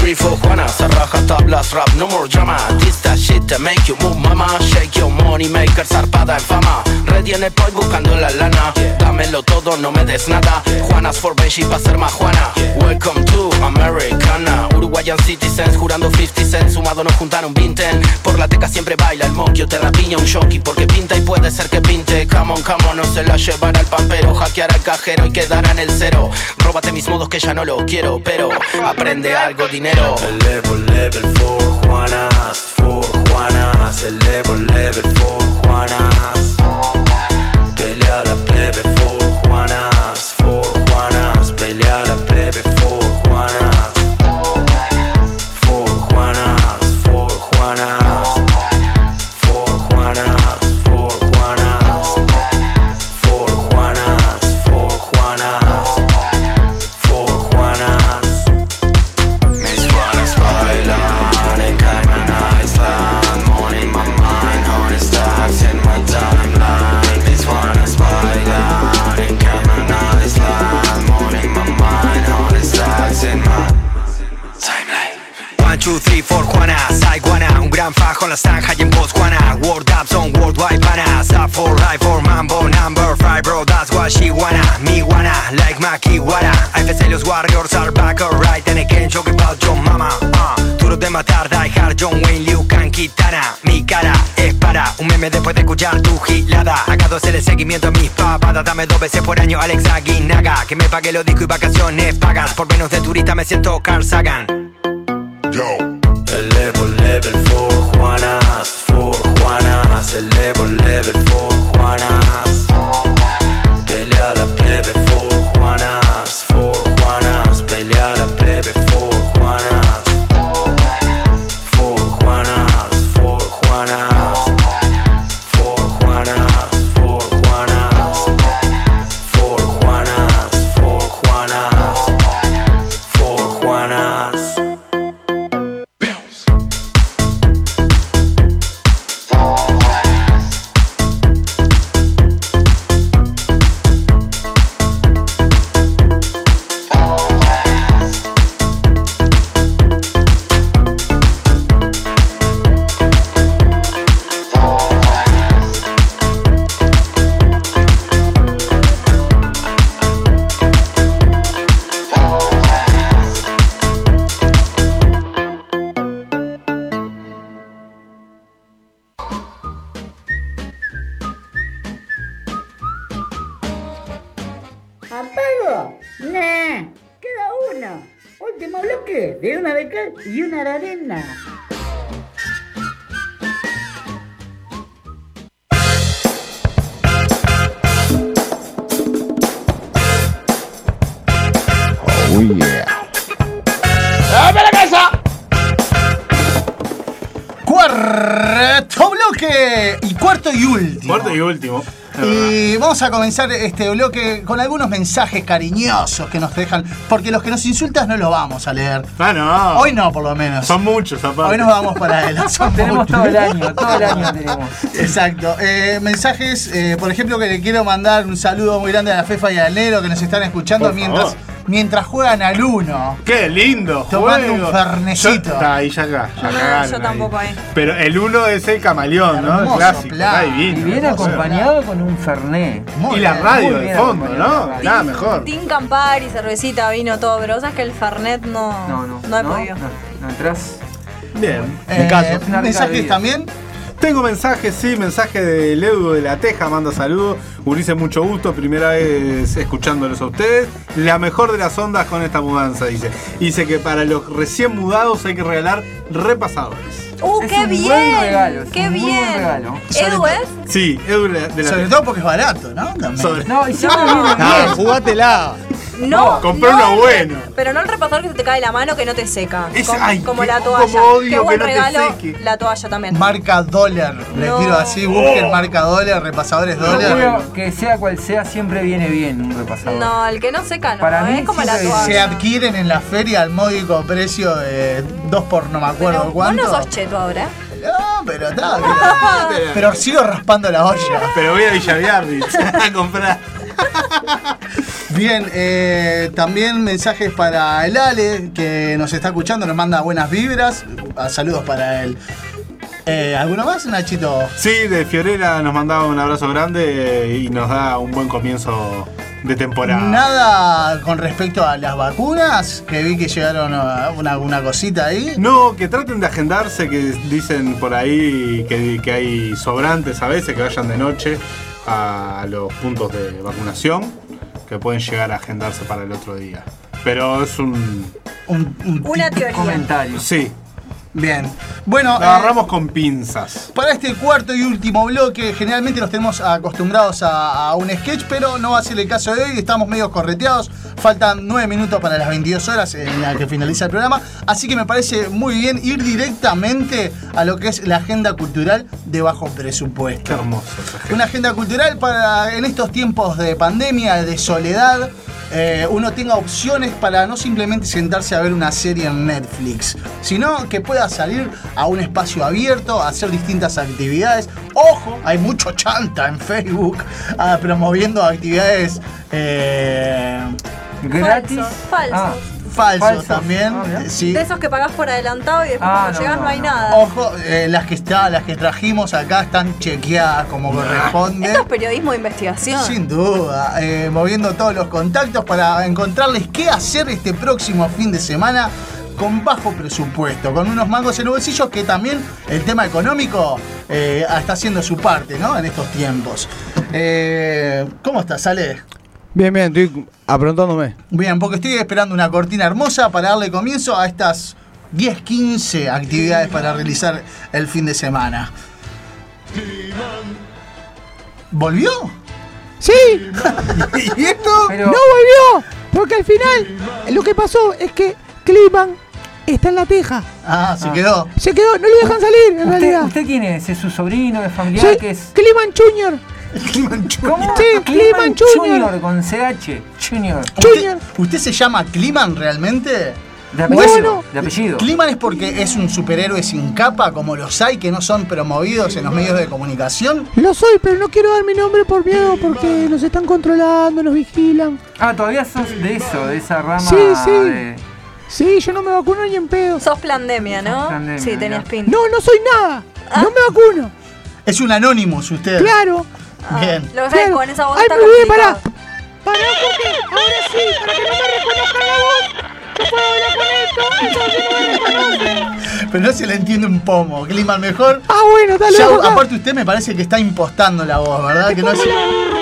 three, four, Juanas. Arraja tablas, rap, no more drama. This that shit to make you move, mama. Shake your money maker, zarpada en fama. Ready en el point buscando la lana. Dámelo todo, no me des nada. Juanas for Benji pa' ser más Juana. Welcome to Americana. Uruguayan citizens, jurando fifty cents. Sumado nos juntaron veinte. Por la teca siempre baila el monkey. Te rapiña un shocky porque pinta y puede ser que pinte. Come on, come on, no se la llevará al pampero. Hackear al cajero y quedará en el cero. Róbate mis modos que ya no lo quiero, pero aprende algo, dinero. Level, level for Juanas, for Juanas. El level, level for Juanas. Pelea la plebe for Juanas, for Juanas. Pelea la plebe for Juanas. For Juanas, for Juanas. For Juanas, for Juanas. For Juanas, for Juanas. For Juanas. Mis Juanas bailan en Cayman Island. Money in my mind, honey stacks in my timeline. Mis Juanas bailan en Cayman Island. Money in my mind, honey stacks in my timeline. One, two, three, four, Juanas, hay guana. Un gran fajo en la zanja y en Botswana. Word up, son worldwide panas. Up for life, for mambo, number five, bro, that's what she wanna. Me wanna, like Makiwara. I F C los Warriors are back, alright. And again, joke about your mama. Uh, duro de matar, die hard, John Wayne, Liu Kang, Kitana. Mi cara es para un meme después de escuchar tu gilada. Acá hacerle seguimiento a mis papadas. Dame dos veces por año, Alex Aguinaga. Que me pague los discos y vacaciones pagas. Por menos de turista me siento Carl Sagan. Yo. El level, level for Juanas, for Juanas. El level, level for Juanas. Pelea la plebe for Juanas, for Juanas. Pelea la plebe for Juanas. For Juanas, for Juanas. For Juanas, for Juanas. For Juanas, for Juanas. For Juanas. ¿Apago? Nah, queda uno. Último bloque de una de cal y una de arena. Oh yeah. ¡Dame la casa! Cuarto bloque y cuarto y último. Cuarto y último. Y vamos a comenzar este bloque con algunos mensajes cariñosos que nos dejan, porque los que nos insultan no los vamos a leer. Ah, no. Hoy no, por lo menos. Son muchos, aparte. Hoy nos vamos para adelante. Tenemos todo el año, todo el año tenemos. Exacto. Eh, mensajes, eh, por ejemplo, que le quiero mandar un saludo muy grande a la Fefa y al Nero que nos están escuchando Por mientras favor. mientras juegan al uno. ¡Qué lindo! Tomando juego. un fernecito. Yo, está ahí ya acá. Ya No, cagaron yo ahí. tampoco ahí. Pero el uno es el camaleón, ¿no? El Hermoso clásico. plan. Está divino. Y viene acompañado con un fernet. Muy Y la bien, radio muy de bien fondo, acompañado. ¿no? Nada mejor. Tin Campari, cervecita, vino, todo, pero sabes que el Fernet no, No, no. no he no, podido. No, no entras. Bien. Eh, caso. Es una rica mensajes bebida. también. Tengo mensajes, sí, mensaje de Leudo de la Teja, manda saludos. Ulises, mucho gusto, primera vez escuchándolos a ustedes. La mejor de las ondas con esta mudanza, dice. Dice que para los recién mudados hay que regalar repasadores. ¡Uh, Es qué un bien! buen regalo, es ¡Qué un muy buen bien! regalo. ¿Edu es? Sí, Edu de la de la Sobre Teja. todo porque es barato, ¿no? También. Sobre- No, y siempre viene Ah, bien. jugátela. No, compré no uno el- bueno. Pero no el repasador que se te cae la mano que no te seca. Es- como ay, como qué- la cómo toalla. odio Qué que buen no te regalo, seque. la toalla también. Marca dólar. Les No. tiro así, busquen marca dólar, repasadores Yo dólar. creo que sea cual sea, siempre viene bien un repasador. No, el que no seca no, Para mí es como la siempre toalla. Se adquieren en la feria al módico precio de dos por no me acuerdo Pero vos cuánto. no sos cheto ahora. No, pero está. Pero, pero sigo raspando la olla. Pero voy a Villa Biarritz a comprar. Bien, eh, también mensajes para el Ale, que nos está escuchando, nos manda buenas vibras. Saludos para él. Eh, ¿Alguno más, Nachito? Sí, de Fiorella nos mandaba un abrazo grande eh, y nos da un buen comienzo de temporada. Nada con respecto a las vacunas, que vi que llegaron a una, una cosita ahí. No, que traten de agendarse, que dicen por ahí que, que hay sobrantes a veces, que vayan de noche a los puntos de vacunación, que pueden llegar a agendarse para el otro día. Pero es un... un, un Una teoría. comentario. Sí. Bien. Bueno, lo agarramos eh, con pinzas. Para este cuarto y último bloque, generalmente nos tenemos acostumbrados a, a un sketch, pero no va a ser el caso de hoy. Estamos medio correteados. Faltan nueve minutos para las veintidós horas en la que finaliza el programa. Así que me parece muy bien ir directamente a lo que es la agenda cultural de bajo presupuesto. Qué hermoso. Una agenda cultural para en estos tiempos de pandemia, de soledad. Eh, uno tenga opciones para no simplemente sentarse a ver una serie en Netflix, sino que pueda salir a un espacio abierto, a hacer distintas actividades. Ojo, hay mucho chanta en Facebook ah, promoviendo actividades eh, gratis. Falsos. Ah. Falso Falsos. también, Ah, sí. De esos que pagás por adelantado y después Ah, cuando no, llegas no, no, hay no. nada. Ojo, eh, las que está, las que trajimos acá están chequeadas como corresponde. Esto es periodismo de investigación. Sin duda, eh, moviendo todos los contactos para encontrarles qué hacer este próximo fin de semana con bajo presupuesto, con unos mangos en los bolsillos, que también el tema económico eh, está haciendo su parte, ¿no? En estos tiempos. Eh, ¿Cómo estás, Ale? Bien, bien, estoy aprontándome. Bien, porque estoy esperando una cortina hermosa para darle comienzo a estas diez, quince actividades para realizar el fin de semana. ¿Volvió? Sí. ¿Y esto? No volvió, porque al final lo que pasó es que Kliman está en la teja. Ah, se quedó. Se quedó, no lo dejan salir en ¿Usted, realidad. ¿Usted quién es? ¿Es su sobrino? ¿Es familiar? Soy ¿Qué es? Kliman Junior. ¿Cómo? Sí, Kliman Junior. Con C H. Junior. ¿Usted, ¿Usted se llama Kliman realmente? De apellido. De apellido. ¿Kliman es porque es un superhéroe sin capa, como los hay que no son promovidos en los medios de comunicación? Lo soy, pero no quiero dar mi nombre por miedo porque nos están controlando, nos vigilan. Ah, todavía sos de eso, de esa rama. Sí, sí. De... Sí, yo no me vacuno ni en pedo. Sos plandemia, ¿no? Plandemia, sí, tenías pinta. No, no soy nada. Ah. No me vacuno. Es un Anonymous usted. Claro. Bien. Lo que pasa es que con esa voz Ay, está me olvidé, complicado. pará. Pará, porque ahora sí, para que no me reconozcan la voz. No puedo hablar con esto, entonces no me reconocen. Pero no se le entiende un pomo. Kliman, mejor. Ah, bueno, dale. Ya, vamos acá. aparte usted me parece que está impostando la voz, ¿verdad? Que no es...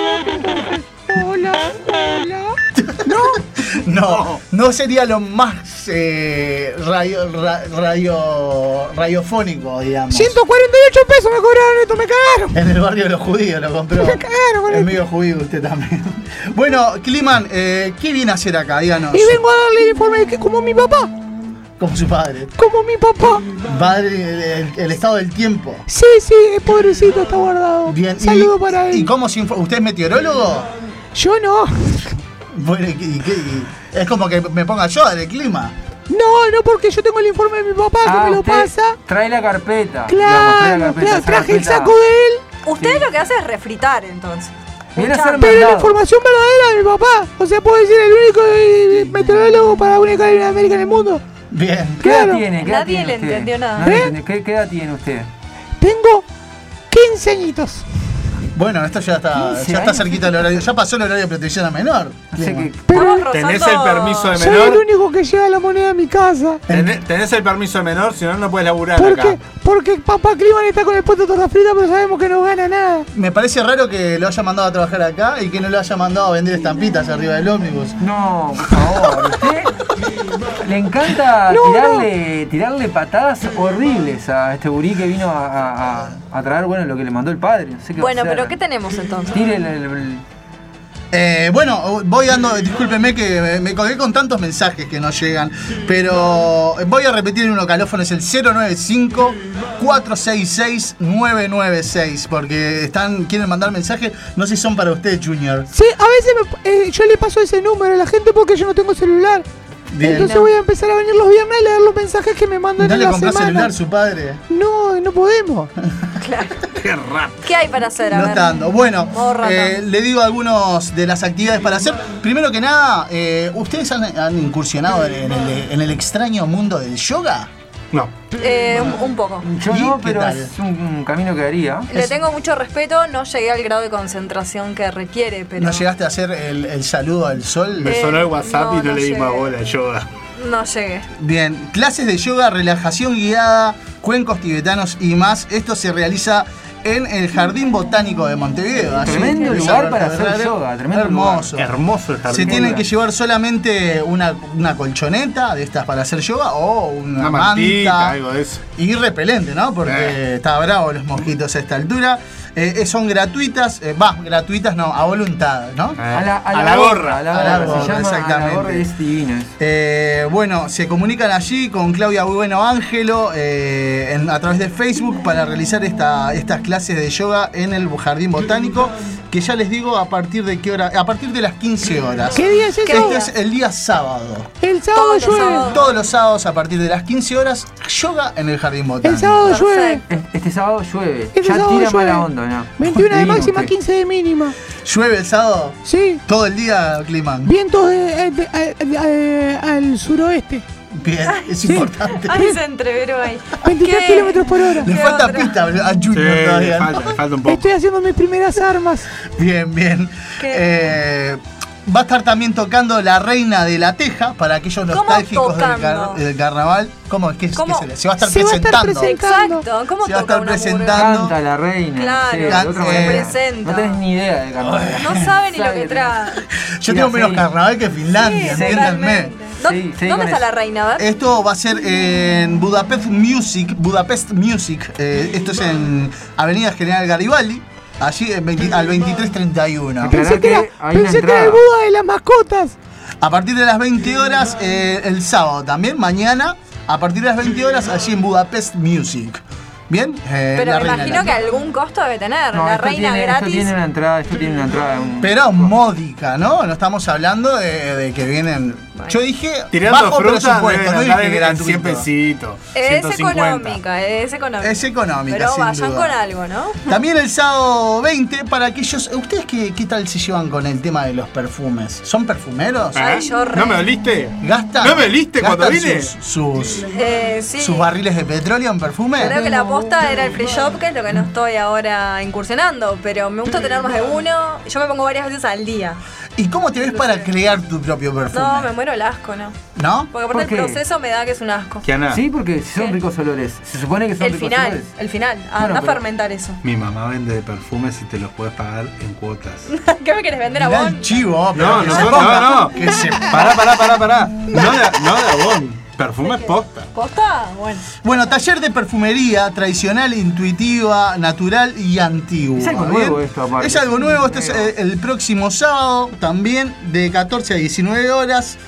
Hola, hola. ¿No? No, no sería lo más eh, radio, ra- radio, radiofónico, digamos. ciento cuarenta y ocho pesos me cobraron esto, me cagaron. En el barrio de los judíos lo compró. Me cagaron con Es esto. medio judío usted también. Bueno, Kliman, eh, ¿qué viene a hacer acá? Díganos. Y vengo a darle el informe de que como mi papá. Como su padre. Como mi papá. Padre, el, el estado del tiempo. Sí, sí, el pobrecito está guardado. Bien. Saludo y, para él. ¿Y cómo se info- ¿Usted es meteorólogo? Yo no. Bueno, ¿y qué- y qué- y- es como que me ponga yo del clima. No, no, porque yo tengo el informe de mi papá que Ah, me lo usted pasa. Trae la carpeta. Claro, digamos, trae la carpeta, claro, esa traje el carpeta. saco de él. Usted lo que hace es refritar, entonces. Viene a ser Pero la mandado. información verdadera de mi papá. O sea, puedo decir el único eh, meteorólogo para la única de América en el mundo. Bien. ¿Qué edad Claro. tiene? ¿Qué edad Nadie tiene le usted? entendió nada. Nadie ¿Eh? entendió. ¿Qué, ¿Qué edad tiene usted? Tengo quince añitos. Bueno, esto ya está, quince ya está años. cerquita del horario. Ya pasó el horario de protección a menor. No sé qué. Pero ¿Tenés el permiso de soy el menor? único que lleva la moneda a mi casa. Tenés, tenés el permiso de menor, si no, no puedes laburar Porque, acá. porque papá Kliman está con el puesto de torta frita, pero sabemos que no gana nada. Me parece raro que lo haya mandado a trabajar acá y que no lo haya mandado a vender estampitas arriba del ómnibus. No, por favor. Usted le encanta No, tirarle, tirarle patadas horribles a este gurí que vino a, a- a- a traer, bueno, lo que le mandó el padre. No sé qué Bueno, va a hacer. pero ¿qué tenemos entonces? Tire el, el- el- Eh, bueno, voy dando, discúlpeme que me- me colgué con tantos mensajes que no llegan, pero voy a repetir el localófono, es el cero nueve cinco, cuatro seis seis, nueve nueve seis, porque están quieren mandar mensajes, no sé si son para usted, Junior. Sí, a veces me- eh, yo le paso ese número a la gente porque yo no tengo celular. Bien. Entonces voy a empezar a venir los viernes a leer los mensajes que me mandan ¿No en le la compró semana. celular su padre? No, no podemos. Qué raro. ¿Qué hay para hacer? A No ver. está dando. Bueno, Modo rata. eh, le digo algunos de las actividades para hacer. Primero que nada, eh, ¿ustedes han, han incursionado en el, en el extraño mundo del yoga? No. Eh, un, un poco. Yo ¿Y no, qué pero tal? es un, un camino que haría. Le tengo mucho respeto, no llegué al grado de concentración que requiere, pero ¿No llegaste a hacer el, el saludo al sol? Me Eh, sonó el WhatsApp no, y no, no le di llegué. más bola a yoga. no llegué. Bien, clases de yoga, relajación guiada, cuencos tibetanos y más. Esto se realiza en el Jardín Botánico de Montevideo. Allí Tremendo en lugar Villa para Herrera. hacer yoga, tremendo Hermoso. Hermoso el jardín. Se tienen que llevar solamente una, una colchoneta de estas para hacer yoga o una, Una mantita, manta algo de eso. y repelente, ¿no? Porque Eh. está bravo los mosquitos a esta altura. Eh, son gratuitas, eh, va, gratuitas no, a voluntad, ¿no? A la, A la gorra. A la A la gorra, gorra, se llama exactamente. A la gorra y es divino. Eh, bueno, se comunican allí con Claudia Bueno Ángelo eh, en- a través de Facebook para realizar esta, estas clases de yoga en el Jardín Botánico, que ya les digo a partir de qué hora, a partir de las quince horas. ¿Qué día es eso? Este es el día sábado. El sábado Todos los llueve. sábados. Todos los sábados a partir de las quince horas, yoga en el Jardín Botánico. El sábado llueve. Perfecto. Este sábado llueve. Este ya sábado tira llueve. mala onda, ¿no? veintiuno de Divino máxima, usted. quince de mínima. ¿Llueve el sábado? Sí. Todo el día, Climan. Vientos de- de- de- de- al suroeste. Bien, es Sí. importante. Ay, se entreveró ahí. veintitrés ¿Qué? kilómetros por hora. Le ¿Qué falta otra? pista a Sí, Junior le todavía. ¿no? falta, le falta un poco. Estoy haciendo mis primeras armas. Bien, bien. ¿Qué? Eh, va a estar también tocando La Reina de la Teja para aquellos ¿Cómo nostálgicos del, car- tocando? del carnaval. ¿Cómo? ¿Qué, ¿Cómo? qué se, le- se va a estar Se va a estar presentando? presentando. Exacto. ¿Cómo Se va a toca estar una presentando. Canta la reina. Claro, sí, de Can- otra eh, manera. presenta. No tenés ni idea de carnaval. No sabe ni lo que Sabe. trae. Yo Mira, tengo menos sí. carnaval que Finlandia, Sí, entiéndanme. totalmente. ¿Dó- Sí, sí, ¿Dónde con está eso. la reina? A ver. Esto va a ser en Budapest Music, Budapest Music. Eh, esto es en Avenida General Garibaldi, allí en veinte al veintitrés treinta y uno. Aclarar Pensé que que era, hay una pensé que era el entrada. Buda de las mascotas. A partir de las veinte horas, eh, el sábado también, mañana, a partir de las veinte horas, allí en Budapest Music. ¿Bien? Eh, Pero la me reina imagino de que la- algún costo debe tener. No, la esto reina tiene, gratis. Esto tiene una entrada, esto tiene una entrada. Un... Pero módica, ¿no? No estamos hablando de, de que vienen. Yo dije Tirando bajo fruta, presupuesto, deben no andar dije en gratuito. cien pesitos. Es ciento cincuenta. económica, es económica. Es económica, Pero sin vayan duda. con algo, ¿no? También el sábado veinte, para aquellos. ¿Ustedes qué, qué tal se llevan con el tema de los perfumes? ¿Son perfumeros? ¿Eh? Ay, yo re- ¿No me oliste? ¿Gastan? ¿No me oliste cuando gastan vine? Sus, sus, Eh, sí. sus barriles de petróleo en perfume? Creo que la aposta era el free shop, que es lo que no estoy ahora incursionando. Pero me gusta tener más de uno. Yo me pongo varias veces al día. ¿Y cómo te ves para crear tu propio perfume? No, me muero el asco, ¿no? ¿No? Porque aparte ¿Por el qué? proceso me da que es un asco. Kiana, Sí, porque si son ricos olores. Se supone que son El ricos final, olores. el final. Anda Bueno, a pero- fermentar eso. mi mamá vende perfumes y te los puedes pagar en cuotas. ¿Qué me querés vender a Mirá vos? el chivo, pero No, que no, se no, ponga, no, no. que se- Pará, pará, pará, pará. No de, no de Avon. Perfumes posta. ¿Posta? Bueno. Bueno, taller de perfumería tradicional, intuitiva, natural y antigua. Es algo ¿bien? nuevo esto, aparte. Es algo nuevo, esto es eh, el próximo sábado también, de catorce a diecinueve horas.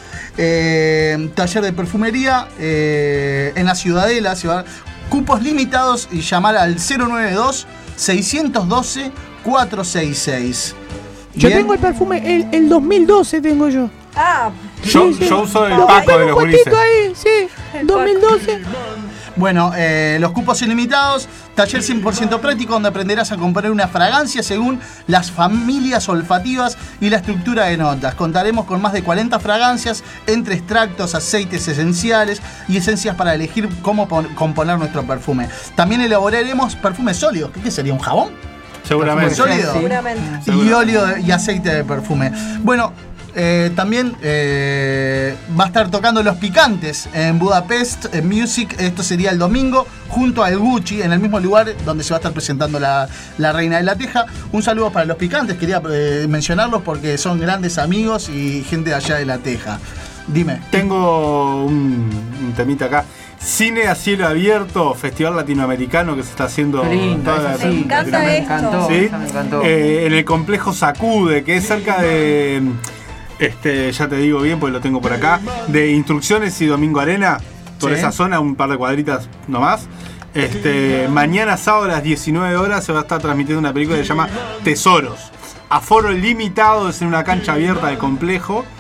Eh, taller de perfumería eh, en la Ciudadela. Se va- cupos limitados y llamar al cero noventa y dos, seiscientos doce, cuatrocientos sesenta y seis. Yo Bien. tengo el perfume, el, el dos mil doce tengo yo. Ah, Yo, Sí, sí. yo uso el Lo Paco tengo de los puestito gurises. ahí, sí. dos mil doce. Bueno, eh, los cupos ilimitados, taller cien por ciento práctico donde aprenderás a comparar una fragancia según las familias olfativas y la estructura de notas. Contaremos con más de cuarenta fragancias entre extractos, aceites esenciales y esencias para elegir cómo pon- componer nuestro perfume. También elaboraremos perfumes sólidos. ¿Qué, qué sería? ¿Un jabón? Seguramente. Perfume sólido. seguramente. Y óleo de- y aceite de perfume. Bueno, eh, también eh, va a estar tocando Los Picantes en Budapest en Music. Esto sería el domingo, junto al Gucci, en el mismo lugar donde se va a estar presentando la, la Reina de la Teja. Un saludo para Los Picantes, quería eh, mencionarlos porque son grandes amigos y gente de allá de la Teja. Dime. Tengo un, un temita acá. Cine a cielo abierto, festival latinoamericano que se está haciendo. Qué lindo, toda eso la- sí, Me encanta eso me esto. encantó, ¿Sí? eso me encantó. Eh, en el complejo Sacude, que es cerca de. Este, ya te digo bien, porque lo tengo por acá. De Instrucciones y Domingo Arena. Por Sí. esa zona, un par de cuadritas nomás. Este, mañana sábado a las diecinueve horas se va a estar transmitiendo una película que se llama Tesoros. Aforo limitado, es en una cancha abierta del complejo.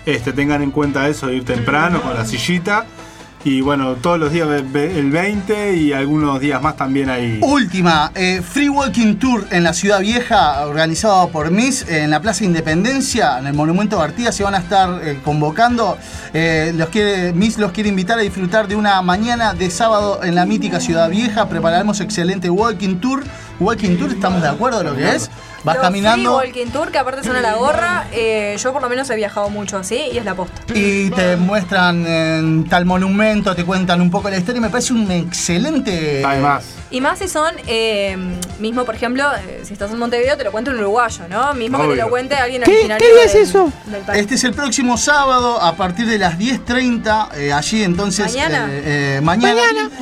este, tengan en cuenta eso, ir temprano con la sillita. Y bueno, todos los días el veinte y algunos días más también hay. Última, eh, Free Walking Tour en la Ciudad Vieja, organizado por M I S en la Plaza Independencia, en el Monumento de Artigas. Se van a estar eh, convocando. Eh, los quiere, M I S los quiere invitar a disfrutar de una mañana de sábado en la mítica Ciudad Vieja. Prepararemos excelente Walking Tour. Walking Tour, ¿estamos de acuerdo en lo que es? Vas Los caminando. Free Walking Tour, que aparte son a la gorra. Eh, yo por lo menos he viajado mucho así y es la posta. Y te muestran en tal monumento, te cuentan un poco la historia y me parece un excelente. Además. Y más si son, eh, mismo por ejemplo, eh, si estás en Montevideo te lo cuenta un uruguayo, ¿no? Mismo Obvio. que te lo cuente alguien ¿Qué- originario qué día es del- eso? del país. Este es el próximo sábado a partir de las diez treinta. Eh, allí entonces. Mañana. eh, eh, mañana.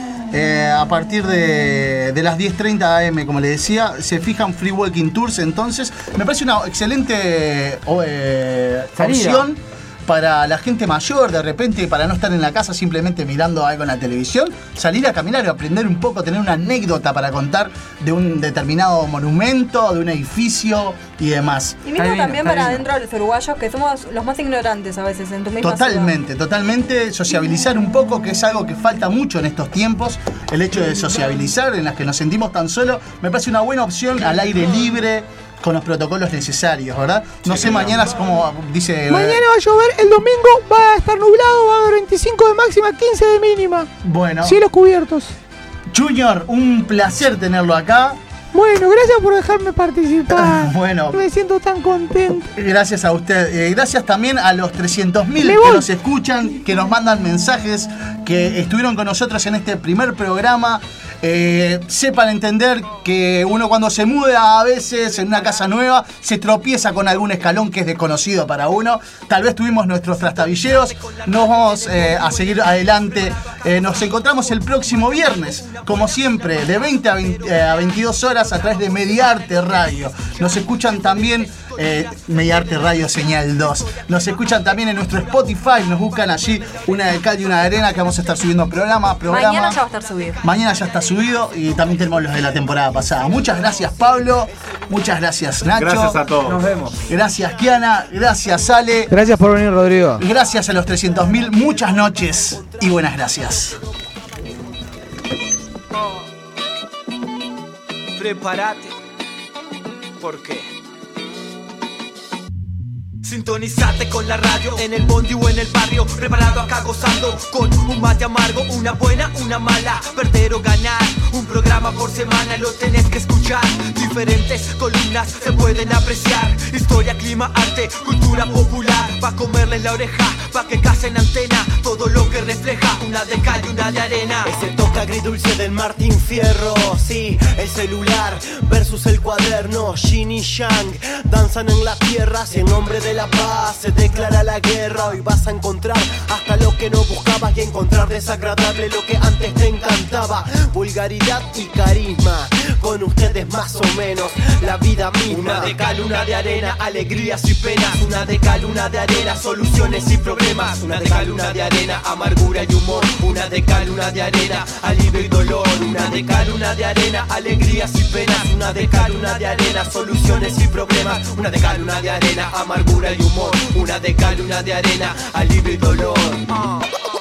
Eh, a partir de, de las diez treinta a eme, como le decía, se fijan Free Walking Tours. Entonces, me parece una excelente o, eh, Salida. opción para la gente mayor, de repente, para no estar en la casa simplemente mirando algo en la televisión, salir a caminar y aprender un poco, tener una anécdota para contar de un determinado monumento, de un edificio y demás. Y mismo también para adentro de los uruguayos, que somos los más ignorantes a veces en tu misma Totalmente, totalmente. Sociabilizar un poco, que es algo que falta mucho en estos tiempos. El hecho de sociabilizar, en las que nos sentimos tan solos, me parece una buena opción al aire libre, con los protocolos necesarios, ¿verdad? No sé mañana como dice. Mañana va a llover, el domingo va a estar nublado, va a haber veinticinco de máxima, quince de mínima. Bueno. Cielos cubiertos. Junior, un placer tenerlo acá. Bueno, gracias por dejarme participar. Bueno. Me siento tan contento. Gracias a usted. Eh, gracias también a los trescientos mil Me que voy. nos escuchan, que nos mandan mensajes, que estuvieron con nosotros en este primer programa. Eh, sepan entender que uno cuando se muda a veces en una casa nueva se tropieza con algún escalón que es desconocido para uno. Tal vez tuvimos nuestros trastabilleos. Nos vamos eh, a seguir adelante. Eh, nos encontramos el próximo viernes, como siempre, de veinte a, veinte, eh, a veintidós horas a través de Mediarte Radio. Nos escuchan también eh, Mediarte Radio Señal dos. Nos escuchan también en nuestro Spotify. Nos buscan allí una de cal y una de arena, que vamos a estar subiendo programa, programa. Mañana ya va a estar subido. Mañana ya está subido y también tenemos los de la temporada pasada. Muchas gracias, Pablo. Muchas gracias, Nacho. Gracias a todos. Nos vemos. Gracias, Kiana. Gracias, Ale. Gracias por venir, Rodrigo. Gracias a los trescientos mil. Muchas noches y buenas gracias. Prepárate, porque sintonizate con la radio, en el bondi o en el barrio, preparado acá gozando, con un mate amargo, una buena, una mala, perder o ganar, un programa por semana lo tenés que escuchar, diferentes columnas se pueden apreciar, historia, clima, arte, cultura popular, pa' comerles la oreja, pa' que casen antena, todo lo que refleja, una de cal y una de arena. Ese toque agridulce del Martín Fierro, sí, el celular versus el cuaderno, Yin y Yang, danzan en la tierra, si en nombre de la paz se declara la guerra, hoy vas a encontrar hasta lo que no buscabas y encontrar desagradable lo que antes te encantaba, vulgaridad y carisma, con ustedes más o menos la vida misma. Una de cal, una de arena, alegrías y penas, una de cal, una de arena, soluciones y problemas, una de cal, una de arena, amargura y humor, una de cal, una de arena, alivio y dolor, una de cal, una de arena, alegrías y penas, una de cal, una de arena, soluciones y problemas, una de cal, una de arena, amargura y humor, una de cal, una de arena, alivio y dolor. Uh.